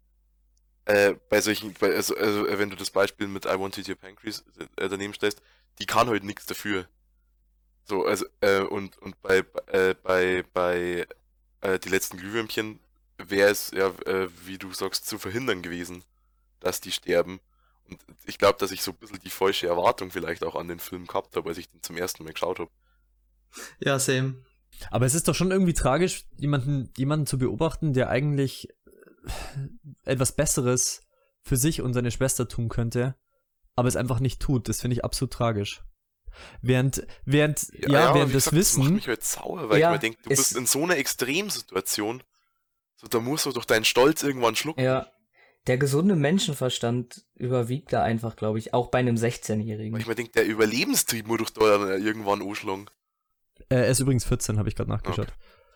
Speaker 6: wenn du das Beispiel mit I Want to Eat Your Pancreas daneben stellst, die kann halt nichts dafür. So, also, und bei die letzten Glühwürmchen wäre es ja, wie du sagst, zu verhindern gewesen, dass die sterben. Und ich glaube, dass ich so ein bisschen die falsche Erwartung vielleicht auch an den Film gehabt habe, als ich den zum ersten Mal geschaut habe.
Speaker 1: Ja, same.
Speaker 5: Aber es ist doch schon irgendwie tragisch, jemanden zu beobachten, der eigentlich etwas Besseres für sich und seine Schwester tun könnte, aber es einfach nicht tut. Das finde ich absolut tragisch. Während das
Speaker 6: Das macht
Speaker 5: Wissen,
Speaker 6: mich halt sauer, weil ich mir denke, du bist in so einer Extremsituation, so, da musst du doch deinen Stolz irgendwann schlucken.
Speaker 4: Ja, der gesunde Menschenverstand überwiegt da einfach, glaube ich, auch bei einem 16-Jährigen.
Speaker 6: Weil ich mir denke, der Überlebenstrieb muss doch da dann irgendwann anschlagen.
Speaker 5: er ist übrigens 14, habe ich gerade nachgeschaut.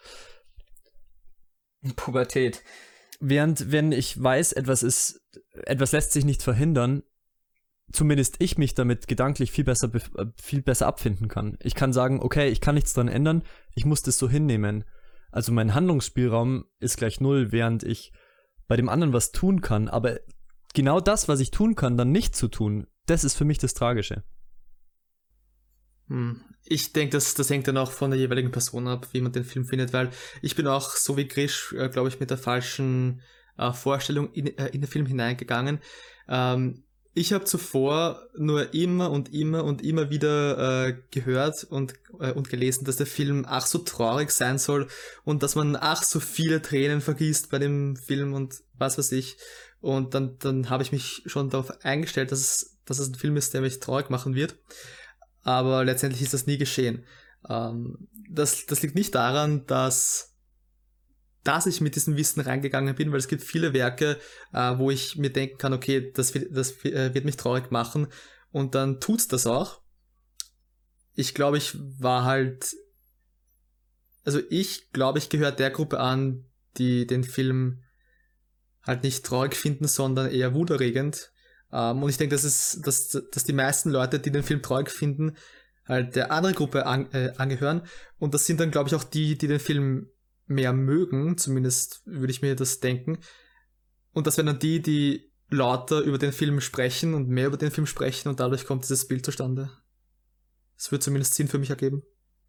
Speaker 6: Okay.
Speaker 4: Pubertät.
Speaker 5: Wenn ich weiß, etwas lässt sich nicht verhindern, zumindest ich mich damit gedanklich viel besser abfinden kann. Ich kann sagen, okay, ich kann nichts dran ändern, ich muss das so hinnehmen. Also mein Handlungsspielraum ist gleich 0, während ich bei dem anderen was tun kann, aber genau das, was ich tun kann, dann nicht zu tun, das ist für mich das Tragische.
Speaker 1: Ich denke, das hängt dann auch von der jeweiligen Person ab, wie man den Film findet, weil ich bin auch, so wie Grisch, glaube ich, mit der falschen Vorstellung in den Film hineingegangen. Ich habe zuvor nur immer wieder gehört und gelesen, dass der Film ach so traurig sein soll und dass man ach so viele Tränen vergießt bei dem Film und was weiß ich. Und dann habe ich mich schon darauf eingestellt, dass es ein Film ist, der mich traurig machen wird. Aber letztendlich ist das nie geschehen. Das liegt nicht daran, dass ich mit diesem Wissen reingegangen bin, weil es gibt viele Werke, wo ich mir denken kann, okay, das wird mich traurig machen und dann tut's das auch. Ich glaube, ich gehöre der Gruppe an, die den Film halt nicht traurig finden, sondern eher wuterregend. Und ich denke, dass die meisten Leute, die den Film traurig finden, halt der anderen Gruppe angehören. Und das sind dann, glaube ich, auch die den Film mehr mögen, zumindest würde ich mir das denken. Und das wären dann die lauter über den Film sprechen und mehr über den Film sprechen und dadurch kommt dieses Bild zustande. Das würde zumindest Sinn für mich ergeben.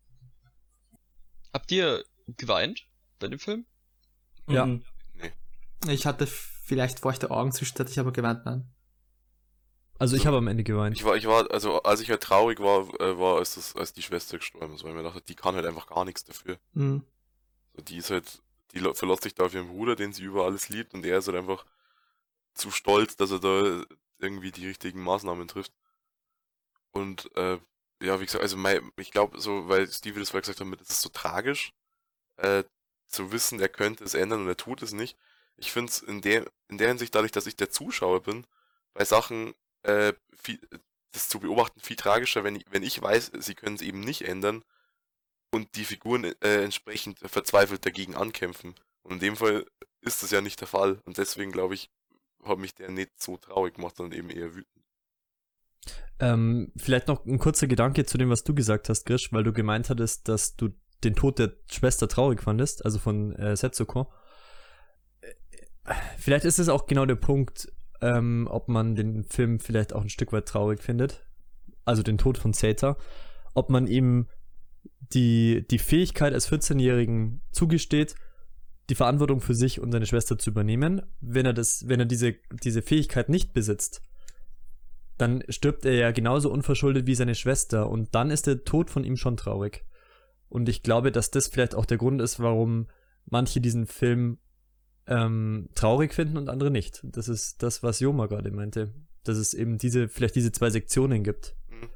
Speaker 2: Habt ihr geweint bei dem Film?
Speaker 5: Ja.
Speaker 4: Mhm.
Speaker 1: Ich hatte vielleicht feuchte Augen zwischenzeitlich, aber geweint, nein.
Speaker 5: Also ich habe am Ende geweint.
Speaker 6: Ich war, also als ich halt traurig war als die Schwester gestorben ist, weil ich mir dachte, die kann halt einfach gar nichts dafür.
Speaker 1: Mhm.
Speaker 6: So, die ist halt, die verlässt sich da auf ihren Bruder, den sie über alles liebt, und er ist halt einfach zu stolz, dass er da irgendwie die richtigen Maßnahmen trifft. Und ja, wie gesagt, also ich glaube so, weil Stevie das vorher gesagt hat, das ist so tragisch, zu wissen, er könnte es ändern und er tut es nicht. Ich finde es in der Hinsicht, dadurch, dass ich der Zuschauer bin, bei Sachen das zu beobachten viel tragischer, wenn ich weiß, sie können es eben nicht ändern und die Figuren entsprechend verzweifelt dagegen ankämpfen. Und in dem Fall ist das ja nicht der Fall. Und deswegen, glaube ich, hat mich der nicht so traurig gemacht, sondern eben eher wütend.
Speaker 5: Vielleicht noch ein kurzer Gedanke zu dem, was du gesagt hast, Grisch, weil du gemeint hattest, dass du den Tod der Schwester traurig fandest, also von Setsuko. Vielleicht ist es auch genau der Punkt, ob man den Film vielleicht auch ein Stück weit traurig findet, also den Tod von Seita, ob man ihm die Fähigkeit als 14-Jährigen zugesteht, die Verantwortung für sich und seine Schwester zu übernehmen. Wenn er diese Fähigkeit nicht besitzt, dann stirbt er ja genauso unverschuldet wie seine Schwester und dann ist der Tod von ihm schon traurig. Und ich glaube, dass das vielleicht auch der Grund ist, warum manche diesen Film traurig finden und andere nicht. Das ist das, was Joma gerade meinte. Dass es eben vielleicht diese zwei Sektionen gibt.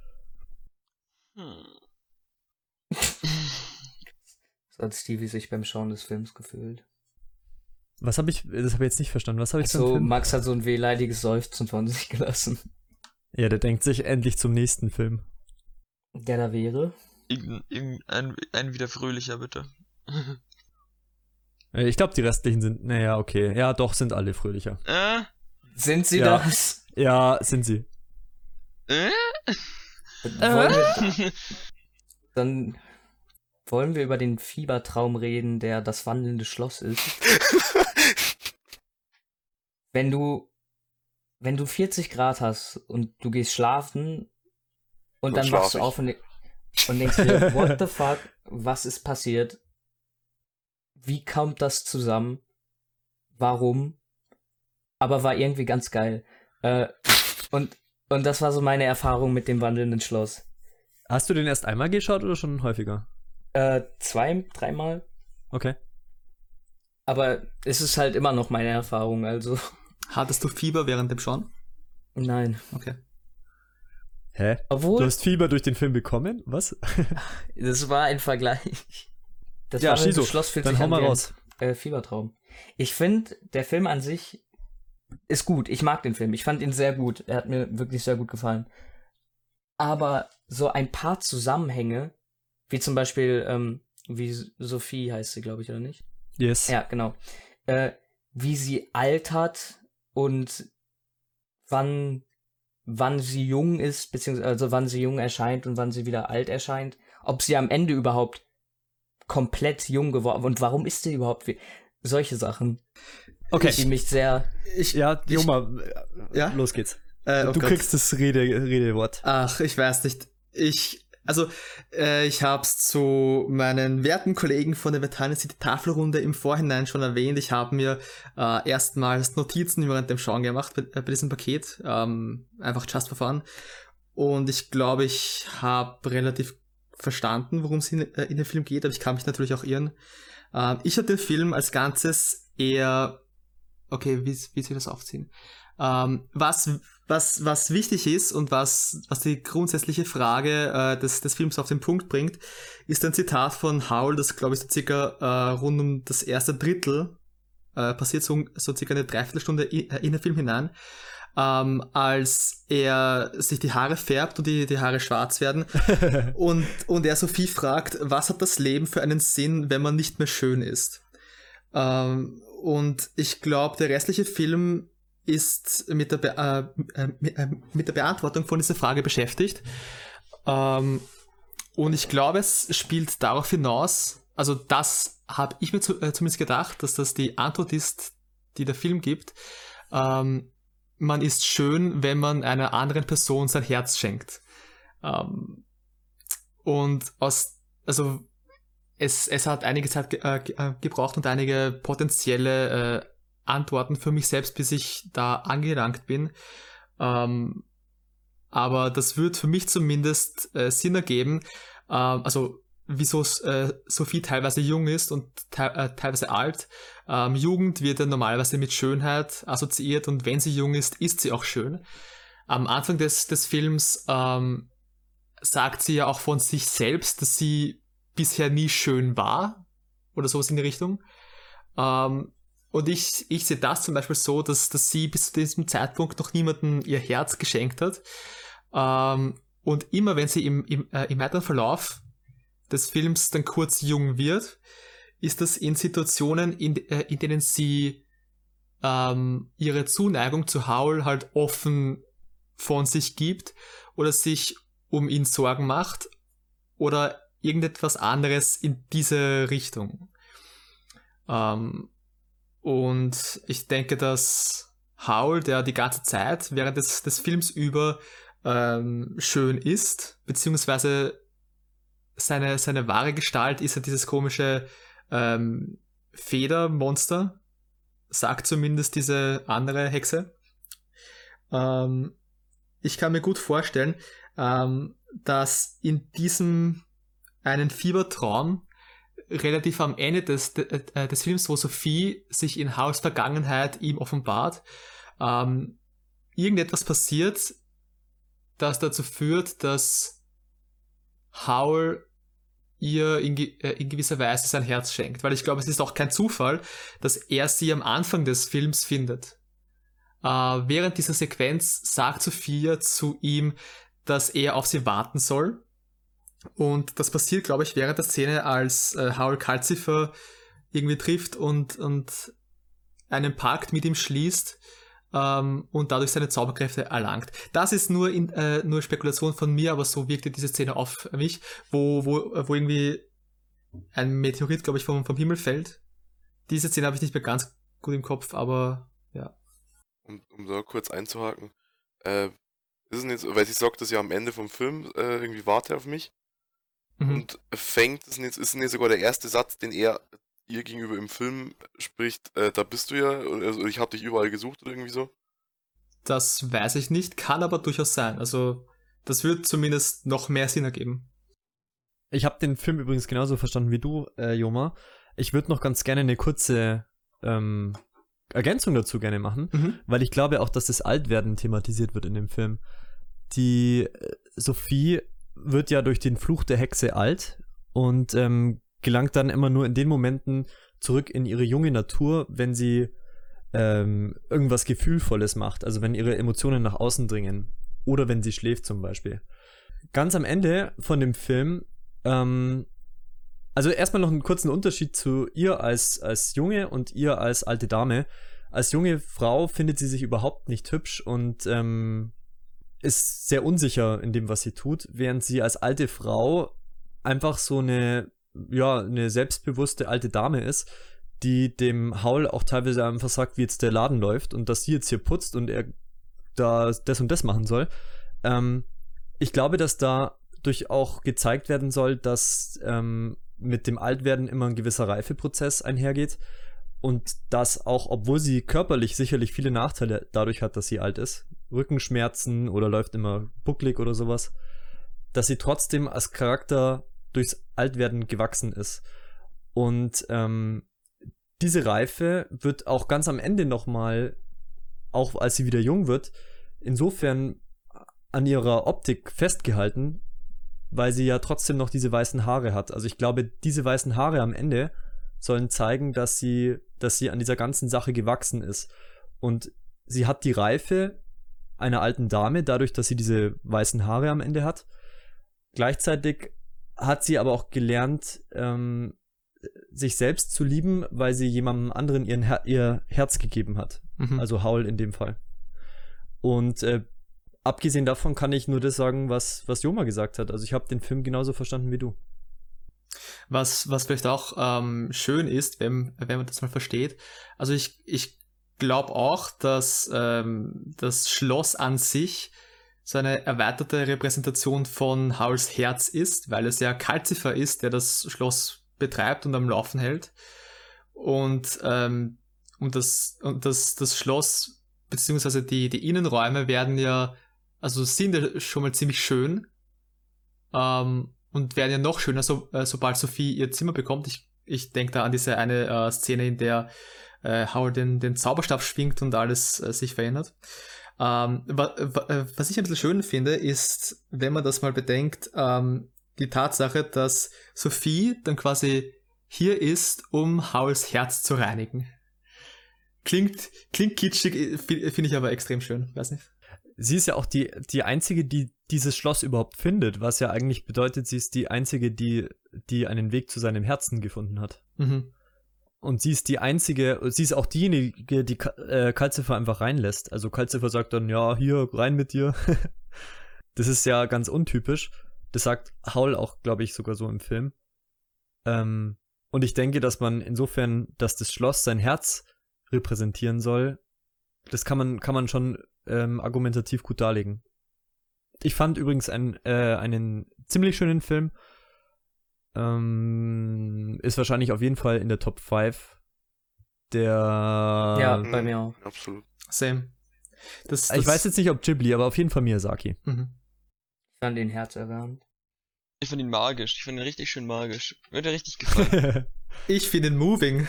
Speaker 4: So hat Stevie sich beim Schauen des Films gefühlt.
Speaker 5: Das habe ich jetzt nicht verstanden. Was habe ich
Speaker 4: So,
Speaker 5: Film?
Speaker 4: Max hat so ein wehleidiges Seufzen von sich gelassen.
Speaker 5: Ja, der denkt sich endlich zum nächsten Film.
Speaker 4: Der da wäre?
Speaker 2: Ein wieder fröhlicher, bitte.
Speaker 5: Ich glaube, die restlichen sind, naja, okay. Ja, doch, sind alle fröhlicher.
Speaker 4: Sind sie
Speaker 5: Ja.
Speaker 4: das?
Speaker 5: Ja, sind sie.
Speaker 4: Dann wollen wir über den Fiebertraum reden, der das wandelnde Schloss ist. Wenn du 40 Grad hast und du gehst schlafen und dann wachst du auf und denkst dir, what the fuck, was ist passiert? Wie kommt das zusammen? Warum? Aber war irgendwie ganz geil. Und das war so meine Erfahrung mit dem wandelnden Schloss.
Speaker 5: Hast du den erst einmal geschaut oder schon häufiger?
Speaker 4: 2, 3-mal.
Speaker 5: Okay.
Speaker 4: Aber es ist halt immer noch meine Erfahrung, also.
Speaker 1: Hattest du Fieber während dem Schauen?
Speaker 4: Nein.
Speaker 1: Okay.
Speaker 5: Hä?
Speaker 4: Obwohl,
Speaker 5: Du hast Fieber durch den Film bekommen? Was?
Speaker 4: das war ein Vergleich. Das
Speaker 5: Ja,
Speaker 4: wandelnde
Speaker 5: Shizo,
Speaker 4: Schloss fühlt
Speaker 5: dann
Speaker 4: sich
Speaker 5: hau
Speaker 4: an
Speaker 5: mal
Speaker 4: wie ein,
Speaker 5: raus.
Speaker 4: Fiebertraum. Ich finde, der Film an sich ist gut. Ich mag den Film. Ich fand ihn sehr gut. Er hat mir wirklich sehr gut gefallen. Aber so ein paar Zusammenhänge, wie zum Beispiel, wie Sophie heißt sie, glaube ich, oder nicht?
Speaker 5: Yes.
Speaker 4: Ja, genau. Wie sie altert und wann sie jung ist, beziehungsweise also wann sie jung erscheint und wann sie wieder alt erscheint. Ob sie am Ende überhaupt komplett jung geworden und warum ist sie überhaupt solche Sachen.
Speaker 5: Okay.
Speaker 4: Die mich sehr.
Speaker 5: Joma,
Speaker 1: ja?
Speaker 5: los geht's.
Speaker 1: Oh
Speaker 5: du
Speaker 1: Gott.
Speaker 5: kriegst das Redewort.
Speaker 1: Ach, ich weiß nicht. Also, ich habe es zu meinen werten Kollegen von der Vertane City Tafelrunde im Vorhinein schon erwähnt. Ich habe mir erstmals Notizen während dem Schauen gemacht bei diesem Paket. Einfach just for fun. Und ich glaube, ich habe relativ verstanden, worum es in dem Film geht, aber ich kann mich natürlich auch irren. Ich habe den Film als Ganzes eher... Okay, wie soll ich das aufziehen? Was wichtig ist und was die grundsätzliche Frage des Films auf den Punkt bringt, ist ein Zitat von Howl, das glaube ich so circa rund um das erste Drittel passiert, so circa eine Dreiviertelstunde in den Film hinein, als er sich die Haare färbt und die Haare schwarz werden und er Sophie fragt, was hat das Leben für einen Sinn, wenn man nicht mehr schön ist? Und ich glaube, der restliche Film ist mit der Beantwortung von dieser Frage beschäftigt. Und ich glaube, es spielt darauf hinaus, also das habe ich mir zumindest gedacht, dass das die Antwort ist, die der Film gibt. Man ist schön, wenn man einer anderen Person sein Herz schenkt. Und es hat einige Zeit gebraucht und einige potenzielle Antworten für mich selbst, bis ich da angelangt bin. Aber das wird für mich zumindest Sinn ergeben, wieso Sophie teilweise jung ist und teilweise alt. Jugend wird ja normalerweise mit Schönheit assoziiert und wenn sie jung ist sie auch schön. Am Anfang des Films sagt sie ja auch von sich selbst, dass sie bisher nie schön war oder sowas in die Richtung. Und ich sehe das zum Beispiel so, dass sie bis zu diesem Zeitpunkt noch niemandem ihr Herz geschenkt hat. Und immer wenn sie im weiteren Verlauf des Films dann kurz jung wird, ist das in Situationen, in denen sie ihre Zuneigung zu Howl halt offen von sich gibt oder sich um ihn Sorgen macht oder irgendetwas anderes in diese Richtung. Und ich denke, dass Howl, der die ganze Zeit während des Films über schön ist, beziehungsweise seine wahre Gestalt ist ja dieses komische Federmonster, sagt zumindest diese andere Hexe. Ich kann mir gut vorstellen, dass in diesem einen Fiebertraum relativ am Ende des Films, wo Sophie sich in Howls Vergangenheit ihm offenbart, irgendetwas passiert, das dazu führt, dass Howl ihr in gewisser Weise sein Herz schenkt. Weil ich glaube, es ist auch kein Zufall, dass er sie am Anfang des Films findet. Während dieser Sequenz sagt Sophia zu ihm, dass er auf sie warten soll. Und das passiert, glaube ich, während der Szene, als Howl Calcifer irgendwie trifft und einen Pakt mit ihm schließt und dadurch seine Zauberkräfte erlangt. Das ist nur Spekulation von mir, aber so wirkte diese Szene auf mich, wo irgendwie ein Meteorit, glaube ich, vom Himmel fällt. Diese Szene habe ich nicht mehr ganz gut im Kopf, aber ja.
Speaker 6: Um da kurz einzuhaken, ist es jetzt, weil sie sagt das ja am Ende vom Film, irgendwie warte auf mich. Und ist denn jetzt sogar der erste Satz, den er ihr gegenüber im Film spricht, da bist du ja, also ich habe dich überall gesucht oder irgendwie so?
Speaker 1: Das weiß ich nicht, kann aber durchaus sein. Also das wird zumindest noch mehr Sinn ergeben.
Speaker 5: Ich habe den Film übrigens genauso verstanden wie du, Joma. Ich würde noch ganz gerne eine kurze Ergänzung dazu gerne machen, weil ich glaube auch, dass das Altwerden thematisiert wird in dem Film. Die Sophie wird ja durch den Fluch der Hexe alt und gelangt dann immer nur in den Momenten zurück in ihre junge Natur, wenn sie irgendwas Gefühlvolles macht, also wenn ihre Emotionen nach außen dringen oder wenn sie schläft zum Beispiel. Ganz am Ende von dem Film, also erstmal noch einen kurzen Unterschied zu ihr als Junge und ihr als alte Dame. Als junge Frau findet sie sich überhaupt nicht hübsch und ist sehr unsicher in dem, was sie tut, während sie als alte Frau einfach so eine selbstbewusste alte Dame ist, die dem Howl auch teilweise einfach sagt, wie jetzt der Laden läuft und dass sie jetzt hier putzt und er da das und das machen soll. Ich glaube, dass da durch auch gezeigt werden soll, dass mit dem Altwerden immer ein gewisser Reifeprozess einhergeht und dass auch, obwohl sie körperlich sicherlich viele Nachteile dadurch hat, dass sie alt ist, Rückenschmerzen oder läuft immer bucklig oder sowas, dass sie trotzdem als Charakter durchs Altwerden gewachsen ist. Und diese Reife wird auch ganz am Ende nochmal, auch als sie wieder jung wird, insofern an ihrer Optik festgehalten, weil sie ja trotzdem noch diese weißen Haare hat. Also ich glaube, diese weißen Haare am Ende sollen zeigen, dass sie an dieser ganzen Sache gewachsen ist. Und sie hat die Reife einer alten Dame, dadurch, dass sie diese weißen Haare am Ende hat. Gleichzeitig hat sie aber auch gelernt, sich selbst zu lieben, weil sie jemandem anderen ihr Herz gegeben hat. Also Howl in dem Fall. Und abgesehen davon kann ich nur das sagen, was Joma gesagt hat. Also ich habe den Film genauso verstanden wie du.
Speaker 1: Was vielleicht auch schön ist, wenn man das mal versteht. Also ich glaube auch, dass das Schloss an sich so eine erweiterte Repräsentation von Howls Herz ist, weil es ja Calcifer ist, der das Schloss betreibt und am Laufen hält. Und das Schloss, beziehungsweise die Innenräume werden ja, also sind ja schon mal ziemlich schön und werden ja noch schöner, sobald Sophie ihr Zimmer bekommt. Ich denke da an diese eine Szene, in der Howl den Zauberstab schwingt und alles sich verändert. Was ich ein bisschen schön finde, ist, wenn man das mal bedenkt, die Tatsache, dass Sophie dann quasi hier ist, um Howls Herz zu reinigen. Klingt kitschig, finde ich aber extrem schön, weiß nicht.
Speaker 5: Sie ist ja auch die Einzige, die dieses Schloss überhaupt findet, was ja eigentlich bedeutet, sie ist die Einzige, die einen Weg zu seinem Herzen gefunden hat. Und sie ist auch diejenige, die Calcifer einfach reinlässt. Also Calcifer sagt dann, ja, hier, rein mit dir. Das ist ja ganz untypisch. Das sagt Howl auch, glaube ich, sogar so im Film. Und ich denke, dass man insofern, dass das Schloss sein Herz repräsentieren soll, das kann man schon argumentativ gut darlegen. Ich fand übrigens einen ziemlich schönen Film. Ist wahrscheinlich auf jeden Fall in der Top 5 der...
Speaker 4: Ja, bei mir auch.
Speaker 6: Absolut.
Speaker 1: Same.
Speaker 5: Ich weiß jetzt nicht, ob Ghibli, aber auf jeden Fall Miyazaki.
Speaker 4: Ich fand ihn herzerwärmend.
Speaker 2: Ich fand ihn magisch. Ich fand ihn richtig schön magisch. Mir hat er richtig gefallen.
Speaker 1: Ich finde ihn moving.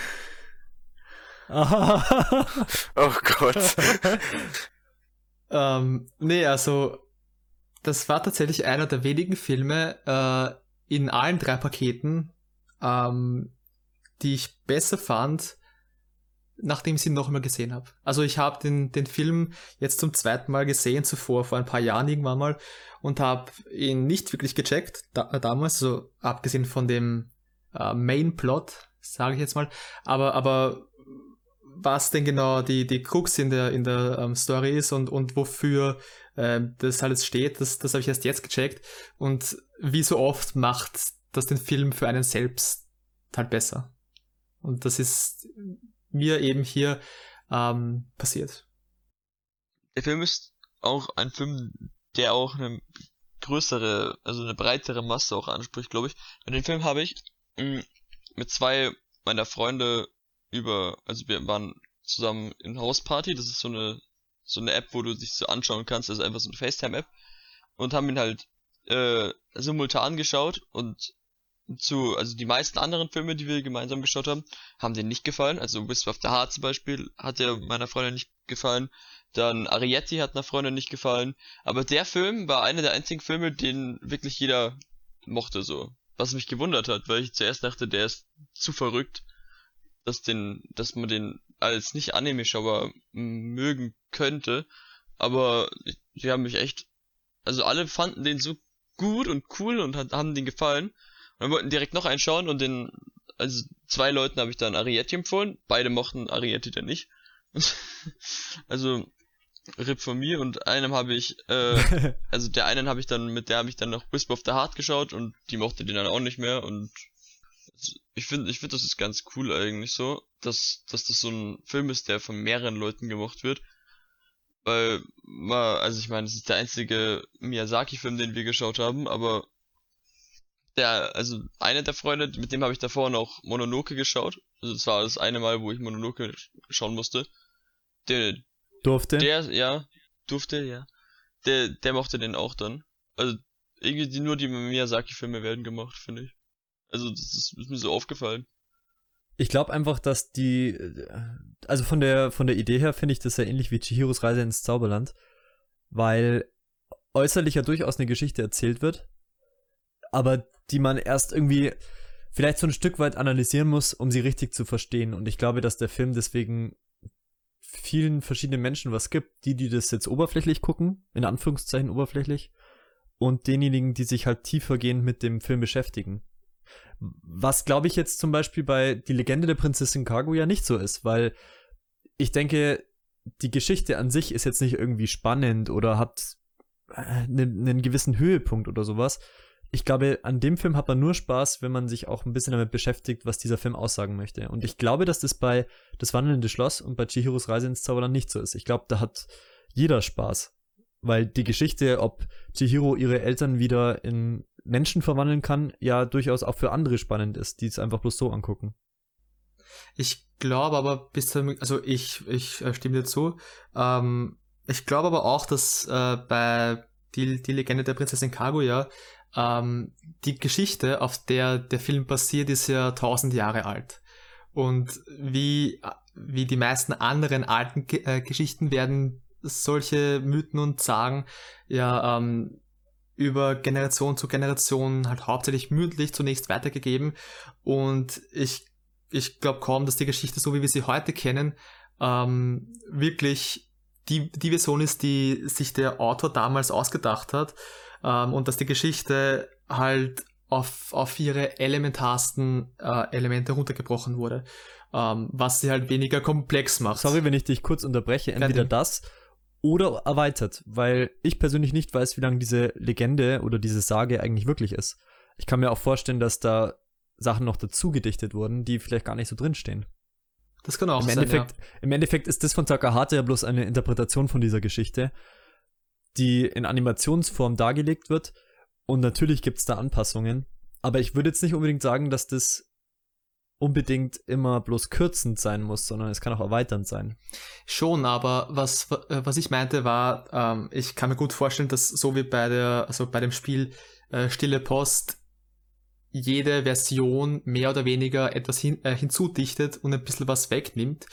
Speaker 6: Oh Gott.
Speaker 1: Nee, also das war tatsächlich einer der wenigen Filme in allen 3 Paketen, die ich besser fand, nachdem ich ihn noch einmal gesehen habe. Also ich habe den Film jetzt zum 2. Mal gesehen, zuvor vor ein paar Jahren irgendwann mal, und habe ihn nicht wirklich gecheckt, damals, so abgesehen von dem Main-Plot, sage ich jetzt mal, aber was denn genau die Krux in der Story ist und wofür das alles steht, das habe ich erst jetzt gecheckt. Und wie so oft macht das den Film für einen selbst halt besser. Und das ist mir eben hier passiert.
Speaker 2: Der Film ist auch ein Film, der auch eine größere, also eine breitere Masse auch anspricht, glaube ich. Und den Film habe ich mit 2 meiner Freunde also wir waren zusammen in Hausparty, das ist so eine App, wo du dich so anschauen kannst, also einfach so eine FaceTime-App, und haben ihn halt simultan geschaut, und also die meisten anderen Filme, die wir gemeinsam geschaut haben denen nicht gefallen. Also Whisper of the Heart zum Beispiel hat ja meiner Freundin nicht gefallen, dann Arietti hat einer Freundin nicht gefallen, aber der Film war einer der einzigen Filme, den wirklich jeder mochte, so. Was mich gewundert hat, weil ich zuerst dachte, der ist zu verrückt, dass man den als Nicht-Anime-Schauer mögen könnte, aber die haben mich echt, also alle fanden den so gut und cool und haben den gefallen, und dann wollten direkt noch einen schauen, und also 2 Leuten habe ich dann Arietti empfohlen, beide mochten Arietti dann nicht, also RIP von mir, und einem habe ich, also der einen habe ich dann, mit der habe ich dann noch Whisper of the Heart geschaut, und die mochte den dann auch nicht mehr, und ich finde, das ist ganz cool eigentlich so, dass das so ein Film ist, der von mehreren Leuten gemocht wird. Weil, also ich meine, es ist der einzige Miyazaki-Film, den wir geschaut haben, aber also einer der Freunde, mit dem habe ich davor noch Mononoke geschaut. Also das war das eine Mal, wo ich Mononoke schauen musste.
Speaker 5: Durfte.
Speaker 2: Der mochte den auch dann. Also irgendwie nur die Miyazaki-Filme werden gemacht, finde ich. Also das ist mir so aufgefallen.
Speaker 5: Ich glaube einfach, dass also von der Idee her finde ich das sehr ähnlich wie Chihiros Reise ins Zauberland, weil äußerlich ja durchaus eine Geschichte erzählt wird, aber die man erst irgendwie vielleicht so ein Stück weit analysieren muss, um sie richtig zu verstehen. Und ich glaube, dass der Film deswegen vielen verschiedenen Menschen was gibt, die das jetzt oberflächlich gucken, in Anführungszeichen oberflächlich, und denjenigen, die sich halt tiefergehend mit dem Film beschäftigen. Was, glaube ich, jetzt zum Beispiel bei Die Legende der Prinzessin Kaguya nicht so ist, weil ich denke, die Geschichte an sich ist jetzt nicht irgendwie spannend oder hat einen gewissen Höhepunkt oder sowas. Ich glaube, an dem Film hat man nur Spaß, wenn man sich auch ein bisschen damit beschäftigt, was dieser Film aussagen möchte. Und ich glaube, dass das bei Das wandelnde Schloss und bei Chihiros Reise ins Zauberland nicht so ist. Ich glaube, da hat jeder Spaß. Weil die Geschichte, ob Chihiro ihre Eltern wieder in Menschen verwandeln kann, ja durchaus auch für andere spannend ist, die es einfach bloß so angucken.
Speaker 1: Ich glaube aber, ich stimme dir zu. Ich glaube aber auch, dass bei die Legende der Prinzessin Kaguya die Geschichte, auf der der Film basiert, ist ja 1000 Jahre alt. Und wie die meisten anderen alten Geschichten werden solche Mythen und Sagen ja über Generation zu Generation halt hauptsächlich mündlich zunächst weitergegeben. Und ich glaube kaum, dass die Geschichte, so wie wir sie heute kennen, wirklich die Version ist, die sich der Autor damals ausgedacht hat, und dass die Geschichte halt auf ihre elementarsten Elemente runtergebrochen wurde, was sie halt weniger komplex macht.
Speaker 5: Sorry, wenn ich dich kurz unterbreche. Entweder das oder erweitert, weil ich persönlich nicht weiß, wie lange diese Legende oder diese Sage eigentlich wirklich ist. Ich kann mir auch vorstellen, dass da Sachen noch dazu gedichtet wurden, die vielleicht gar nicht so drinstehen.
Speaker 1: Das kann auch sein,
Speaker 5: Im Endeffekt ist das von Takahata ja bloß eine Interpretation von dieser Geschichte, die in Animationsform dargelegt wird. Und natürlich gibt es da Anpassungen. Aber ich würde jetzt nicht unbedingt sagen, dass das unbedingt immer bloß kürzend sein muss, sondern es kann auch erweiternd sein.
Speaker 1: Schon, aber was ich meinte war, ich kann mir gut vorstellen, dass so wie bei dem Spiel Stille Post jede Version mehr oder weniger etwas hinzudichtet und ein bisschen was wegnimmt.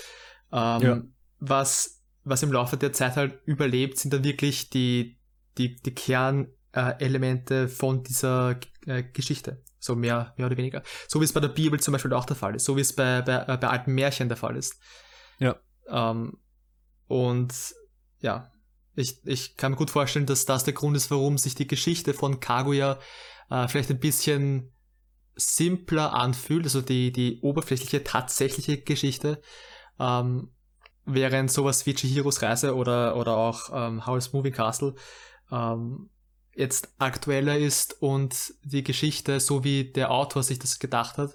Speaker 1: Was im Laufe der Zeit halt überlebt, sind dann wirklich die Kernelemente von dieser Geschichte. So mehr oder weniger. So wie es bei der Bibel zum Beispiel auch der Fall ist. So wie es bei alten Märchen der Fall ist.
Speaker 5: Ja.
Speaker 1: Und ja, ich kann mir gut vorstellen, dass das der Grund ist, warum sich die Geschichte von Kaguya vielleicht ein bisschen simpler anfühlt, also die oberflächliche, tatsächliche Geschichte, während sowas wie Chihiros Reise oder auch Howl's Moving Castle jetzt aktueller ist und die Geschichte, so wie der Autor sich das gedacht hat,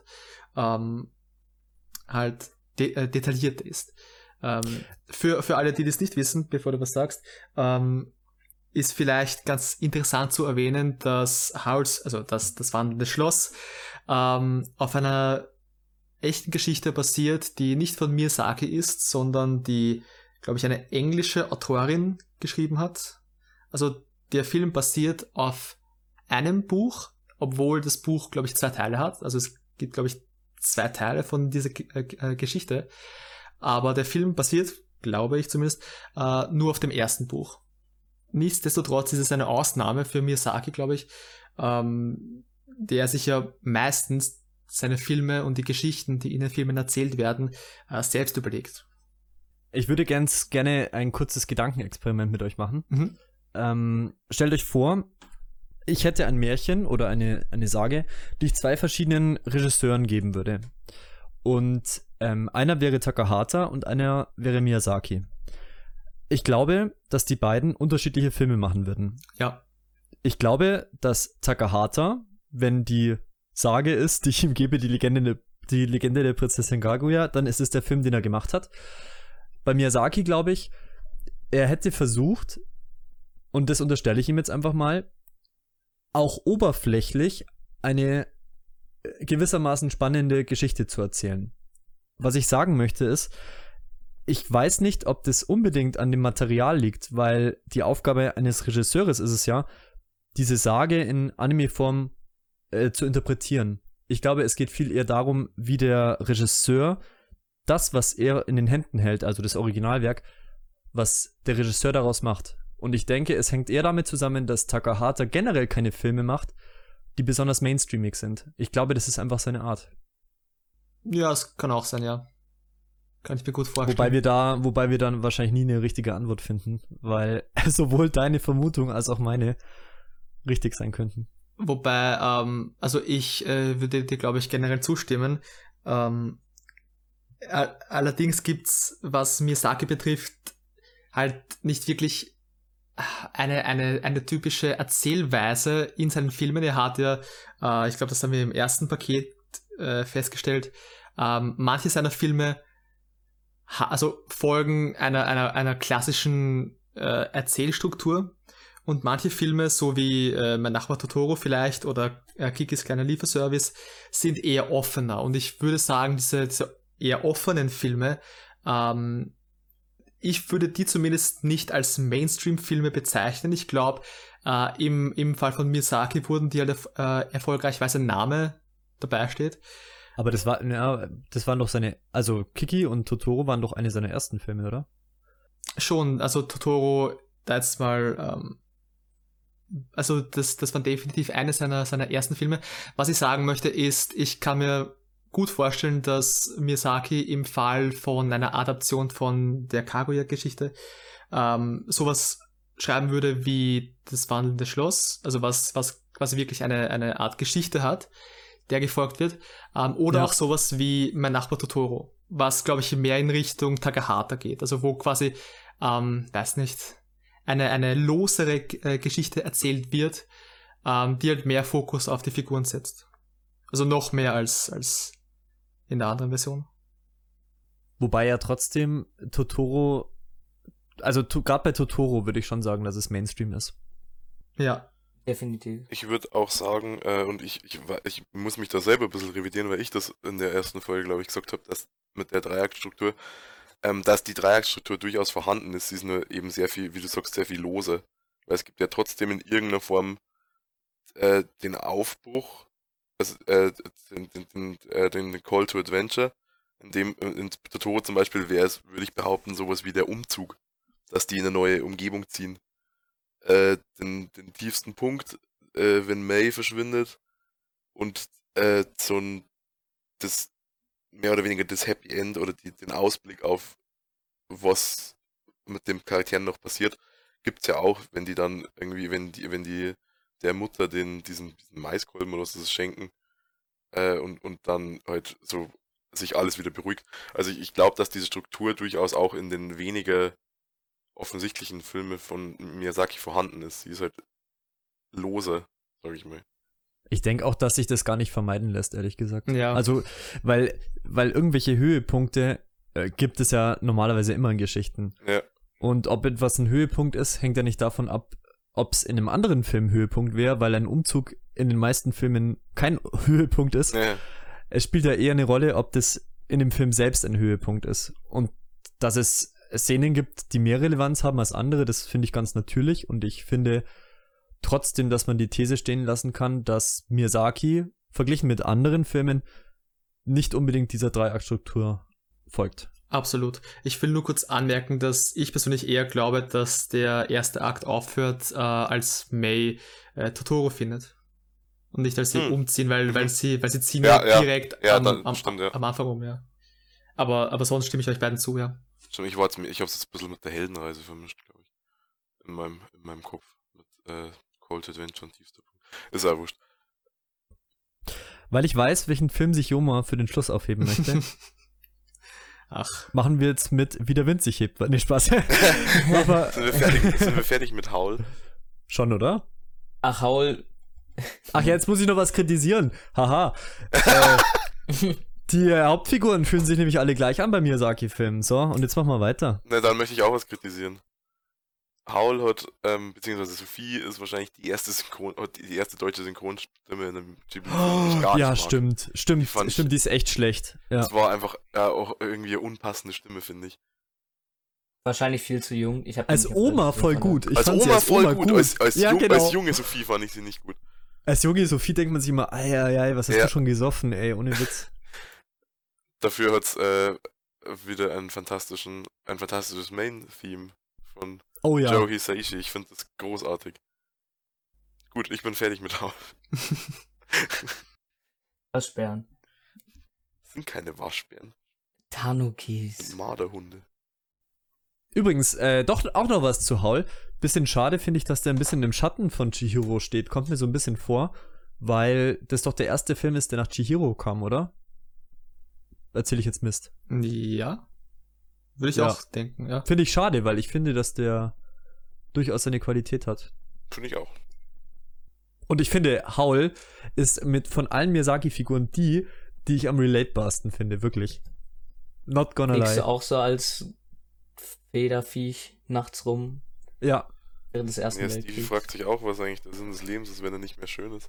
Speaker 1: halt detailliert ist. Für alle, die das nicht wissen, bevor du was sagst, ist vielleicht ganz interessant zu erwähnen, dass das wandelnde Schloss, auf einer echten Geschichte basiert, die nicht von Miyazaki ist, sondern die, glaube ich, eine englische Autorin geschrieben hat. Also der Film basiert auf einem Buch, obwohl das Buch, glaube ich, 2 Teile hat. Also es gibt, glaube ich, 2 Teile von dieser Geschichte. Aber der Film basiert, glaube ich zumindest, nur auf dem ersten Buch. Nichtsdestotrotz ist es eine Ausnahme für Miyazaki, glaube ich, der sich ja meistens seine Filme und die Geschichten, die in den Filmen erzählt werden, selbst überlegt.
Speaker 5: Ich würde gerne ein kurzes Gedankenexperiment mit euch machen.
Speaker 1: Mhm.
Speaker 5: Stellt euch vor, ich hätte ein Märchen oder eine Sage, die ich 2 verschiedenen Regisseuren geben würde. Und einer wäre Takahata und einer wäre Miyazaki. Ich glaube, dass die beiden unterschiedliche Filme machen würden.
Speaker 1: Ja.
Speaker 5: Ich glaube, dass Takahata, wenn die Sage ist, die ich ihm gebe, die Legende der Prinzessin Kaguya, dann ist es der Film, den er gemacht hat. Bei Miyazaki glaube ich, er hätte versucht, und das unterstelle ich ihm jetzt einfach mal, auch oberflächlich eine gewissermaßen spannende Geschichte zu erzählen. Was ich sagen möchte ist, ich weiß nicht, ob das unbedingt an dem Material liegt, weil die Aufgabe eines Regisseurs ist es ja, diese Sage in Anime-Form zu interpretieren. Ich glaube, es geht viel eher darum, wie der Regisseur das, was er in den Händen hält, also das Originalwerk, was der Regisseur daraus macht. Und ich denke, es hängt eher damit zusammen, dass Takahata generell keine Filme macht, die besonders mainstreamig sind. Ich glaube, das ist einfach seine Art.
Speaker 1: Ja, es kann auch sein, ja. Kann ich mir gut vorstellen.
Speaker 5: Wobei wir dann wahrscheinlich nie eine richtige Antwort finden, weil sowohl deine Vermutung als auch meine richtig sein könnten.
Speaker 1: Wobei, also ich würde dir, glaube ich, generell zustimmen. Allerdings gibt's, was Miyazaki betrifft, halt nicht wirklich eine typische Erzählweise in seinen Filmen. Er hat ja, ich glaube, das haben wir im ersten Paket festgestellt, manche seiner Filme folgen einer klassischen Erzählstruktur und manche Filme, so wie Mein Nachbar Totoro vielleicht oder Kikis kleiner Lieferservice, sind eher offener. Und ich würde sagen, diese eher offenen Filme, ich würde die zumindest nicht als Mainstream-Filme bezeichnen. Ich glaube, im Fall von Miyazaki wurden die halt erfolgreich, weil sein Name dabei steht.
Speaker 5: Aber das waren doch also Kiki und Totoro waren doch eine seiner ersten Filme, oder?
Speaker 1: Schon, also Totoro, da jetzt mal, also das war definitiv eine seiner ersten Filme. Was ich sagen möchte ist, ich kann mir gut vorstellen, dass Miyazaki im Fall von einer Adaption von der Kaguya-Geschichte sowas schreiben würde wie Das wandelnde Schloss, also was quasi wirklich eine Art Geschichte hat, der gefolgt wird, oder auch sowas wie Mein Nachbar Totoro, was, glaube ich, mehr in Richtung Takahata geht, also wo quasi, weiß nicht, eine losere Geschichte erzählt wird, die halt mehr Fokus auf die Figuren setzt. Also noch mehr als in der anderen Version.
Speaker 5: Wobei ja trotzdem Totoro, also gerade bei Totoro würde ich schon sagen, dass es Mainstream ist.
Speaker 1: Ja.
Speaker 4: Definitiv.
Speaker 6: Ich würde auch sagen, und ich muss mich da selber ein bisschen revidieren, weil ich das in der ersten Folge, glaube ich, gesagt habe, dass mit der Dreieckstruktur, dass die Dreieckstruktur durchaus vorhanden ist. Sie ist nur eben sehr viel, wie du sagst, sehr viel lose. Weil es gibt ja trotzdem in irgendeiner Form den Aufbruch, also den Call to Adventure, in Totoro zum Beispiel wäre es, würde ich behaupten, sowas wie der Umzug, dass die in eine neue Umgebung ziehen. Den tiefsten Punkt, wenn May verschwindet und das mehr oder weniger das Happy End oder den Ausblick auf was mit dem Charakteren noch passiert, gibt's ja auch, wenn die dann irgendwie, wenn die der Mutter diesen Maiskolben oder was das schenken und dann halt so sich alles wieder beruhigt. Also ich glaube, dass diese Struktur durchaus auch in den weniger offensichtlichen Filmen von Miyazaki vorhanden ist. Sie ist halt lose, sag ich mal.
Speaker 5: Ich denke auch, dass sich das gar nicht vermeiden lässt, ehrlich gesagt.
Speaker 1: Ja.
Speaker 5: Also, weil irgendwelche Höhepunkte gibt es ja normalerweise immer in Geschichten.
Speaker 6: Ja.
Speaker 5: Und ob etwas ein Höhepunkt ist, hängt ja nicht davon ab, ob es in einem anderen Film Höhepunkt wäre, weil ein Umzug in den meisten Filmen kein Höhepunkt ist.
Speaker 6: Ja.
Speaker 5: Es spielt ja eher eine Rolle, ob das in dem Film selbst ein Höhepunkt ist. Und dass es Szenen gibt, die mehr Relevanz haben als andere, das finde ich ganz natürlich. Und ich finde trotzdem, dass man die These stehen lassen kann, dass Miyazaki, verglichen mit anderen Filmen, nicht unbedingt dieser Dreiaktstruktur folgt.
Speaker 1: Absolut. Ich will nur kurz anmerken, dass ich persönlich eher glaube, dass der erste Akt aufhört, als May Totoro findet. Und nicht als sie umziehen, weil sie ziehen direkt am Anfang um, ja. Aber sonst stimme ich euch beiden zu, ja.
Speaker 6: Stimmt, ich habe es jetzt ein bisschen mit der Heldenreise vermischt, glaube ich. In meinem Kopf. Mit Call to Adventure und tiefster Punkt. Ist ja wurscht.
Speaker 5: Weil ich weiß, welchen Film sich Joma für den Schluss aufheben möchte.
Speaker 1: Ach.
Speaker 5: Machen wir jetzt mit Wie der Wind sich hebt. Nee, Spaß.
Speaker 6: Sind wir fertig mit Howl?
Speaker 5: Schon, oder?
Speaker 4: Ach, Howl.
Speaker 5: Ach, jetzt muss ich noch was kritisieren. Haha. Die Hauptfiguren fühlen sich nämlich alle gleich an bei Miyazaki-Filmen. So, und jetzt machen wir weiter.
Speaker 6: Na, dann möchte ich auch was kritisieren. Howl hat, beziehungsweise Sophie ist wahrscheinlich die erste die erste deutsche Synchronstimme in einem Ghibli-Film, die ich gar
Speaker 5: Ja,
Speaker 6: nicht mag.
Speaker 5: stimmt,
Speaker 6: Die fand ich-
Speaker 5: die ist echt schlecht. Ja.
Speaker 6: Das war einfach auch irgendwie eine unpassende Stimme, finde ich.
Speaker 4: Wahrscheinlich viel zu jung. Ich hab
Speaker 5: Als
Speaker 4: den nicht
Speaker 5: Oma
Speaker 4: auf der
Speaker 5: voll
Speaker 4: Liste,
Speaker 5: gut. Ich
Speaker 6: Als
Speaker 5: fand sie
Speaker 6: Oma voll gut,
Speaker 5: Ja, genau.
Speaker 6: als junge Sophie fand ich sie nicht gut.
Speaker 5: Als junge Sophie denkt man sich immer, ei, was hast
Speaker 6: Ja.
Speaker 5: du schon gesoffen, ey, ohne Witz.
Speaker 6: Dafür hat's wieder ein fantastisches Main-Theme von
Speaker 5: Oh ja.
Speaker 6: Joe Hisaishi. Ich finde das großartig. Gut, ich bin fertig mit Howl.
Speaker 4: Waschbären.
Speaker 6: Das sind keine Waschbären, das
Speaker 4: Tanukis.
Speaker 6: sind Marderhunde.
Speaker 5: Übrigens, doch auch noch was zu Howl. Bisschen schade finde ich, dass der ein bisschen im Schatten von Chihiro steht. Kommt mir so ein bisschen vor, weil das doch der erste Film ist, der nach Chihiro kam, oder? Erzähle ich jetzt Mist.
Speaker 1: Ja. Würde ich
Speaker 5: Ja.
Speaker 1: auch denken, ja.
Speaker 5: Finde ich schade, weil ich finde, dass der durchaus seine Qualität hat.
Speaker 6: Finde ich auch.
Speaker 5: Und ich finde, Howl ist von allen Miyazaki-Figuren die ich am relatebarsten finde, wirklich. Not gonna
Speaker 4: Fliegst du
Speaker 5: lie.
Speaker 4: auch so als Federviech nachts rum
Speaker 5: Ja.
Speaker 4: während des Ersten
Speaker 6: Ja, Stevie
Speaker 4: Weltkriegs?
Speaker 6: fragt sich auch, was eigentlich der Sinn des Lebens ist, wenn er nicht mehr schön ist.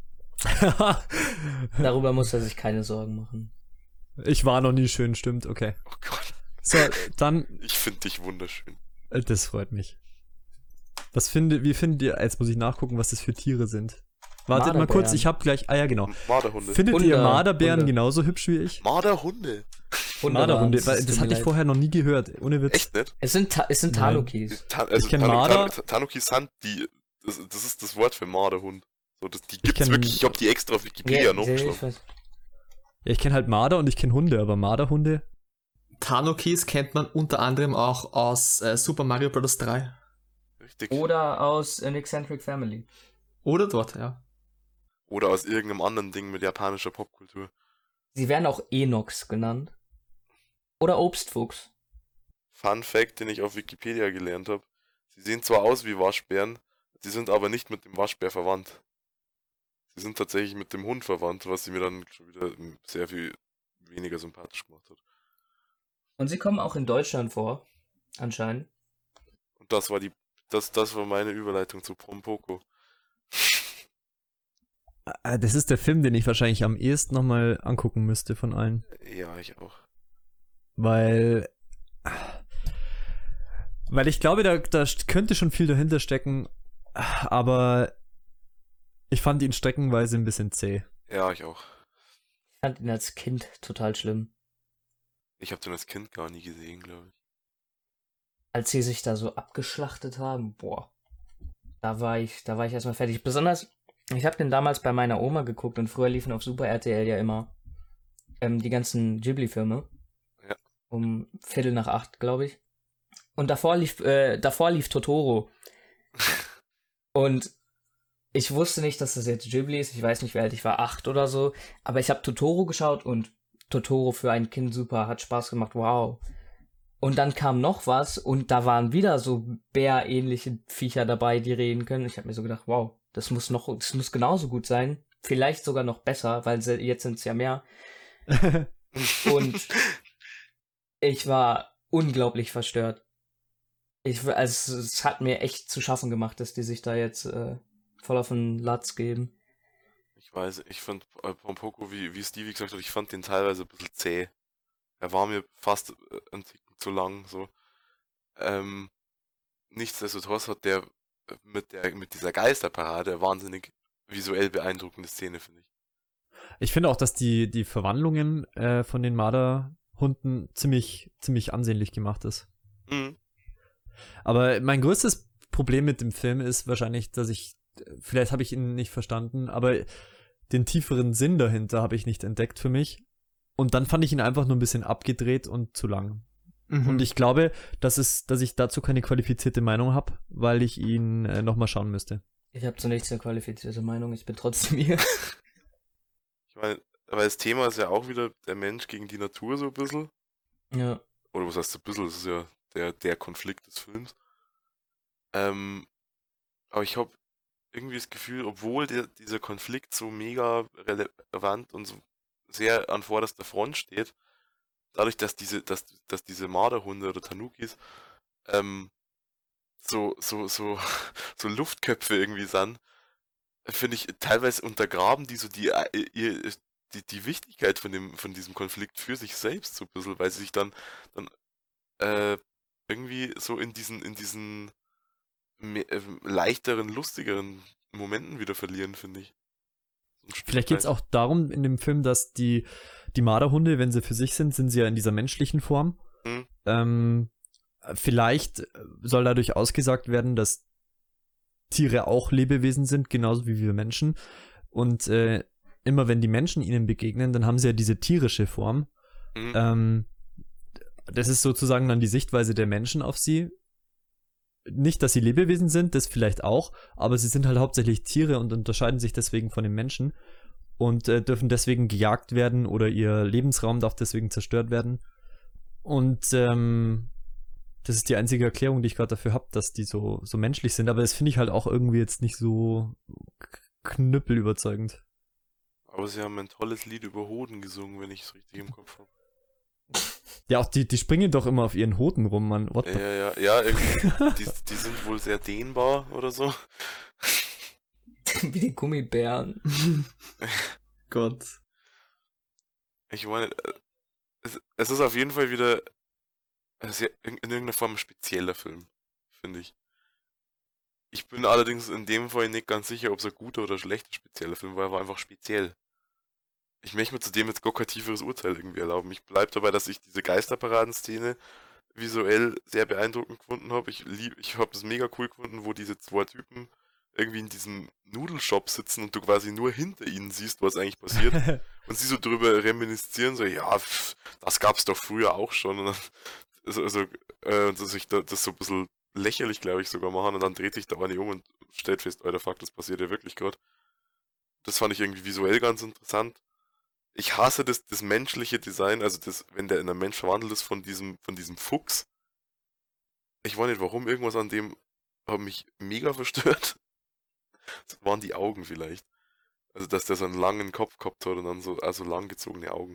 Speaker 4: Darüber muss er sich keine Sorgen machen.
Speaker 5: Ich war noch nie schön, stimmt, okay.
Speaker 6: Oh Gott,
Speaker 5: So, dann,
Speaker 6: ich finde dich wunderschön.
Speaker 5: das freut mich. Wie findet ihr, jetzt muss ich nachgucken, was das für Tiere sind. Wartet mal kurz,
Speaker 4: Marderbären.
Speaker 5: ich hab gleich, ja genau.
Speaker 6: Marderhunde.
Speaker 5: Findet ihr
Speaker 4: Hunde,
Speaker 5: Marderbären
Speaker 4: Hunde.
Speaker 5: genauso hübsch wie ich?
Speaker 6: Marderhunde.
Speaker 5: Marderhunde,
Speaker 4: waren's,
Speaker 5: weil
Speaker 4: es
Speaker 5: das
Speaker 4: tut mir
Speaker 5: hatte ich
Speaker 4: leid.
Speaker 5: vorher noch nie gehört, ohne Witz.
Speaker 6: Echt nicht?
Speaker 4: Es sind
Speaker 5: Nein.
Speaker 4: Tanukis.
Speaker 6: Also
Speaker 5: kenn Marder.
Speaker 6: Tanukis sind das ist das Wort für Marderhund. So, die gibt's
Speaker 5: kenn-
Speaker 6: wirklich, ich hab die extra auf Wikipedia nachgeschlagen.
Speaker 4: ich weiß.
Speaker 5: Ja, ich kenne halt Marder und ich kenne Hunde, aber Marderhunde?
Speaker 1: Tanukis kennt man unter anderem auch aus Super Mario Bros. 3.
Speaker 6: Richtig.
Speaker 4: Oder aus An Eccentric Family.
Speaker 1: Oder dort, ja.
Speaker 6: Oder aus irgendeinem anderen Ding mit japanischer Popkultur.
Speaker 4: Sie werden auch Enox genannt. Oder Obstfuchs.
Speaker 6: Fun Fact, den ich auf Wikipedia gelernt habe. Sie sehen zwar aus wie Waschbären, sie sind aber nicht mit dem Waschbär verwandt. Sie sind tatsächlich mit dem Hund verwandt, was sie mir dann schon wieder sehr viel weniger sympathisch gemacht hat.
Speaker 4: Und sie kommen auch in Deutschland vor. Anscheinend.
Speaker 6: Und das war meine Überleitung zu Pompoko.
Speaker 5: Das ist der Film, den ich wahrscheinlich am ehesten nochmal angucken müsste von allen.
Speaker 6: Ja, ich auch.
Speaker 5: Weil ich glaube, da könnte schon viel dahinter stecken, aber ich fand ihn streckenweise ein bisschen zäh.
Speaker 6: Ja, ich auch.
Speaker 4: Ich fand ihn als Kind total schlimm.
Speaker 6: Ich habe den als Kind gar nie gesehen, glaube ich.
Speaker 4: Als sie sich da so abgeschlachtet haben, boah. Da war ich erstmal fertig. Besonders, ich habe den damals bei meiner Oma geguckt und früher liefen auf Super RTL ja immer die ganzen Ghibli-Filme.
Speaker 6: Ja.
Speaker 4: Um 7:45, glaube ich. Und davor lief Totoro. Und ich wusste nicht, dass das jetzt Ghibli ist. Ich weiß nicht, wie alt ich war, 8 oder so. Aber ich habe Totoro geschaut und Totoro für ein Kind super, hat Spaß gemacht, wow. Und dann kam noch was und da waren wieder so bärähnliche Viecher dabei, die reden können. Ich habe mir so gedacht, wow, das muss genauso gut sein. Vielleicht sogar noch besser, weil jetzt sind es ja mehr. Und ich war unglaublich verstört. Also es hat mir echt zu schaffen gemacht, dass die sich da jetzt voll auf den Latz geben.
Speaker 6: Ich fand Pompoko, wie Stevie gesagt hat, ich fand den teilweise ein bisschen zäh. Er war mir fast ein Ticken zu lang, so. Nichtsdestotrotz hat der mit dieser Geisterparade eine wahnsinnig visuell beeindruckende Szene, finde ich.
Speaker 5: Ich finde auch, dass die Verwandlungen von den Marderhunden ziemlich ansehnlich gemacht ist.
Speaker 6: Mhm.
Speaker 5: Aber mein größtes Problem mit dem Film ist wahrscheinlich, dass vielleicht habe ich ihn nicht verstanden, aber den tieferen Sinn dahinter habe ich nicht entdeckt für mich. Und dann fand ich ihn einfach nur ein bisschen abgedreht und zu lang.
Speaker 1: Mhm.
Speaker 5: Und ich glaube, dass ich dazu keine qualifizierte Meinung habe, weil ich ihn nochmal schauen müsste.
Speaker 4: Ich habe zunächst eine qualifizierte Meinung, ich bin trotzdem hier.
Speaker 6: Ich meine, aber das Thema ist ja auch wieder der Mensch gegen die Natur so ein bisschen.
Speaker 4: Ja.
Speaker 6: Oder was heißt ein bisschen, das ist ja der Konflikt des Films. Aber ich habe irgendwie das Gefühl, obwohl dieser Konflikt so mega relevant und so sehr an vorderster Front steht, dadurch, dass diese Marderhunde oder Tanukis so Luftköpfe irgendwie sind, finde ich, teilweise untergraben die so die Wichtigkeit von diesem Konflikt für sich selbst so ein bisschen, weil sie sich dann irgendwie so in diesen leichteren, lustigeren Momenten wieder verlieren, finde ich. So ein Stück
Speaker 5: Vielleicht geht es
Speaker 6: weit.
Speaker 5: auch darum in dem Film, dass die Marderhunde, wenn sie für sich sind sie ja in dieser menschlichen Form.
Speaker 6: Hm.
Speaker 5: Vielleicht soll dadurch ausgesagt werden, dass Tiere auch Lebewesen sind, genauso wie wir Menschen. Und immer wenn die Menschen ihnen begegnen, dann haben sie ja diese tierische Form.
Speaker 6: Hm.
Speaker 5: Das ist sozusagen dann die Sichtweise der Menschen auf sie. Nicht, dass sie Lebewesen sind, das vielleicht auch, aber sie sind halt hauptsächlich Tiere und unterscheiden sich deswegen von den Menschen und dürfen deswegen gejagt werden oder ihr Lebensraum darf deswegen zerstört werden. Und das ist die einzige Erklärung, die ich gerade dafür habe, dass die so menschlich sind, aber das finde ich halt auch irgendwie jetzt nicht so knüppelüberzeugend.
Speaker 6: Aber sie haben ein tolles Lied über Hoden gesungen, wenn ich es richtig im Kopf habe.
Speaker 5: Ja, auch die springen doch immer auf ihren Hoden rum, Mann. What the
Speaker 6: Ja, irgendwie, die sind wohl sehr dehnbar oder so.
Speaker 4: Wie die Gummibären.
Speaker 1: Gott.
Speaker 6: Ich meine, es ist auf jeden Fall wieder in irgendeiner Form ein spezieller Film, finde ich. Ich bin allerdings in dem Fall nicht ganz sicher, ob es ein guter oder schlechter spezieller Film war. Er war einfach speziell. Ich möchte mir zudem jetzt gar kein tieferes Urteil irgendwie erlauben. Ich bleibe dabei, dass ich diese Geisterparaden-Szene visuell sehr beeindruckend gefunden habe. Ich habe das mega cool gefunden, wo diese zwei Typen irgendwie in diesem Nudelshop sitzen und du quasi nur hinter ihnen siehst, was eigentlich passiert. Und sie so drüber reminiszieren, so, ja, das gab's doch früher auch schon. Und dann, dass ich das so ein bisschen lächerlich, glaube ich, sogar machen. Und dann dreht sich da eine um und stellt fest, Alter, fuck, das passiert ja wirklich gerade. Das fand ich irgendwie visuell ganz interessant. Ich hasse das menschliche Design, also wenn der in einen Mensch verwandelt ist von diesem Fuchs. Ich weiß nicht warum, irgendwas an dem hat mich mega verstört. Das waren die Augen vielleicht. Also dass der so einen langen Kopf gehabt hat und dann so also langgezogene Augen.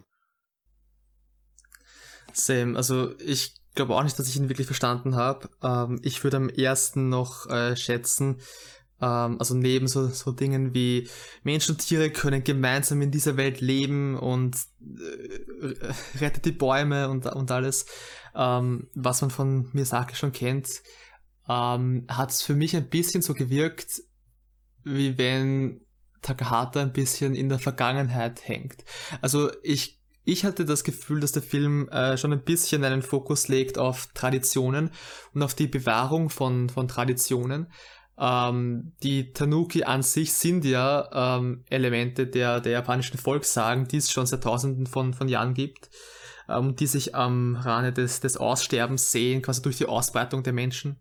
Speaker 1: Same, also ich glaube auch nicht, dass ich ihn wirklich verstanden habe. Ich würde am ersten noch schätzen, also neben so Dingen wie Menschen und Tiere können gemeinsam in dieser Welt leben und rettet die Bäume und alles, was man von Miyazaki schon kennt, hat es für mich ein bisschen so gewirkt, wie wenn Takahata ein bisschen in der Vergangenheit hängt. Also ich hatte das Gefühl, dass der Film schon ein bisschen einen Fokus legt auf Traditionen und auf die Bewahrung von Traditionen. Die Tanuki an sich sind ja Elemente der japanischen Volkssagen, die es schon seit Tausenden von Jahren gibt, die sich am Rande des Aussterbens sehen, quasi durch die Ausbreitung der Menschen.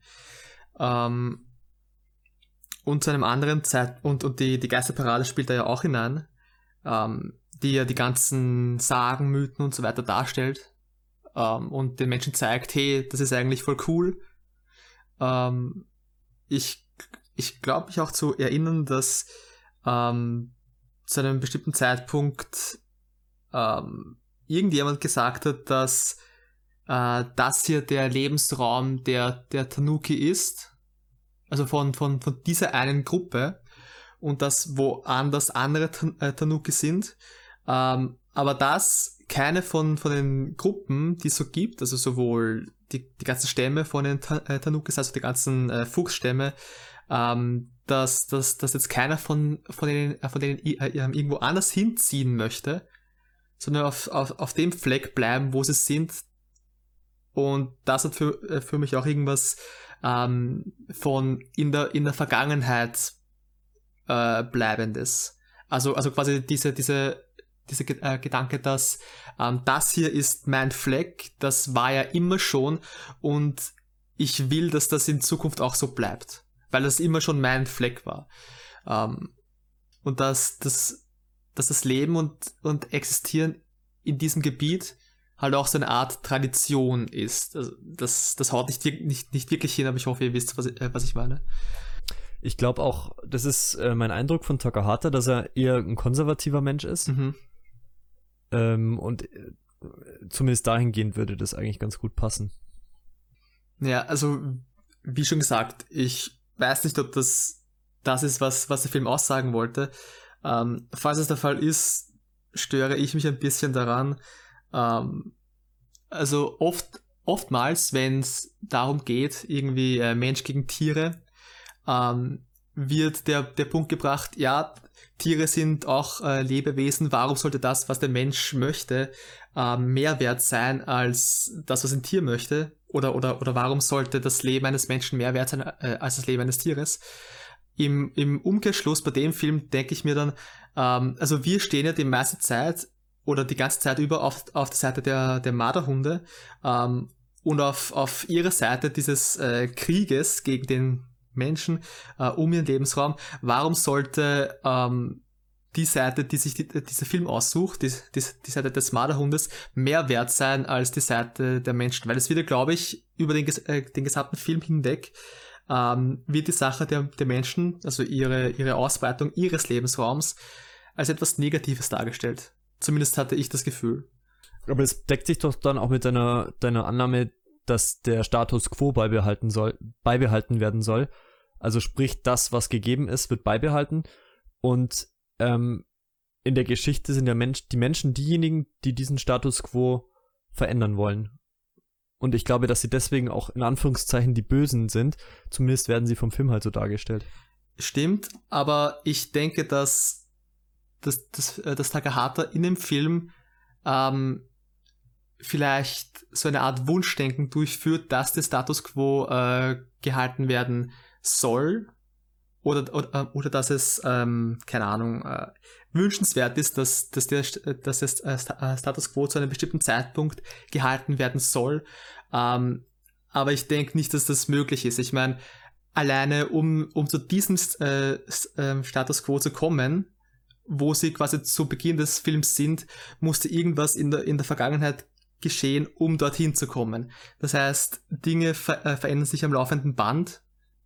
Speaker 1: Und zu einem anderen und die Geisterparade spielt da ja auch hinein, die ja die ganzen Sagen, Mythen und so weiter darstellt, und den Menschen zeigt, hey, das ist eigentlich voll cool. Ich glaube mich auch zu erinnern, dass zu einem bestimmten Zeitpunkt irgendjemand gesagt hat, dass das hier der Lebensraum der Tanuki ist, also von dieser einen Gruppe, und dass woanders andere Tanuki sind, aber dass keine von den Gruppen, die es so gibt, also sowohl die ganzen Stämme von den Tanukis, also die ganzen Fuchsstämme, dass jetzt keiner von denen irgendwo anders hinziehen möchte, sondern auf dem Fleck bleiben, wo sie sind. Und das hat für mich auch irgendwas von in der Vergangenheit Bleibendes. Also quasi diese Gedanke, dass das hier ist mein Fleck, das war ja immer schon und ich will, dass das in Zukunft auch so bleibt, weil das immer schon mein Fleck war. Und dass das Leben und Existieren in diesem Gebiet halt auch so eine Art Tradition ist. Also das haut nicht wirklich hin, aber ich hoffe, ihr wisst, was ich meine.
Speaker 5: Ich glaube auch, das ist mein Eindruck von Takahata, dass er eher ein konservativer Mensch ist.
Speaker 1: Mhm.
Speaker 5: Und zumindest dahingehend würde das eigentlich ganz gut passen.
Speaker 1: Ja, also wie schon gesagt, ich weiß nicht, ob das ist, was der Film aussagen wollte. Falls es der Fall ist, störe ich mich ein bisschen daran. Also oftmals, wenn es darum geht, irgendwie Mensch gegen Tiere, wird der Punkt gebracht, ja, Tiere sind auch Lebewesen, warum sollte das, was der Mensch möchte, mehr wert sein als das, was ein Tier möchte? Oder warum sollte das Leben eines Menschen mehr wert sein als das Leben eines Tieres? Im Umkehrschluss bei dem Film denke ich mir dann, also wir stehen ja die meiste Zeit oder die ganze Zeit über auf der Seite der Marderhunde und auf ihrer Seite dieses Krieges gegen den Menschen um ihren Lebensraum. Warum sollte die Seite, die sich dieser Film aussucht, die Seite des Marderhundes, mehr wert sein als die Seite der Menschen? Weil es wieder, glaube ich, über den gesamten Film hinweg wird die Sache der Menschen, also ihre Ausbreitung ihres Lebensraums, als etwas Negatives dargestellt. Zumindest hatte ich das Gefühl.
Speaker 5: Aber es deckt sich doch dann auch mit deiner Annahme, dass der Status quo beibehalten werden soll. Also sprich, das, was gegeben ist, wird beibehalten. Und in der Geschichte sind die Menschen diejenigen, die diesen Status quo verändern wollen. Und ich glaube, dass sie deswegen auch in Anführungszeichen die Bösen sind. Zumindest werden sie vom Film halt so dargestellt.
Speaker 1: Stimmt, aber ich denke, dass Takahata in dem Film vielleicht so eine Art Wunschdenken durchführt, dass der Status quo gehalten werden soll oder dass es, keine Ahnung, wünschenswert ist, dass der Status quo zu einem bestimmten Zeitpunkt gehalten werden soll. Aber ich denke nicht, dass das möglich ist. Ich meine, alleine um zu diesem Status quo zu kommen, wo sie quasi zu Beginn des Films sind, musste irgendwas in der Vergangenheit geschehen, um dorthin zu kommen. Das heißt, Dinge verändern sich am laufenden Band.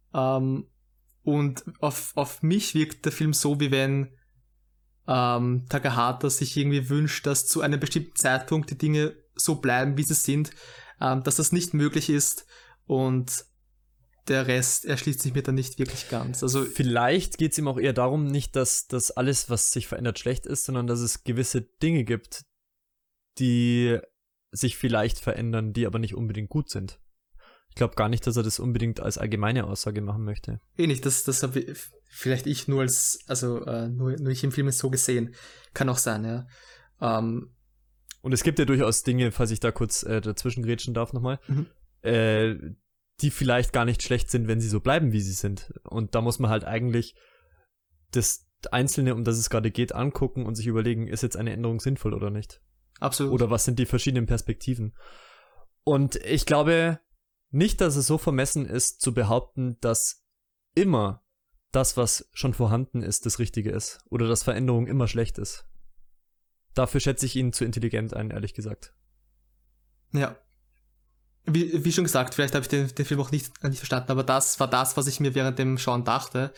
Speaker 1: Und auf mich wirkt der Film so, wie wenn Takahata sich irgendwie wünscht, dass zu einem bestimmten Zeitpunkt die Dinge so bleiben, wie sie sind, dass das nicht möglich ist und der Rest erschließt sich mir dann nicht wirklich ganz. Also
Speaker 5: vielleicht geht es ihm auch eher darum, nicht, dass das alles, was sich verändert, schlecht ist, sondern dass es gewisse Dinge gibt, die sich vielleicht verändern, die aber nicht unbedingt gut sind. Ich glaube gar nicht, dass er das unbedingt als allgemeine Aussage machen möchte.
Speaker 1: Nicht, das habe vielleicht ich nur nur ich im Film so gesehen. Kann auch sein, ja.
Speaker 5: Und es gibt ja durchaus Dinge, falls ich da kurz dazwischen grätschen darf nochmal, die vielleicht gar nicht schlecht sind, wenn sie so bleiben, wie sie sind. Und da muss man halt eigentlich das Einzelne, um das es gerade geht, angucken und sich überlegen, ist jetzt eine Änderung sinnvoll oder nicht?
Speaker 1: Absolut.
Speaker 5: Oder was sind die verschiedenen Perspektiven? Und ich glaube nicht, dass es so vermessen ist, zu behaupten, dass immer das, was schon vorhanden ist, das Richtige ist. Oder dass Veränderung immer schlecht ist. Dafür schätze ich ihn zu intelligent ein, ehrlich gesagt.
Speaker 1: Ja. Wie schon gesagt, vielleicht habe ich den Film auch nicht verstanden, aber das war das, was ich mir während dem Schauen dachte.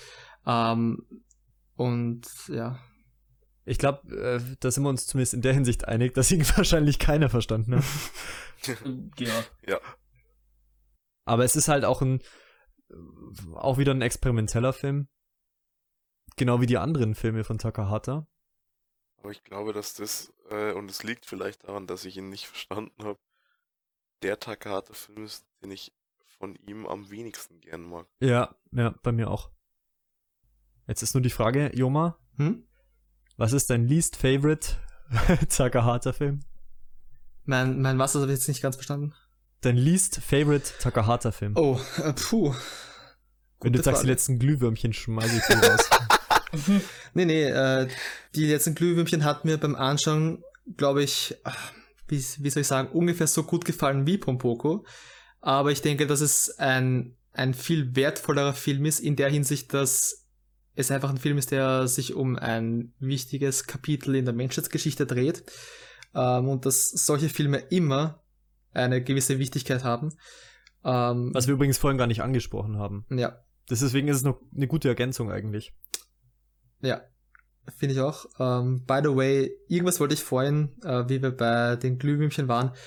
Speaker 1: Und ja.
Speaker 5: Ich glaube, da sind wir uns zumindest in der Hinsicht einig, dass ihn wahrscheinlich keiner verstanden hat.
Speaker 6: Ja.
Speaker 5: Aber es ist halt auch wieder ein experimenteller Film. Genau wie die anderen Filme von Takahata.
Speaker 6: Aber ich glaube, dass das, und es liegt vielleicht daran, dass ich ihn nicht verstanden habe, der Takahata-Film ist, den ich von ihm am wenigsten gern mag.
Speaker 5: Ja, bei mir auch. Jetzt ist nur die Frage, Joma, was ist dein least favorite Takahata-Film?
Speaker 1: Mein was, das habe ich jetzt nicht ganz verstanden.
Speaker 5: Dein least favorite Takahata-Film?
Speaker 1: Oh, puh.
Speaker 5: Wenn du sagst, die letzten Glühwürmchen, schmeiß ich die raus.
Speaker 1: Nee, die letzten Glühwürmchen hat mir beim Anschauen, glaube ich, wie soll ich sagen, ungefähr so gut gefallen wie Pompoko. Aber ich denke, dass es ein viel wertvollerer Film ist, in der Hinsicht, dass es einfach ein Film ist, der sich um ein wichtiges Kapitel in der Menschheitsgeschichte dreht. Und dass solche Filme immer eine gewisse Wichtigkeit haben.
Speaker 5: Was wir übrigens vorhin gar nicht angesprochen haben.
Speaker 1: Ja.
Speaker 5: Deswegen ist es noch eine gute Ergänzung eigentlich.
Speaker 1: Ja, finde ich auch. By the way, irgendwas wollte ich vorhin, wie wir bei den Glühwürmchen waren,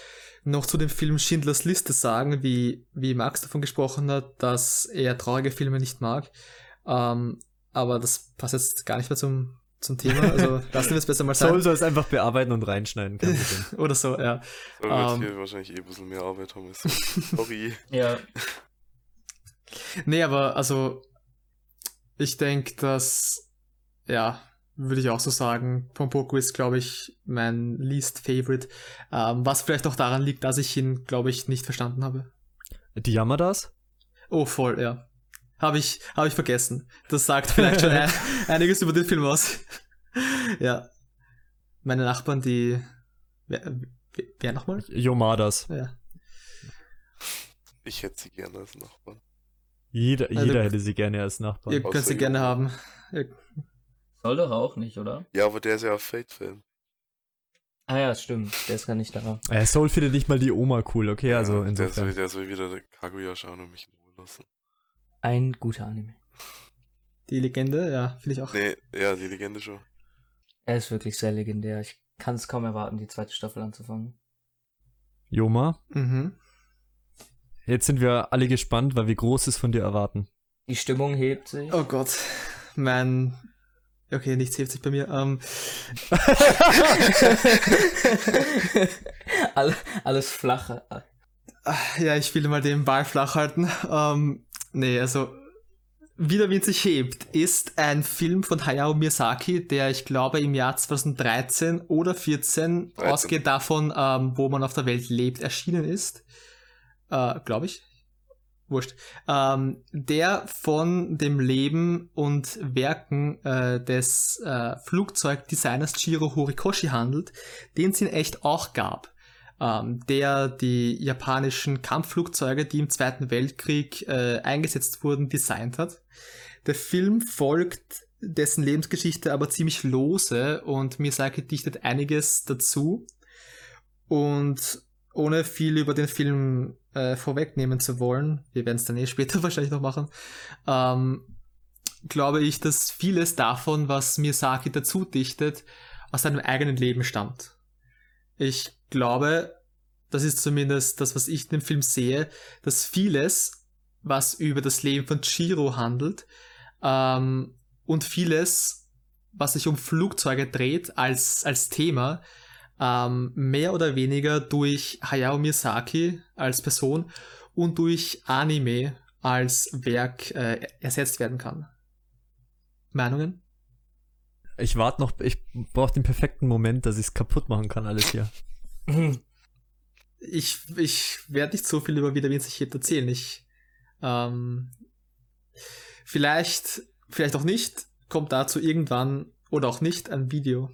Speaker 1: noch zu dem Film Schindlers Liste sagen, wie Max davon gesprochen hat, dass er traurige Filme nicht mag. Aber das passt jetzt gar nicht mehr zum Thema. Also lassen wir es besser mal sein.
Speaker 5: Soll es einfach bearbeiten und reinschneiden. Kein Problem.
Speaker 1: Oder so, ja.
Speaker 6: So wird hier wahrscheinlich ein bisschen mehr Arbeit haben. Sorry.
Speaker 4: Ja.
Speaker 1: Nee, aber also ich denke, dass, ja, würde ich auch so sagen, Pompoko ist, glaube ich, mein least favorite. Was vielleicht auch daran liegt, dass ich ihn, glaube ich, nicht verstanden habe.
Speaker 5: Die Yamadas?
Speaker 1: Oh, voll, ja. Habe ich vergessen. Das sagt vielleicht schon einiges über den Film aus. Ja. Meine Nachbarn, die... Wer nochmal?
Speaker 5: Yomadas.
Speaker 1: Ja.
Speaker 6: Ich hätte sie gerne als Nachbarn.
Speaker 5: Jeder hätte sie gerne als Nachbarn.
Speaker 1: Ihr könnt
Speaker 6: Außer
Speaker 1: sie gerne
Speaker 6: Joma.
Speaker 1: haben.
Speaker 4: Soll doch auch nicht, oder?
Speaker 6: Ja, aber der ist ja auf Fate-Fan.
Speaker 4: Ah ja, stimmt. Der ist gar nicht da.
Speaker 5: Soul findet nicht mal die Oma cool, okay? Also insofern.
Speaker 6: Der soll wieder Kaguya schauen und mich in Ruhe lassen.
Speaker 4: Ein guter Anime.
Speaker 1: Die Legende, ja, finde ich auch.
Speaker 6: Nee, ja, die Legende schon.
Speaker 4: Er ist wirklich sehr legendär. Ich kann es kaum erwarten, die zweite Staffel anzufangen.
Speaker 5: Joma,
Speaker 1: Mhm.
Speaker 5: jetzt sind wir alle gespannt, weil wir Großes von dir erwarten.
Speaker 4: Die Stimmung hebt sich.
Speaker 1: Oh Gott. Okay, nichts hebt sich bei mir.
Speaker 4: Alles flache.
Speaker 1: Ja, ich will mal den Ball flach halten. Nee, also Wie der Wind sich hebt ist ein Film von Hayao Miyazaki, der ich glaube im Jahr 2013 oder 2014 ausgeht davon, wo man auf der Welt lebt, erschienen ist. Glaube ich. Wurscht. Der von dem Leben und Werken des Flugzeugdesigners Jiro Horikoshi handelt, den es in echt auch gab. Der die japanischen Kampfflugzeuge, die im Zweiten Weltkrieg eingesetzt wurden, designt hat. Der Film folgt dessen Lebensgeschichte aber ziemlich lose und Miyazaki dichtet einiges dazu. Und ohne viel über den Film vorwegnehmen zu wollen, wir werden es dann später wahrscheinlich noch machen, glaube ich, dass vieles davon, was Miyazaki dazu dichtet, aus seinem eigenen Leben stammt. Ich glaube, das ist zumindest das, was ich in dem Film sehe, dass vieles, was über das Leben von Jiro handelt, und vieles, was sich um Flugzeuge dreht als Thema, mehr oder weniger durch Hayao Miyazaki als Person und durch Anime als Werk ersetzt werden kann. Meinungen?
Speaker 5: Ich brauche den perfekten Moment, dass ich es kaputt machen kann, alles hier.
Speaker 1: Ich werde nicht so viel über Wie der Wind sich hebt erzählen. Vielleicht auch nicht, kommt dazu irgendwann oder auch nicht ein Video.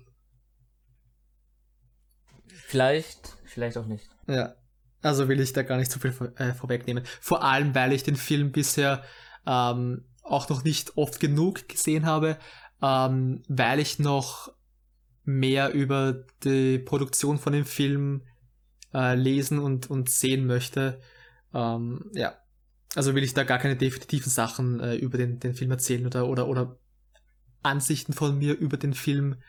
Speaker 4: Vielleicht auch nicht.
Speaker 1: Ja, also will ich da gar nicht so viel vorwegnehmen. Vor allem, weil ich den Film bisher auch noch nicht oft genug gesehen habe, weil ich noch mehr über die Produktion von dem Film lesen und sehen möchte. Ja, also will ich da gar keine definitiven Sachen über den Film erzählen oder Ansichten von mir über den Film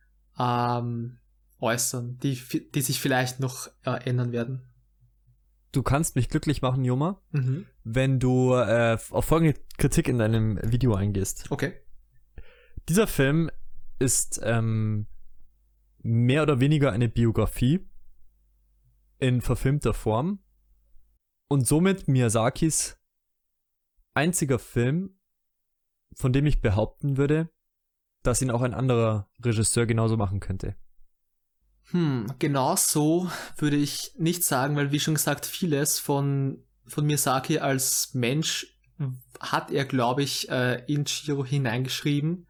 Speaker 1: äußern, die sich vielleicht noch ändern werden.
Speaker 5: Du kannst mich glücklich machen, Joma,
Speaker 1: Mhm.
Speaker 5: wenn du auf folgende Kritik in deinem Video eingehst.
Speaker 1: Okay.
Speaker 5: Dieser Film ist mehr oder weniger eine Biografie in verfilmter Form und somit Miyazakis einziger Film, von dem ich behaupten würde, dass ihn auch ein anderer Regisseur genauso machen könnte.
Speaker 1: Genau so würde ich nicht sagen, weil wie schon gesagt, vieles von Miyazaki als Mensch hat er, glaube ich, in Jiro hineingeschrieben.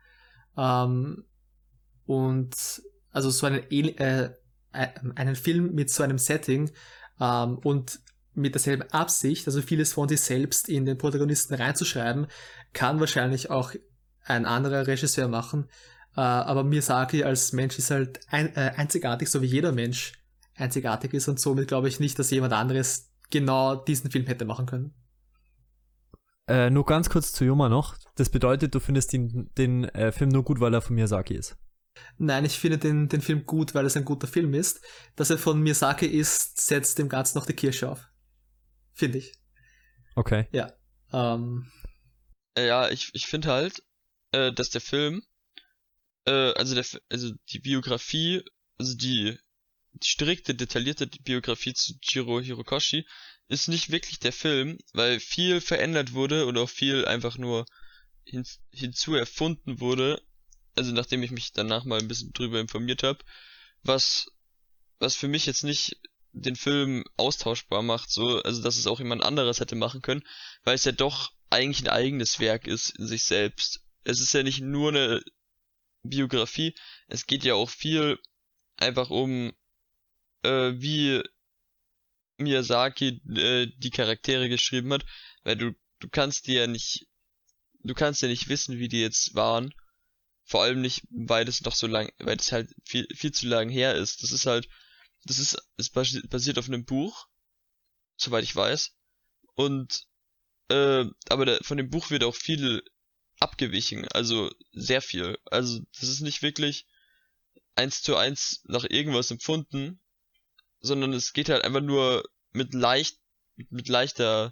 Speaker 1: Und also so einen Film mit so einem Setting und mit derselben Absicht, also vieles von sich selbst in den Protagonisten reinzuschreiben, kann wahrscheinlich auch ein anderer Regisseur machen. Aber Miyazaki als Mensch ist halt einzigartig, so wie jeder Mensch einzigartig ist und somit glaube ich nicht, dass jemand anderes genau diesen Film hätte machen können.
Speaker 5: Nur ganz kurz zu Joma noch. Das bedeutet, du findest den Film nur gut, weil er von Miyazaki ist.
Speaker 1: Nein, ich finde den Film gut, weil es ein guter Film ist. Dass er von Miyazaki ist, setzt dem Ganzen noch die Kirsche auf. Finde ich.
Speaker 5: Okay.
Speaker 1: Ja.
Speaker 2: Ja, ich finde halt, dass der Film, also die Biografie, also die strikte, detaillierte Biografie zu Jiro Hirokoshi ist nicht wirklich der Film, weil viel verändert wurde und auch viel einfach nur hinzu erfunden wurde, also nachdem ich mich danach mal ein bisschen drüber informiert habe, was für mich jetzt nicht den Film austauschbar macht, so, also dass es auch jemand anderes hätte machen können, weil es ja doch eigentlich ein eigenes Werk ist in sich selbst. Es ist ja nicht nur eine Biografie, es geht ja auch viel einfach um, wie Miyazaki die Charaktere geschrieben hat, weil du kannst ja nicht wissen, wie die jetzt waren, vor allem nicht, weil es halt viel zu lang her ist. Es basiert auf einem Buch, soweit ich weiß, und aber von dem Buch wird auch viel abgewichen, also sehr viel. Also das ist nicht wirklich 1:1 nach irgendwas empfunden, sondern es geht halt einfach nur mit leichter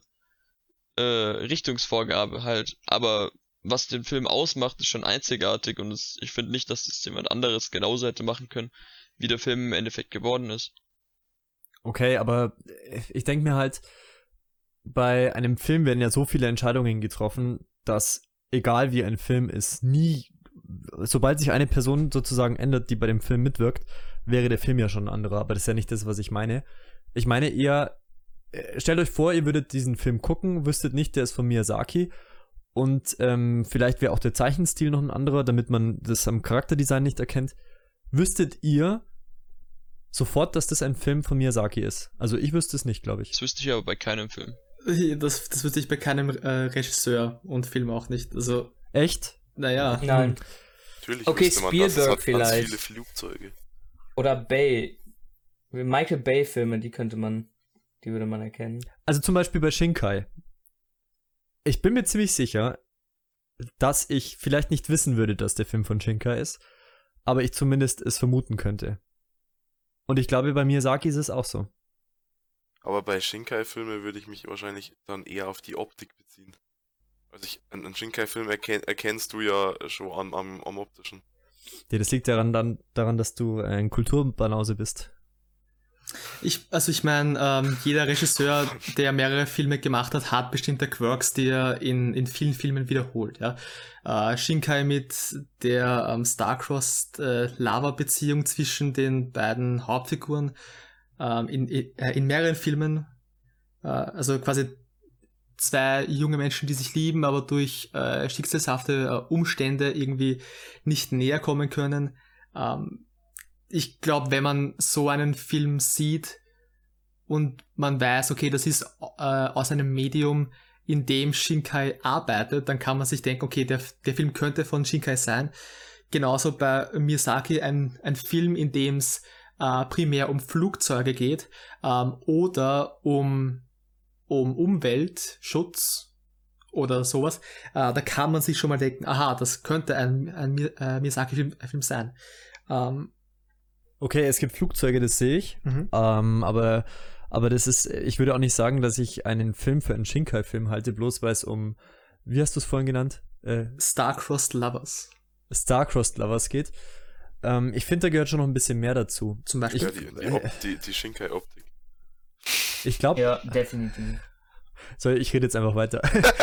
Speaker 2: Richtungsvorgabe halt. Aber was den Film ausmacht, ist schon einzigartig und ich finde nicht, dass es jemand anderes genauso hätte machen können, wie der Film im Endeffekt geworden ist.
Speaker 5: Okay, aber ich denke mir halt, bei einem Film werden ja so viele Entscheidungen getroffen, dass egal wie ein Film ist, sobald sich eine Person sozusagen ändert, die bei dem Film mitwirkt, wäre der Film ja schon ein anderer. Aber das ist ja nicht das, was ich meine. Ich meine eher, stellt euch vor, ihr würdet diesen Film gucken, wüsstet nicht, der ist von Miyazaki und vielleicht wäre auch der Zeichenstil noch ein anderer, damit man das am Charakterdesign nicht erkennt. Wüsstet ihr sofort, dass das ein Film von Miyazaki ist? Also ich wüsste es nicht, glaube ich.
Speaker 2: Das wüsste ich aber bei keinem Film.
Speaker 1: Das wüsste ich bei keinem Regisseur und Film auch nicht. Also,
Speaker 5: Echt?
Speaker 1: naja.
Speaker 4: Nein.
Speaker 6: Natürlich
Speaker 4: Okay,
Speaker 6: wüsste man, dass es
Speaker 4: Spielberg
Speaker 6: hat ganz
Speaker 4: vielleicht.
Speaker 6: viele Flugzeuge.
Speaker 4: Oder Bay. Michael Bay-Filme, die würde man erkennen.
Speaker 5: Also zum Beispiel bei Shinkai. Ich bin mir ziemlich sicher, dass ich vielleicht nicht wissen würde, dass der Film von Shinkai ist, aber ich zumindest es vermuten könnte. Und ich glaube, bei Miyazaki ist es auch so.
Speaker 6: Aber bei Shinkai-Filmen würde ich mich wahrscheinlich dann eher auf die Optik beziehen. Also einen Shinkai-Film erkennst du ja schon am optischen.
Speaker 5: Ja, das liegt daran, dass du ein Kulturbanause bist.
Speaker 1: Ich meine, jeder Regisseur, der mehrere Filme gemacht hat bestimmte Quirks, die er in vielen Filmen wiederholt. Ja. Shinkai mit der Star-Crossed Lava-Beziehung zwischen den beiden Hauptfiguren in mehreren Filmen. Also quasi zwei junge Menschen, die sich lieben, aber durch schicksalshafte Umstände irgendwie nicht näher kommen können. Ich glaube, wenn man so einen Film sieht und man weiß, okay, das ist aus einem Medium, in dem Shinkai arbeitet, dann kann man sich denken, okay, der Film könnte von Shinkai sein. Genauso bei Miyazaki ein Film, in dem es primär um Flugzeuge geht oder um Umweltschutz oder sowas. Da kann man sich schon mal denken, aha, das könnte ein Miyazaki-Film sein.
Speaker 5: Okay, es gibt Flugzeuge, das sehe ich.
Speaker 1: Mhm.
Speaker 5: Aber das ist, ich würde auch nicht sagen, dass ich einen Film für einen Shinkai-Film halte, bloß weil es um, wie hast du es vorhin genannt?
Speaker 1: Star-Crossed Lovers.
Speaker 5: Star-Crossed Lovers geht. Ich finde, da gehört schon noch ein bisschen mehr dazu.
Speaker 1: Zum Beispiel.
Speaker 6: Ja, die Shinkai-Optik.
Speaker 5: Ich glaube.
Speaker 4: Ja, definitiv.
Speaker 5: So, ich rede jetzt einfach weiter.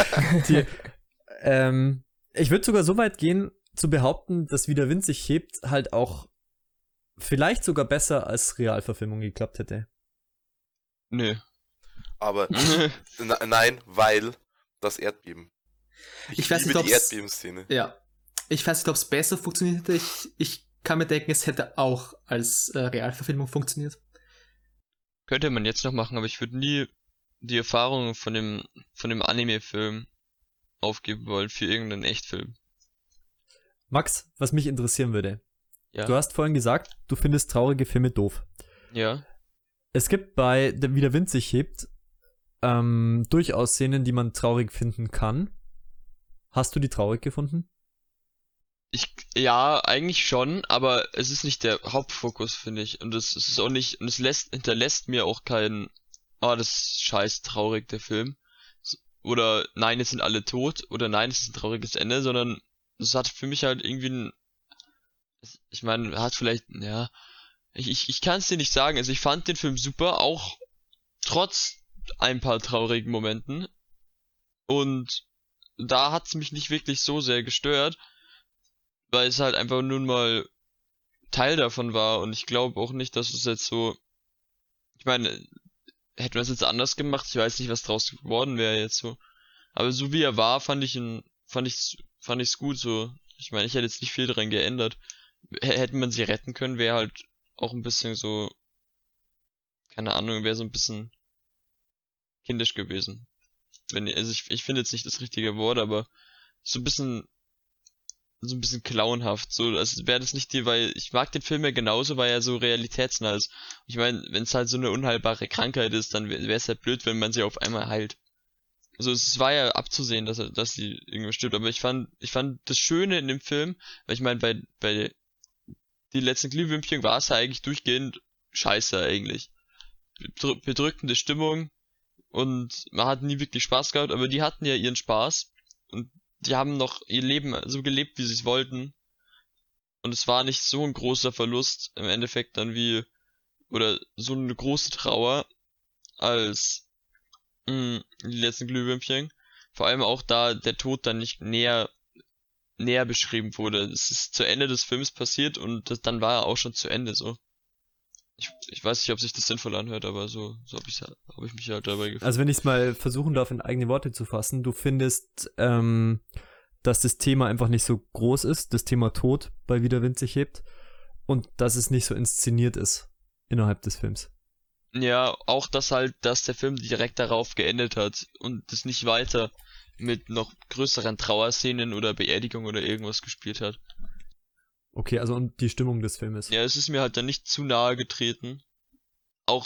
Speaker 5: Ich würde sogar so weit gehen, zu behaupten, dass Wie der Wind sich hebt, halt auch vielleicht sogar besser als Realverfilmung geklappt hätte.
Speaker 2: Nö.
Speaker 6: Aber nein, weil das Erdbeben.
Speaker 1: Ich weiß
Speaker 6: liebe
Speaker 1: nicht,
Speaker 6: die
Speaker 1: ob's-
Speaker 6: Erdbebenszene.
Speaker 1: Ja. Ich weiß nicht, ob es besser funktioniert hätte. Ich kann mir denken, es hätte auch als Realverfilmung funktioniert.
Speaker 2: Könnte man jetzt noch machen, aber ich würde nie die Erfahrung von dem Anime-Film aufgeben wollen für irgendeinen Echtfilm.
Speaker 5: Max, was mich interessieren würde.
Speaker 2: Ja.
Speaker 5: Du hast vorhin gesagt, du findest traurige Filme doof.
Speaker 2: Ja.
Speaker 5: Es gibt bei Wie der Wind sich hebt durchaus Szenen, die man traurig finden kann. Hast du die traurig gefunden?
Speaker 2: Ja, eigentlich schon, aber es ist nicht der Hauptfokus, finde ich. Und es ist auch nicht, und hinterlässt mir auch kein, das ist scheiß traurig, der Film. Oder nein, jetzt sind alle tot, oder nein, es ist ein trauriges Ende, sondern es hat für mich halt irgendwie ich meine, hat vielleicht, ja, ich kann es dir nicht sagen. Also ich fand den Film super, auch trotz ein paar traurigen Momenten. Und da hat's mich nicht wirklich so sehr gestört, weil es halt einfach nun mal Teil davon war. Und ich glaube auch nicht, dass es jetzt so, ich meine, hätten wir es jetzt anders gemacht, ich weiß nicht, was draus geworden wäre jetzt so. Aber so wie er war, fand ich's gut so. Ich meine, ich hätte jetzt nicht viel dran geändert. Hätte man sie retten können, wäre halt auch ein bisschen so, keine Ahnung, wäre so ein bisschen kindisch gewesen. Also ich finde jetzt nicht das richtige Wort, aber so ein bisschen clownhaft, so, als wäre das nicht weil ich mag den Film ja genauso, weil er so realitätsnah ist. Ich meine, wenn es halt so eine unheilbare Krankheit ist, dann wäre es halt blöd, wenn man sie auf einmal heilt. Also es war ja abzusehen, dass sie irgendwie stirbt, aber ich fand das Schöne in dem Film, weil ich meine, bei die letzten Glühwürmchen war es ja eigentlich durchgehend scheiße eigentlich. Bedrückende Stimmung und man hat nie wirklich Spaß gehabt, aber die hatten ja ihren Spaß und die haben noch ihr Leben so gelebt, wie sie es wollten. Und es war nicht so ein großer Verlust im Endeffekt dann oder so eine große Trauer als die letzten Glühwürmchen. Vor allem auch da der Tod dann nicht näher beschrieben wurde. Es ist zu Ende des Films passiert und dann war er auch schon zu Ende so. Ich weiß nicht, ob sich das sinnvoll anhört, aber so hab ich mich halt dabei gefühlt.
Speaker 5: Also wenn ich es mal versuchen darf, in eigene Worte zu fassen, du findest, dass das Thema einfach nicht so groß ist, das Thema Tod bei Wie der Wind sich hebt, und dass es nicht so inszeniert ist innerhalb des Films.
Speaker 2: Ja, auch dass der Film direkt darauf geendet hat und das nicht weiter mit noch größeren Trauerszenen oder Beerdigung oder irgendwas gespielt hat.
Speaker 5: Okay, also und die Stimmung des Filmes.
Speaker 2: Ja, es ist mir halt dann nicht zu nahe getreten. Auch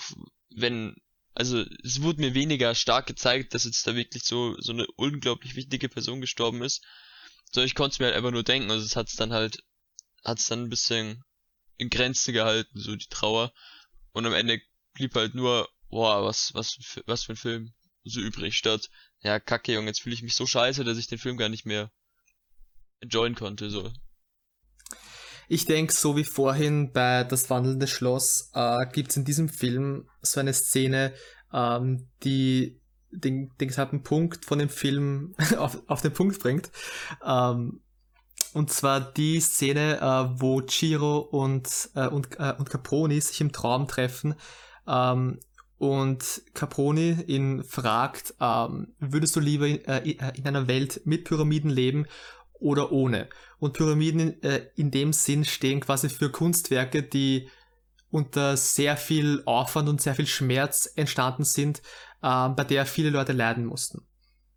Speaker 2: also es wurde mir weniger stark gezeigt, dass jetzt da wirklich so eine unglaublich wichtige Person gestorben ist. Sondern ich konnte es mir halt einfach nur denken, also es hat's dann ein bisschen in Grenzen gehalten, so die Trauer. Und am Ende blieb halt nur, boah, was für ein Film so übrig, statt, ja, kacke, Junge, jetzt fühle ich mich so scheiße, dass ich den Film gar nicht mehr enjoyen konnte, so.
Speaker 1: Ich denke, so wie vorhin bei Das wandelnde Schloss, gibt's in diesem Film so eine Szene, die den gesamten Punkt von dem Film auf den Punkt bringt. Und zwar die Szene, wo Chiro und Caproni sich im Traum treffen, und Caproni ihn fragt, würdest du lieber in einer Welt mit Pyramiden leben oder ohne? Und Pyramiden in dem Sinn stehen quasi für Kunstwerke, die unter sehr viel Aufwand und sehr viel Schmerz entstanden sind, bei der viele Leute leiden mussten.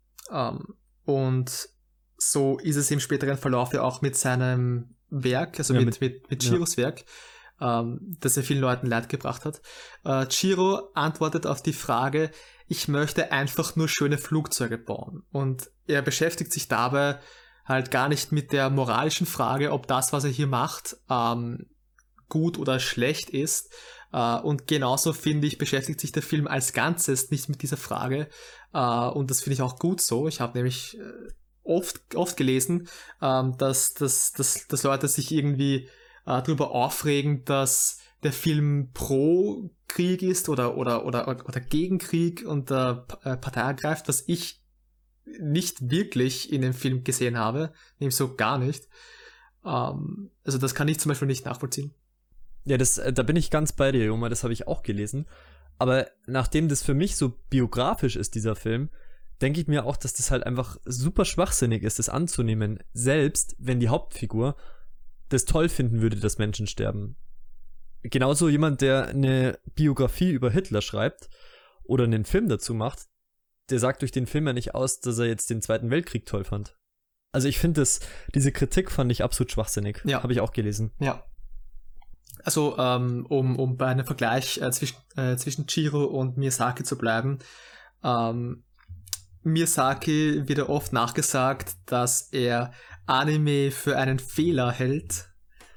Speaker 1: Und so ist es im späteren Verlauf ja auch mit seinem Werk, also ja, mit Chiros Werk, das er vielen Leuten Leid gebracht hat. Chiro antwortet auf die Frage, ich möchte einfach nur schöne Flugzeuge bauen. Und er beschäftigt sich dabei halt gar nicht mit der moralischen Frage, ob das, was er hier macht, gut oder schlecht ist. Und genauso, finde ich, beschäftigt sich der Film als Ganzes nicht mit dieser Frage. Und das finde ich auch gut so. Ich habe nämlich oft gelesen, dass Leute sich irgendwie darüber aufregen, dass der Film pro Krieg ist oder gegen Krieg und Partei ergreift, was ich nicht wirklich in dem Film gesehen habe, nämlich so gar nicht. Also das kann ich zum Beispiel nicht nachvollziehen.
Speaker 5: Ja, da bin ich ganz bei dir, Joma, das habe ich auch gelesen. Aber nachdem das für mich so biografisch ist, dieser Film, denke ich mir auch, dass das halt einfach super schwachsinnig ist, das anzunehmen, selbst wenn die Hauptfigur das toll finden würde, dass Menschen sterben. Genauso jemand, der eine Biografie über Hitler schreibt oder einen Film dazu macht, der sagt durch den Film ja nicht aus, dass er jetzt den Zweiten Weltkrieg toll fand. Also ich finde diese Kritik fand ich absolut schwachsinnig. Ja. Habe ich auch gelesen.
Speaker 1: Ja. Also, um bei einem Vergleich zwischen Chiro und Miyazaki zu bleiben, Miyazaki wird oft nachgesagt, dass er Anime für einen Fehler hält.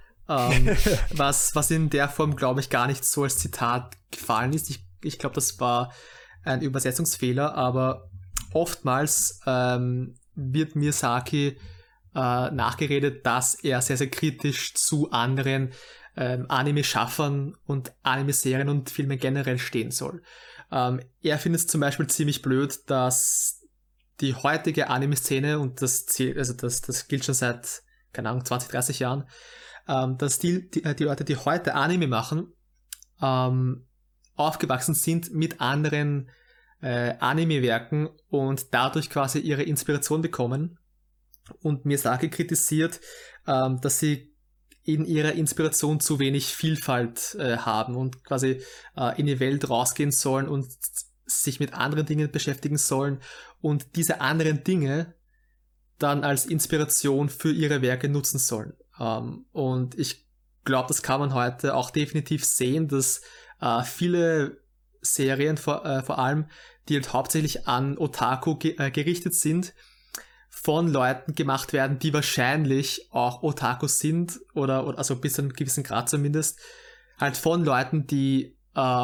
Speaker 1: Was in der Form, glaube ich, gar nicht so als Zitat gefallen ist. Ich glaube, das war ein Übersetzungsfehler, aber oftmals wird Miyazaki nachgeredet, dass er sehr, sehr kritisch zu anderen Anime-Schaffern und Anime-Serien und Filmen generell stehen soll. Er findet es zum Beispiel ziemlich blöd, dass die heutige Anime-Szene, und das gilt schon seit, keine Ahnung, 20, 30 Jahren, dass die Leute, die heute Anime machen, aufgewachsen sind mit anderen Anime-Werken und dadurch quasi ihre Inspiration bekommen. Und Miyazaki kritisiert, dass sie in ihrer Inspiration zu wenig Vielfalt haben und quasi in die Welt rausgehen sollen und sich mit anderen Dingen beschäftigen sollen und diese anderen Dinge dann als Inspiration für ihre Werke nutzen sollen. Und ich glaube, das kann man heute auch definitiv sehen, dass viele Serien, vor allem, die halt hauptsächlich an Otaku gerichtet sind, von Leuten gemacht werden, die wahrscheinlich auch Otakus sind oder also bis zu einem gewissen Grad zumindest, halt von Leuten, die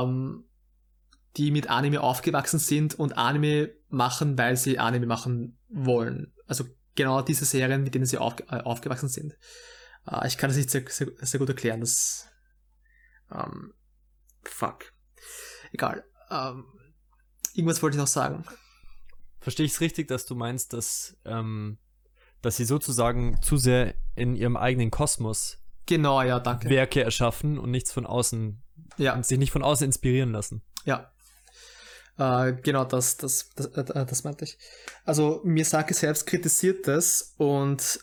Speaker 1: mit Anime aufgewachsen sind und Anime machen, weil sie Anime machen wollen. Also genau diese Serien, mit denen sie aufgewachsen sind. Ich kann das nicht sehr, sehr, sehr gut erklären. Das egal. Irgendwas wollte ich noch sagen.
Speaker 5: Verstehe ich es richtig, dass du meinst, dass sie sozusagen zu sehr in ihrem eigenen Kosmos
Speaker 1: Genau, ja, danke.
Speaker 5: Werke erschaffen und nichts von außen, und sich nicht von außen inspirieren lassen?
Speaker 1: Ja. Genau, das meinte ich. Also Miyazaki selbst kritisiert das und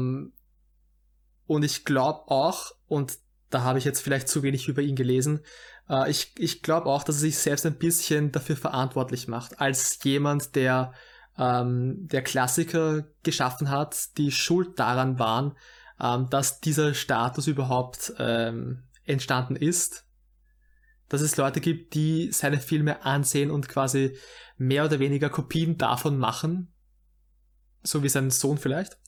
Speaker 1: ich glaube auch, und da habe ich jetzt vielleicht zu wenig über ihn gelesen, ich glaube auch, dass er sich selbst ein bisschen dafür verantwortlich macht, als jemand, der Klassiker geschaffen hat, die schuld daran waren, dass dieser Status überhaupt entstanden ist. Dass es Leute gibt, die seine Filme ansehen und quasi mehr oder weniger Kopien davon machen. So wie sein Sohn vielleicht.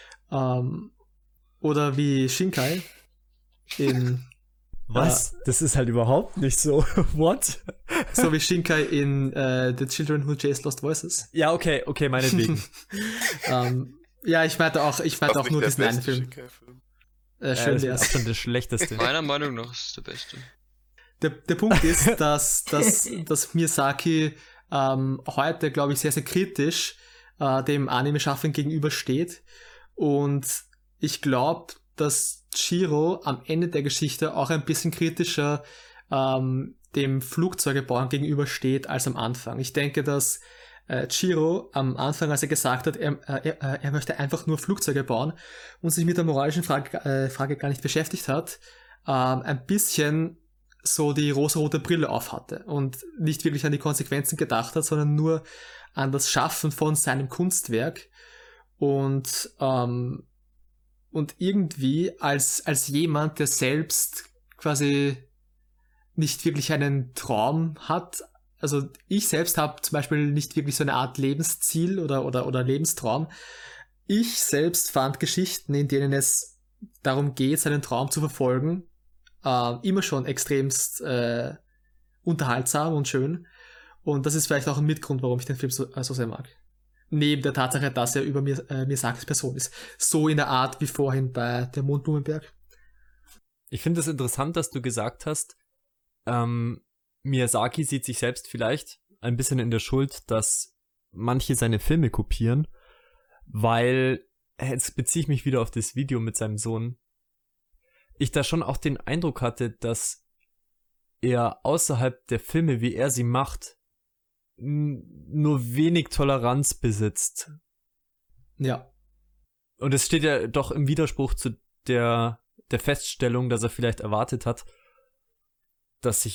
Speaker 1: Oder wie Shinkai in...
Speaker 5: Was? Das ist halt überhaupt nicht so. What?
Speaker 1: So wie Shinkai in The Children Who Chased Lost Voices.
Speaker 5: Ja, okay, meinetwegen.
Speaker 1: Ja, ich meinte auch nur diesen einen Film. Schön
Speaker 5: das ist
Speaker 1: wär's.
Speaker 5: schon das Schlechteste.
Speaker 2: Meiner Meinung nach ist es der beste.
Speaker 1: Der Punkt ist, dass Miyazaki heute, glaube ich, sehr, sehr kritisch dem Anime-Schaffen gegenübersteht. Und ich glaube, dass Chihiro am Ende der Geschichte auch ein bisschen kritischer dem Flugzeugebauen gegenübersteht als am Anfang. Ich denke, dass Chihiro am Anfang, als er gesagt hat, er möchte einfach nur Flugzeuge bauen und sich mit der moralischen Frage gar nicht beschäftigt hat, ein bisschen so die rosarote Brille auf hatte und nicht wirklich an die Konsequenzen gedacht hat, sondern nur an das Schaffen von seinem Kunstwerk und irgendwie als jemand, der selbst quasi nicht wirklich einen Traum hat. Also ich selbst habe zum Beispiel nicht wirklich so eine Art Lebensziel oder Lebenstraum. Ich selbst fand Geschichten, in denen es darum geht, seinen Traum zu verfolgen, immer schon extremst unterhaltsam und schön. Und das ist vielleicht auch ein Mitgrund, warum ich den Film so sehr mag. Neben der Tatsache, dass er über Miyazakis Person ist. So in der Art wie vorhin bei der Mondblumenberg.
Speaker 5: Ich finde es interessant, dass du gesagt hast, Miyazaki sieht sich selbst vielleicht ein bisschen in der Schuld, dass manche seine Filme kopieren, weil, jetzt beziehe ich mich wieder auf das Video mit seinem Sohn, ich da schon auch den Eindruck hatte, dass er außerhalb der Filme, wie er sie macht, nur wenig Toleranz besitzt.
Speaker 1: Ja.
Speaker 5: Und es steht ja doch im Widerspruch zu der Feststellung, dass er vielleicht erwartet hat, dass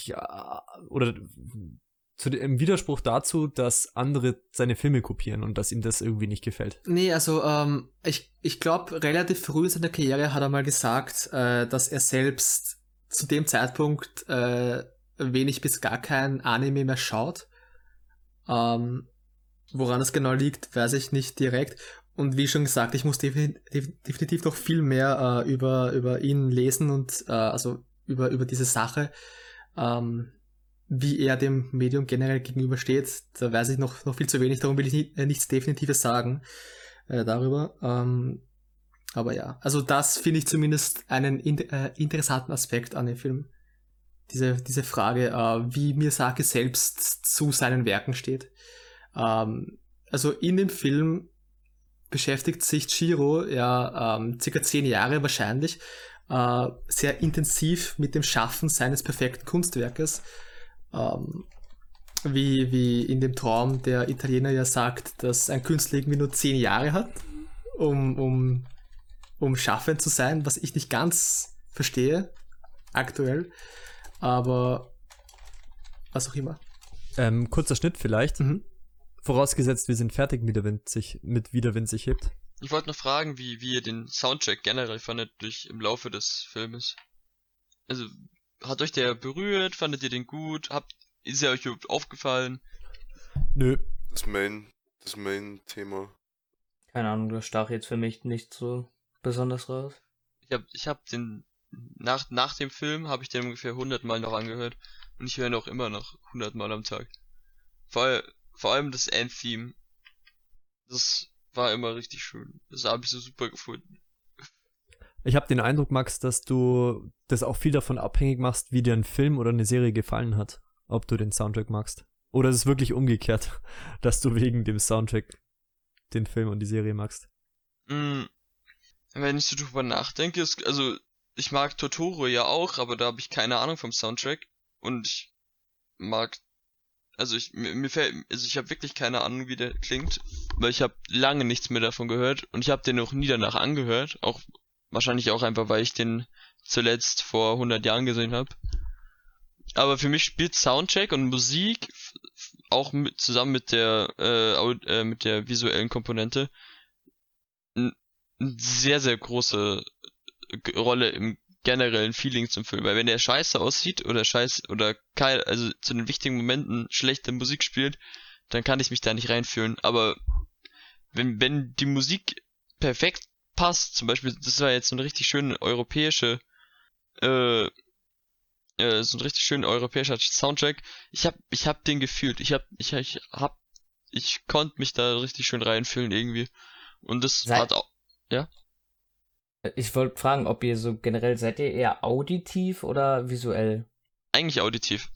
Speaker 5: im Widerspruch dazu, dass andere seine Filme kopieren und dass ihm das irgendwie nicht gefällt.
Speaker 1: Nee, also ich glaube, relativ früh in seiner Karriere hat er mal gesagt, dass er selbst zu dem Zeitpunkt wenig bis gar kein Anime mehr schaut. Woran es genau liegt, weiß ich nicht direkt. Und wie schon gesagt, ich muss definitiv noch viel mehr über ihn lesen und also über diese Sache, wie er dem Medium generell gegenübersteht. Da weiß ich noch viel zu wenig, darum will ich nichts Definitives sagen darüber. Aber ja, also das finde ich zumindest einen interessanten Aspekt an dem Film. Diese Frage, wie Miyazaki selbst zu seinen Werken steht. Also in dem Film beschäftigt sich Chihiro ja circa 10 Jahre wahrscheinlich sehr intensiv mit dem Schaffen seines perfekten Kunstwerkes. Wie in dem Traum der Italiener ja sagt, dass ein Künstler irgendwie nur 10 Jahre hat, um schaffend zu sein, was ich nicht ganz verstehe aktuell. Aber was auch immer.
Speaker 5: Kurzer Schnitt vielleicht. Vorausgesetzt, wir sind fertig mit Widerwind sich hebt.
Speaker 2: Ich wollte noch fragen, wie ihr den Soundtrack generell fandet im Laufe des Filmes. Also, hat euch der berührt? Fandet ihr den gut? Ist er euch überhaupt aufgefallen?
Speaker 5: Nö.
Speaker 6: Das Main-Thema.
Speaker 4: Keine Ahnung, das stach jetzt für mich nicht so besonders raus.
Speaker 2: Ich hab den nach dem Film habe ich den ungefähr 100 Mal noch angehört und ich höre ihn auch immer noch 100 Mal am Tag. Vor allem das Endtheme, das war immer richtig schön. Das habe ich so super gefunden.
Speaker 5: Ich habe den Eindruck, Max, dass du das auch viel davon abhängig machst, wie dir ein Film oder eine Serie gefallen hat, ob du den Soundtrack magst. Oder ist es wirklich umgekehrt, dass du wegen dem Soundtrack den Film und die Serie magst?
Speaker 2: Wenn ich so drüber nachdenke, also ich mag Totoro ja auch, aber da habe ich keine Ahnung vom Soundtrack und ich mag, also ich habe wirklich keine Ahnung, wie der klingt, weil ich habe lange nichts mehr davon gehört und ich habe den noch nie danach angehört, auch wahrscheinlich auch einfach, weil ich den zuletzt vor 100 Jahren gesehen habe. Aber für mich spielt Soundtrack und Musik auch zusammen mit der visuellen Komponente eine sehr, sehr große Rolle im generellen Feeling zum Film, weil wenn der scheiße aussieht oder also zu den wichtigen Momenten schlechte Musik spielt, dann kann ich mich da nicht reinfühlen. Aber wenn die Musik perfekt passt, zum Beispiel, das war jetzt so ein richtig schön europäischer Soundtrack. Ich hab den gefühlt. Ich konnte mich da richtig schön reinfühlen irgendwie. Und das hat auch, ja?
Speaker 4: Ich wollte fragen, ob ihr so generell seid ihr eher auditiv oder visuell?
Speaker 2: Eigentlich auditiv.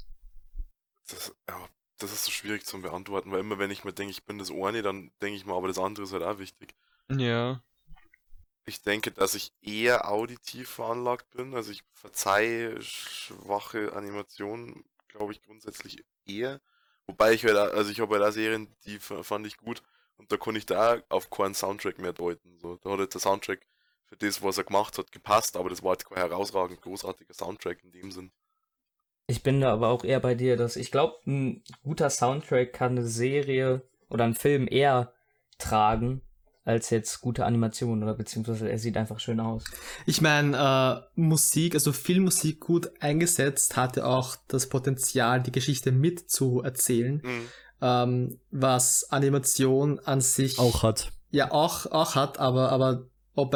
Speaker 6: Das ist so schwierig zu beantworten, weil immer wenn ich mir denke, ich bin das eine, dann denke ich mir, aber das andere ist halt auch wichtig.
Speaker 2: Ja.
Speaker 6: Ich denke, dass ich eher auditiv veranlagt bin, also ich verzeihe schwache Animationen, glaube ich, grundsätzlich eher. Wobei ich halt, also ich habe halt auch Serien, die fand ich gut und da konnte ich da auf keinen Soundtrack mehr deuten. So, da hat halt der Soundtrack für das, was er gemacht hat, gepasst, aber das war jetzt kein herausragend großartiger Soundtrack in dem Sinn.
Speaker 4: Ich bin da aber auch eher bei dir, dass ich glaube, ein guter Soundtrack kann eine Serie oder einen Film eher tragen, als jetzt gute Animation oder beziehungsweise er sieht einfach schön aus.
Speaker 1: Ich meine, Musik, also Filmmusik gut eingesetzt, hatte auch das Potenzial, die Geschichte mitzuerzählen, was Animation an sich
Speaker 5: auch hat.
Speaker 1: Ja, auch hat, aber ob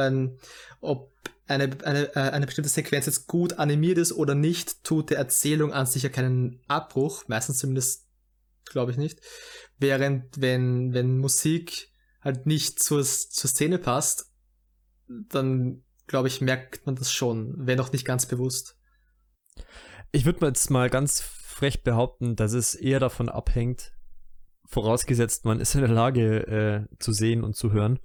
Speaker 1: eine bestimmte Sequenz jetzt gut animiert ist oder nicht, tut der Erzählung an sich ja keinen Abbruch, meistens zumindest glaube ich nicht. Während wenn Musik halt nicht zur Szene passt, dann glaube ich, merkt man das schon, wenn auch nicht ganz bewusst.
Speaker 5: Ich würde jetzt mal ganz frech behaupten, dass es eher davon abhängt, vorausgesetzt man ist in der Lage zu sehen und zu hören,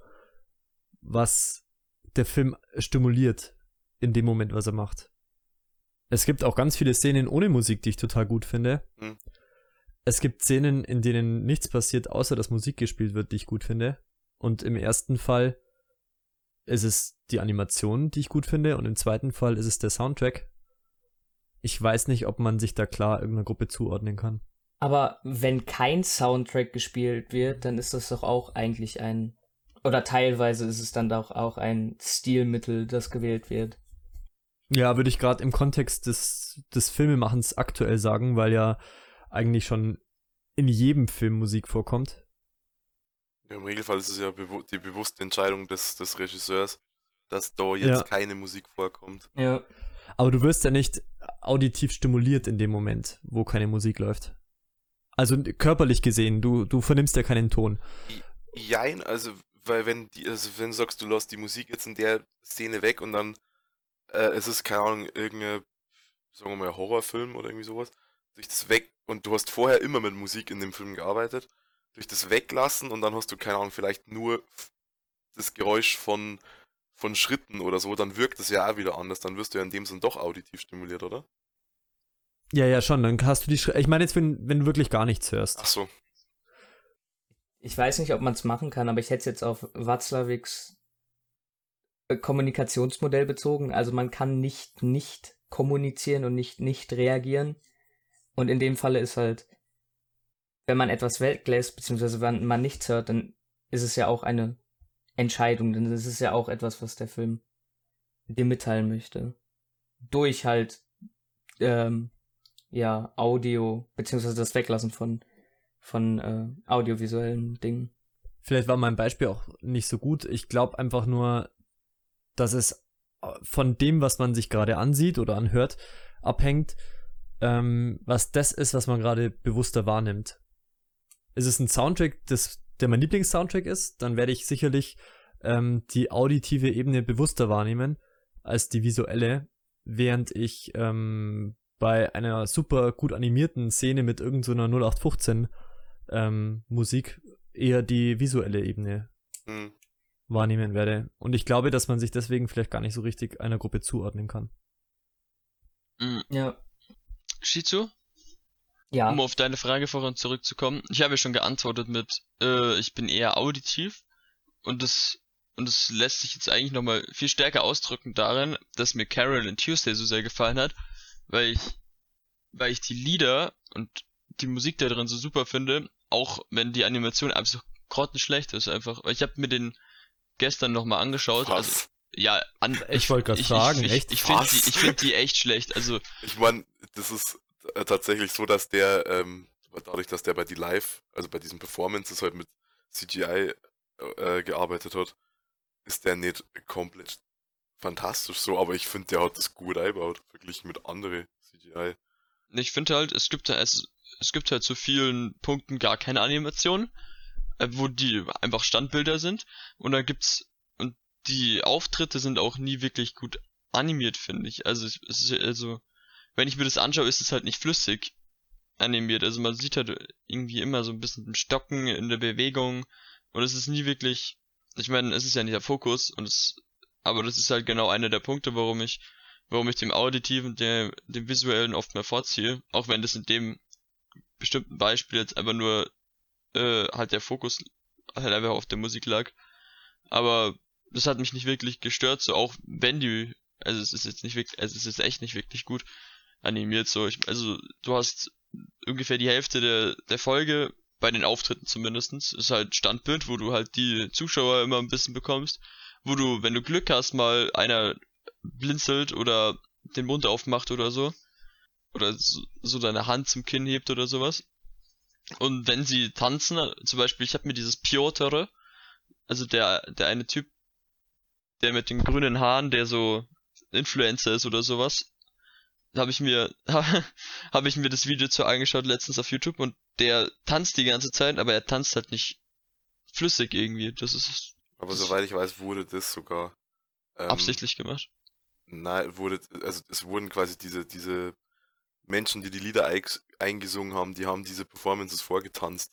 Speaker 5: was der Film stimuliert in dem Moment, was er macht. Es gibt auch ganz viele Szenen ohne Musik, die ich total gut finde. Es gibt Szenen, in denen nichts passiert, außer dass Musik gespielt wird, die ich gut finde. Und im ersten Fall ist es die Animation, die ich gut finde, und im zweiten Fall ist es der Soundtrack. Ich weiß nicht, ob man sich da klar irgendeiner Gruppe zuordnen kann.
Speaker 4: Aber wenn kein Soundtrack gespielt wird, dann ist das doch auch eigentlich oder teilweise ist es dann doch auch ein Stilmittel, das gewählt wird.
Speaker 5: Ja, würde ich gerade im Kontext des Filmemachens aktuell sagen, weil ja eigentlich schon in jedem Film Musik vorkommt.
Speaker 6: Im Regelfall ist es ja die bewusste Entscheidung des Regisseurs, dass da jetzt keine Musik vorkommt.
Speaker 4: Ja.
Speaker 5: Aber du wirst ja nicht auditiv stimuliert in dem Moment, wo keine Musik läuft. Also körperlich gesehen, du vernimmst ja keinen Ton.
Speaker 6: Jein, also, weil wenn du sagst, du lässt die Musik jetzt in der Szene weg und dann es ist, keine Ahnung, irgendein, sagen wir mal, Horrorfilm oder irgendwie sowas, durch das weg, und du hast vorher immer mit Musik in dem Film gearbeitet, durch das Weglassen und dann hast du, keine Ahnung, vielleicht nur das Geräusch von Schritten oder so, dann wirkt es ja auch wieder anders, dann wirst du ja in dem Sinn doch auditiv stimuliert, oder?
Speaker 5: Ja, schon, dann hast du ich meine jetzt, wenn du wirklich gar nichts hörst.
Speaker 6: Ach so.
Speaker 4: Ich weiß nicht, ob man es machen kann, aber ich hätte es jetzt auf Watzlawicks Kommunikationsmodell bezogen. Also man kann nicht kommunizieren und nicht reagieren. Und in dem Falle ist halt, wenn man etwas weglässt, beziehungsweise wenn man nichts hört, dann ist es ja auch eine Entscheidung. Denn es ist ja auch etwas, was der Film dir mitteilen möchte. Durch halt, Audio, beziehungsweise das Weglassen von audiovisuellen Dingen.
Speaker 5: Vielleicht war mein Beispiel auch nicht so gut. Ich glaube einfach nur, dass es von dem, was man sich gerade ansieht oder anhört, abhängt, was das ist, was man gerade bewusster wahrnimmt. Ist es ein Soundtrack, der mein Lieblingssoundtrack ist, dann werde ich sicherlich die auditive Ebene bewusster wahrnehmen als die visuelle, während ich bei einer super gut animierten Szene mit irgend so einer 0815 Musik eher die visuelle Ebene wahrnehmen werde. Und ich glaube, dass man sich deswegen vielleicht gar nicht so richtig einer Gruppe zuordnen kann.
Speaker 4: Ja.
Speaker 2: Shizu?
Speaker 4: Ja.
Speaker 2: Um auf deine Frage vorhin zurückzukommen. Ich habe ja schon geantwortet mit, ich bin eher auditiv und das lässt sich jetzt eigentlich nochmal viel stärker ausdrücken darin, dass mir Carol and Tuesday so sehr gefallen hat, weil ich die Lieder und die Musik da drin so super finde, auch wenn die Animation einfach so grottenschlecht ist einfach. Weil ich habe mir den gestern nochmal angeschaut.
Speaker 6: Was?
Speaker 2: Also, ja,
Speaker 5: ich wollte gerade fragen, echt?
Speaker 2: Ich finde die echt schlecht. Also
Speaker 6: Ich meine, das ist tatsächlich so, dass der, dadurch, dass der bei die Live, also bei diesen Performances halt mit CGI gearbeitet hat, ist der nicht komplett fantastisch so, aber ich finde, der hat das gut eingebaut, verglichen mit anderen CGI.
Speaker 2: ich finde halt, es gibt halt zu vielen Punkten gar keine Animation, wo die einfach Standbilder sind, und die Auftritte sind auch nie wirklich gut animiert, finde ich. Also wenn ich mir das anschaue, ist es halt nicht flüssig animiert. Also man sieht halt irgendwie immer so ein bisschen ein Stocken in der Bewegung, und es ist nie wirklich, ich meine, es ist ja nicht der Fokus, aber das ist halt genau einer der Punkte, warum ich dem Auditiven, dem Visuellen oft mehr vorziehe, auch wenn das in dem bestimmten Beispiel jetzt einfach nur halt der Fokus halt einfach auf der Musik lag. Aber das hat mich nicht wirklich gestört, so auch wenn es ist echt nicht wirklich gut animiert, so. Also du hast ungefähr die Hälfte der Folge, bei den Auftritten zumindestens, ist halt Standbild, wo du halt die Zuschauer immer ein bisschen bekommst, wo du, wenn du Glück hast, mal einer blinzelt oder den Mund aufmacht oder so, oder so deine Hand zum Kinn hebt oder sowas. Und wenn sie tanzen, zum Beispiel, ich habe mir dieses Piotr, also der eine Typ, der mit den grünen Haaren, der so Influencer ist oder sowas, habe ich mir das Video zu angeschaut letztens auf YouTube, und der tanzt die ganze Zeit, aber er tanzt halt nicht flüssig irgendwie.
Speaker 6: Aber soweit ich weiß, wurde das sogar
Speaker 2: absichtlich gemacht.
Speaker 6: Nein, es wurden quasi diese Menschen, die Lieder eingesungen haben, die haben diese Performances vorgetanzt.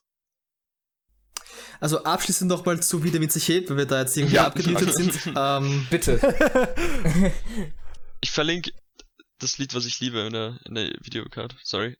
Speaker 1: Also abschließend nochmal zu Wie der Wind sich hebt, weil wir da jetzt irgendwie abgedriftet sind.
Speaker 4: Bitte.
Speaker 2: Ich verlinke das Lied, was ich liebe, in der Videocard. Sorry.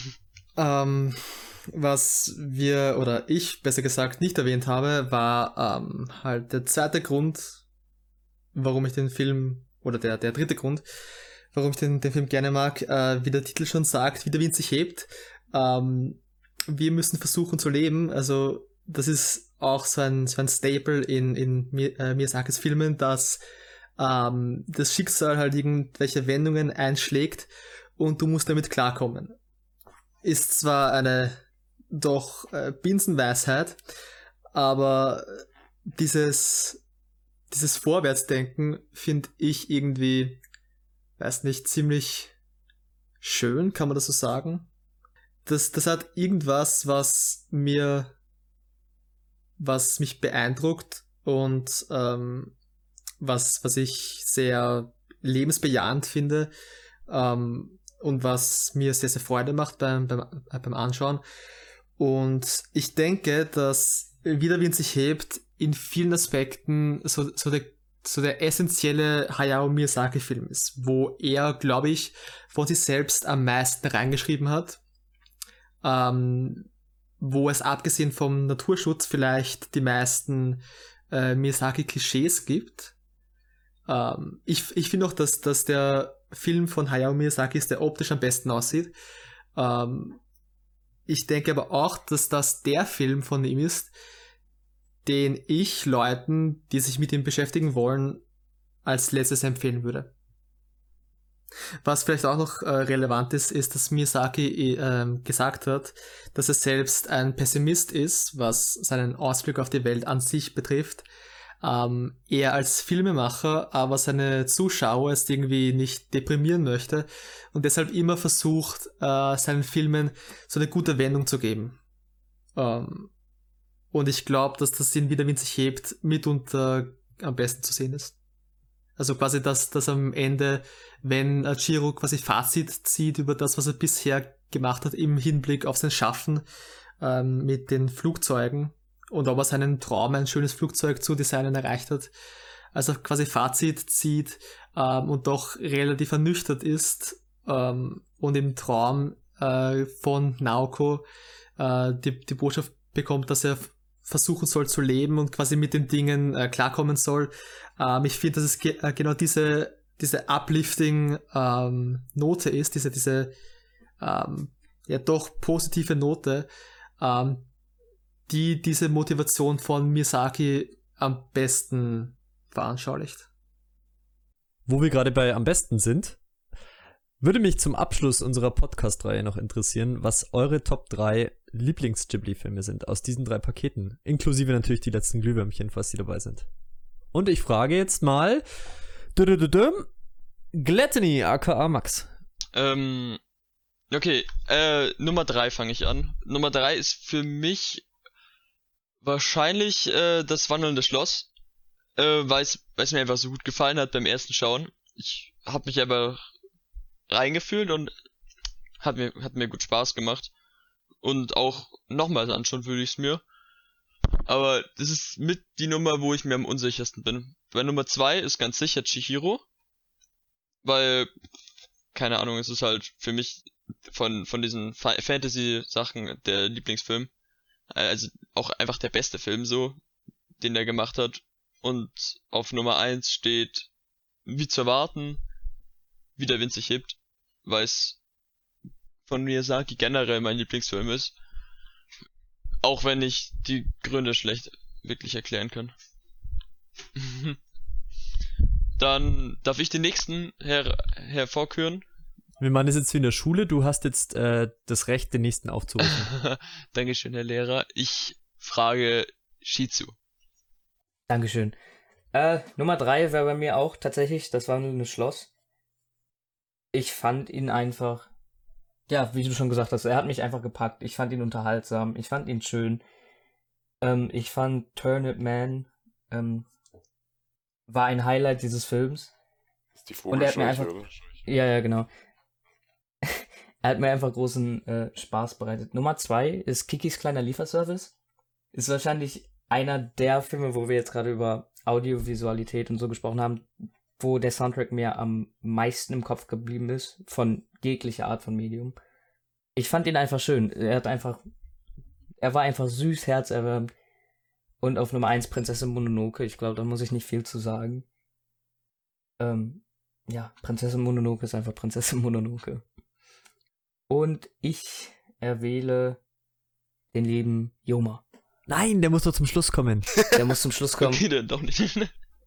Speaker 1: Was wir, oder ich besser gesagt, nicht erwähnt habe, war halt der zweite Grund, warum ich den Film, oder der dritte Grund, warum ich den Film gerne mag, wie der Titel schon sagt, Wie der Wind sich hebt. Wir müssen versuchen zu leben. Also das ist auch so ein Staple in Miyazakis Filmen, dass das Schicksal halt irgendwelche Wendungen einschlägt und du musst damit klarkommen. Ist zwar eine doch Binsenweisheit, aber dieses Vorwärtsdenken finde ich irgendwie, weiß nicht, ziemlich schön, kann man das so sagen? Das hat irgendwas, was mich beeindruckt und was ich sehr lebensbejahend finde und was mir sehr, sehr Freude macht beim Anschauen. Und ich denke, dass Wie der Wind sich hebt in vielen Aspekten so der essentielle Hayao Miyazaki-Film ist, wo er, glaube ich, von sich selbst am meisten reingeschrieben hat, wo es abgesehen vom Naturschutz vielleicht die meisten Miyazaki-Klischees gibt. Ich finde auch, dass der Film von Hayao Miyazaki ist, der optisch am besten aussieht. Ich denke aber auch, dass das der Film von ihm ist, den ich Leuten, die sich mit ihm beschäftigen wollen, als letztes empfehlen würde. Was vielleicht auch noch relevant ist, dass Miyazaki gesagt hat, dass er selbst ein Pessimist ist, was seinen Ausblick auf die Welt an sich betrifft. Er als Filmemacher aber seine Zuschauer jetzt irgendwie nicht deprimieren möchte und deshalb immer versucht, seinen Filmen so eine gute Wendung zu geben. Und ich glaube, dass das in Wie der Wind sich hebt mitunter am besten zu sehen ist. Also quasi, dass am Ende, wenn Chihiro quasi Fazit zieht über das, was er bisher gemacht hat, im Hinblick auf sein Schaffen mit den Flugzeugen und ob er seinen Traum, ein schönes Flugzeug zu designen, erreicht hat, also quasi Fazit zieht und doch relativ ernüchtert ist und im Traum von Naoko die Botschaft bekommt, dass er versuchen soll zu leben und quasi mit den Dingen klarkommen soll. Ich finde, dass es genau diese uplifting Note ist, diese ja doch positive Note, die diese Motivation von Miyazaki am besten veranschaulicht.
Speaker 5: Wo wir gerade bei am besten sind, würde mich zum Abschluss unserer Podcast-Reihe noch interessieren, was eure Top 3 Lieblings-Ghibli-Filme sind aus diesen 3 Paketen, inklusive natürlich die letzten Glühwürmchen, falls die dabei sind. Und ich frage jetzt mal Gluttony, aka Max.
Speaker 2: Okay, Nummer 3 fange ich an. Nummer 3 ist für mich wahrscheinlich das wandelnde Schloss, weil es mir einfach so gut gefallen hat beim ersten Schauen. Ich habe mich aber reingefühlt und hat mir gut Spaß gemacht. Und auch nochmals anschauen würde ich es mir. Aber das ist mit die Nummer, wo ich mir am unsichersten bin. Bei Nummer 2 ist ganz sicher Chihiro. Weil, keine Ahnung, es ist halt für mich von diesen Fantasy-Sachen der Lieblingsfilm. Also auch einfach der beste Film so, den er gemacht hat. Und auf Nummer 1 steht, wie zu erwarten, Wie der Wind sich hebt, weil es von Miyazaki generell mein Lieblingsfilm ist. Auch wenn ich die Gründe schlecht wirklich erklären kann. Dann darf ich den nächsten hervorküren.
Speaker 5: Wir machen das jetzt wie in der Schule, du hast jetzt das Recht, den nächsten aufzurufen.
Speaker 2: Dankeschön, Herr Lehrer. Ich frage Shizu.
Speaker 4: Dankeschön. Nummer 3 wäre bei mir auch tatsächlich das wandelnde Schloss. Ich fand ihn einfach, ja, wie du schon gesagt hast, er hat mich einfach gepackt. Ich fand ihn unterhaltsam, ich fand ihn schön. Ich fand Turnip Man war ein Highlight dieses Films.
Speaker 6: Das ist die
Speaker 4: Und er hat mir
Speaker 6: Vogelscheuche,
Speaker 4: einfach,
Speaker 6: oder?
Speaker 4: ja, genau. Er hat mir einfach großen Spaß bereitet. Nummer 2 ist Kikis kleiner Lieferservice. Ist wahrscheinlich einer der Filme, wo wir jetzt gerade über Audiovisualität und so gesprochen haben, wo der Soundtrack mir am meisten im Kopf geblieben ist, von jeglicher Art von Medium. Ich fand ihn einfach schön. Er war einfach süß, herzerwärmend. Und auf Nummer 1 Prinzessin Mononoke. Ich glaube, da muss ich nicht viel zu sagen. Ja, Prinzessin Mononoke ist einfach Prinzessin Mononoke. Und ich erwähle den lieben Yoma.
Speaker 5: Nein, der muss doch zum Schluss kommen.
Speaker 4: Der muss zum Schluss kommen.
Speaker 2: Okay, dann doch nicht.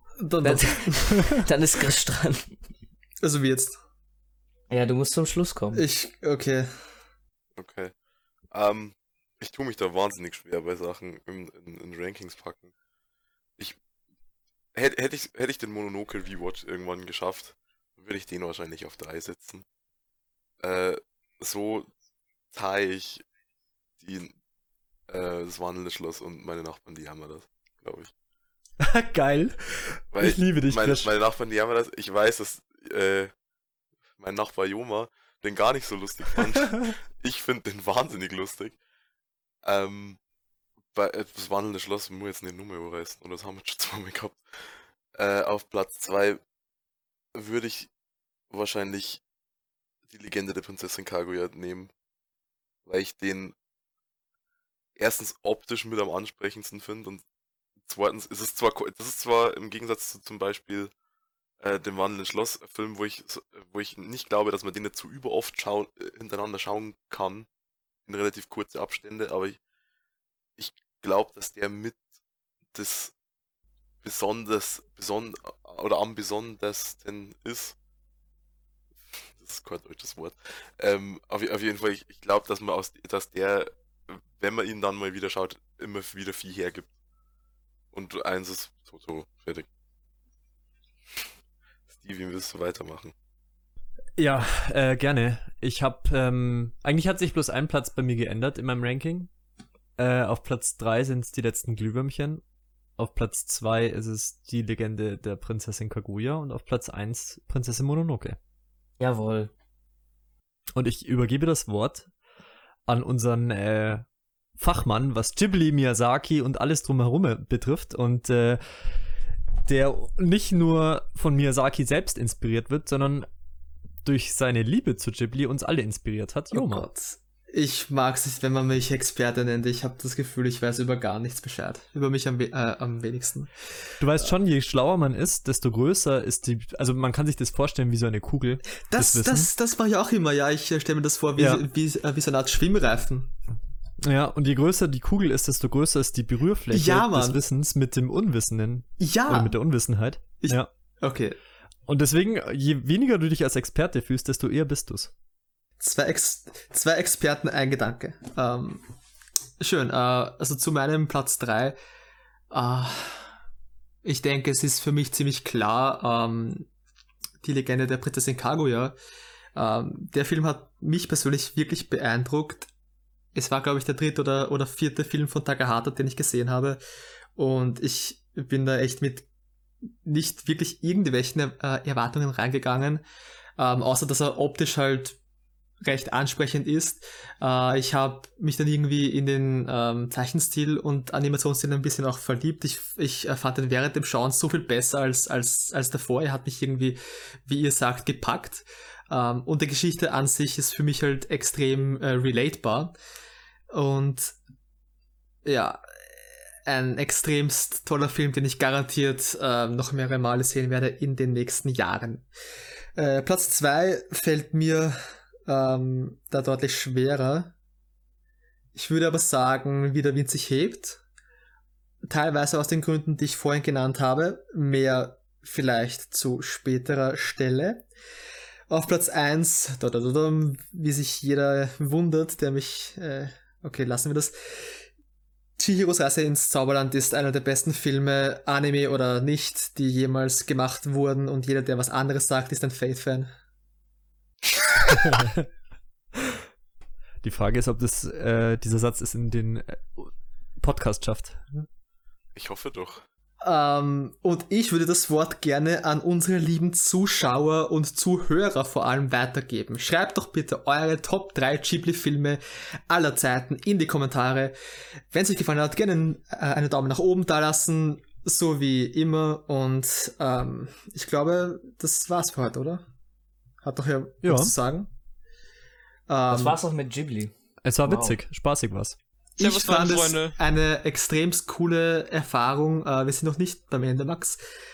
Speaker 4: Dann ist Chris dran.
Speaker 1: Also wie jetzt?
Speaker 4: Ja, du musst zum Schluss kommen.
Speaker 1: Okay.
Speaker 6: Okay. Ich tue mich da wahnsinnig schwer bei Sachen in Rankings packen. Ich hätte ich den Mononoke Rewatch irgendwann geschafft, würde ich den wahrscheinlich auf 3 setzen. So teile ich das wandelnde Schloss und meine Nachbarn, die haben das, glaube ich.
Speaker 5: Geil.
Speaker 6: Weil
Speaker 5: Ich liebe dich, Krisch.
Speaker 6: meine Nachbarn, die haben das. Ich weiß, dass mein Nachbar Joma den gar nicht so lustig fand. Ich finde den wahnsinnig lustig. Das wandelnde Schloss muss jetzt eine Nummer überreißen, und das haben wir schon zweimal gehabt. Auf Platz 2 würde ich wahrscheinlich die Legende der Prinzessin Kaguya nehmen, weil ich den erstens optisch mit am ansprechendsten finde und zweitens ist es zwar im Gegensatz zu zum Beispiel dem wandelnden Schloss-Film, wo ich nicht glaube, dass man den nicht zu überoft hintereinander schauen kann, in relativ kurze Abstände, aber ich glaube, dass der mit das am besondersten ist. Das ist kein deutsches Wort. Auf jeden Fall, ich glaube, dass der, wenn man ihn dann mal wieder schaut, immer wieder viel hergibt. Und eins ist so, fertig. Stevie, willst du weitermachen?
Speaker 5: Ja, gerne. Ich habe, eigentlich hat sich bloß ein Platz bei mir geändert in meinem Ranking. Auf Platz 3 sind es die letzten Glühwürmchen. Auf Platz 2 ist es die Legende der Prinzessin Kaguya und auf Platz 1 Prinzessin Mononoke.
Speaker 4: Jawohl.
Speaker 5: Und ich übergebe das Wort an unseren Fachmann, was Ghibli, Miyazaki und alles drumherum betrifft und der nicht nur von Miyazaki selbst inspiriert wird, sondern durch seine Liebe zu Ghibli uns alle inspiriert hat. Joma.
Speaker 1: Oh Gott. Ich mag es nicht, wenn man mich Experte nennt. Ich habe das Gefühl, ich weiß über gar nichts Bescheid. Über mich am wenigsten.
Speaker 5: Du weißt schon, je schlauer man ist, desto größer ist also man kann sich das vorstellen wie so eine Kugel.
Speaker 1: Das mache ich auch immer, ja. Ich stelle mir das vor wie so eine Art Schwimmreifen.
Speaker 5: Ja, und je größer die Kugel ist, desto größer ist die Berührfläche des Wissens mit dem Unwissenden.
Speaker 1: Ja.
Speaker 5: Oder mit der Unwissenheit. Ja.
Speaker 1: Okay.
Speaker 5: Und deswegen, je weniger du dich als Experte fühlst, desto eher bist du's.
Speaker 1: Zwei Experten, ein Gedanke. Schön, also zu meinem Platz 3. Ich denke, es ist für mich ziemlich klar, die Legende der Prinzessin Kaguya. Der Film hat mich persönlich wirklich beeindruckt. Es war, glaube ich, der 3. oder 4. Film von Takahata, den ich gesehen habe. Und ich bin da echt mit nicht wirklich irgendwelchen Erwartungen reingegangen, außer dass er optisch halt recht ansprechend ist. Ich habe mich dann irgendwie in den Zeichenstil und Animationsstil ein bisschen auch verliebt. Ich fand den während dem Schauen so viel besser als davor. Er hat mich irgendwie, wie ihr sagt, gepackt. Und die Geschichte an sich ist für mich halt extrem relatbar. Und ja, ein extremst toller Film, den ich garantiert noch mehrere Male sehen werde in den nächsten Jahren. Platz 2 fällt mir da deutlich schwerer. Ich würde aber sagen, wie der Wind sich hebt. Teilweise aus den Gründen, die ich vorhin genannt habe. Mehr vielleicht zu späterer Stelle. Auf Platz 1, wie sich jeder wundert, der mich... okay, lassen wir das. Chihiros Reise ins Zauberland ist einer der besten Filme, Anime oder nicht, die jemals gemacht wurden. Und jeder, der was anderes sagt, ist ein Faith-Fan.
Speaker 5: Die Frage ist, ob dieser Satz es in den Podcast schafft.
Speaker 6: Ich hoffe doch.
Speaker 1: Und ich würde das Wort gerne an unsere lieben Zuschauer und Zuhörer vor allem weitergeben. Schreibt doch bitte eure Top 3 Ghibli-Filme aller Zeiten in die Kommentare. Wenn es euch gefallen hat, gerne einen Daumen nach oben da lassen, so wie immer. Und ich glaube, das war's für heute, oder? Hat doch ja was zu sagen.
Speaker 4: Das war's auch mit Ghibli.
Speaker 5: Es war witzig, spaßig war's.
Speaker 1: Ich fand es eine extremst coole Erfahrung. Wir sind noch nicht beim Ende, Max.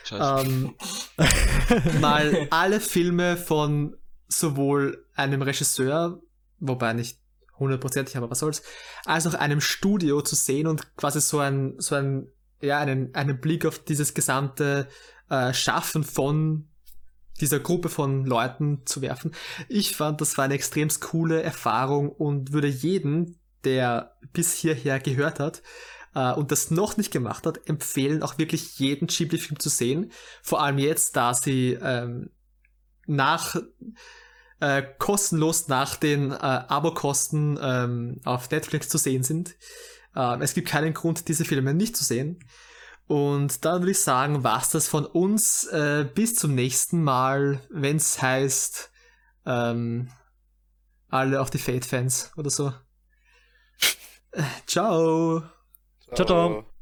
Speaker 1: Mal alle Filme von sowohl einem Regisseur, wobei nicht 100%, aber was soll's, als auch einem Studio zu sehen und quasi einen Blick auf dieses gesamte Schaffen von dieser Gruppe von Leuten zu werfen. Ich fand, das war eine extremst coole Erfahrung und würde jeden, der bis hierher gehört hat und das noch nicht gemacht hat, empfehlen auch wirklich jeden Ghibli-Film zu sehen. Vor allem jetzt, da sie kostenlos nach den Abokosten auf Netflix zu sehen sind. Es gibt keinen Grund, diese Filme nicht zu sehen. Und dann würde ich sagen, war's das von uns. Bis zum nächsten Mal, wenn's heißt alle auf die Fate-Fans oder so. Ciao.
Speaker 5: Ciao, ciao.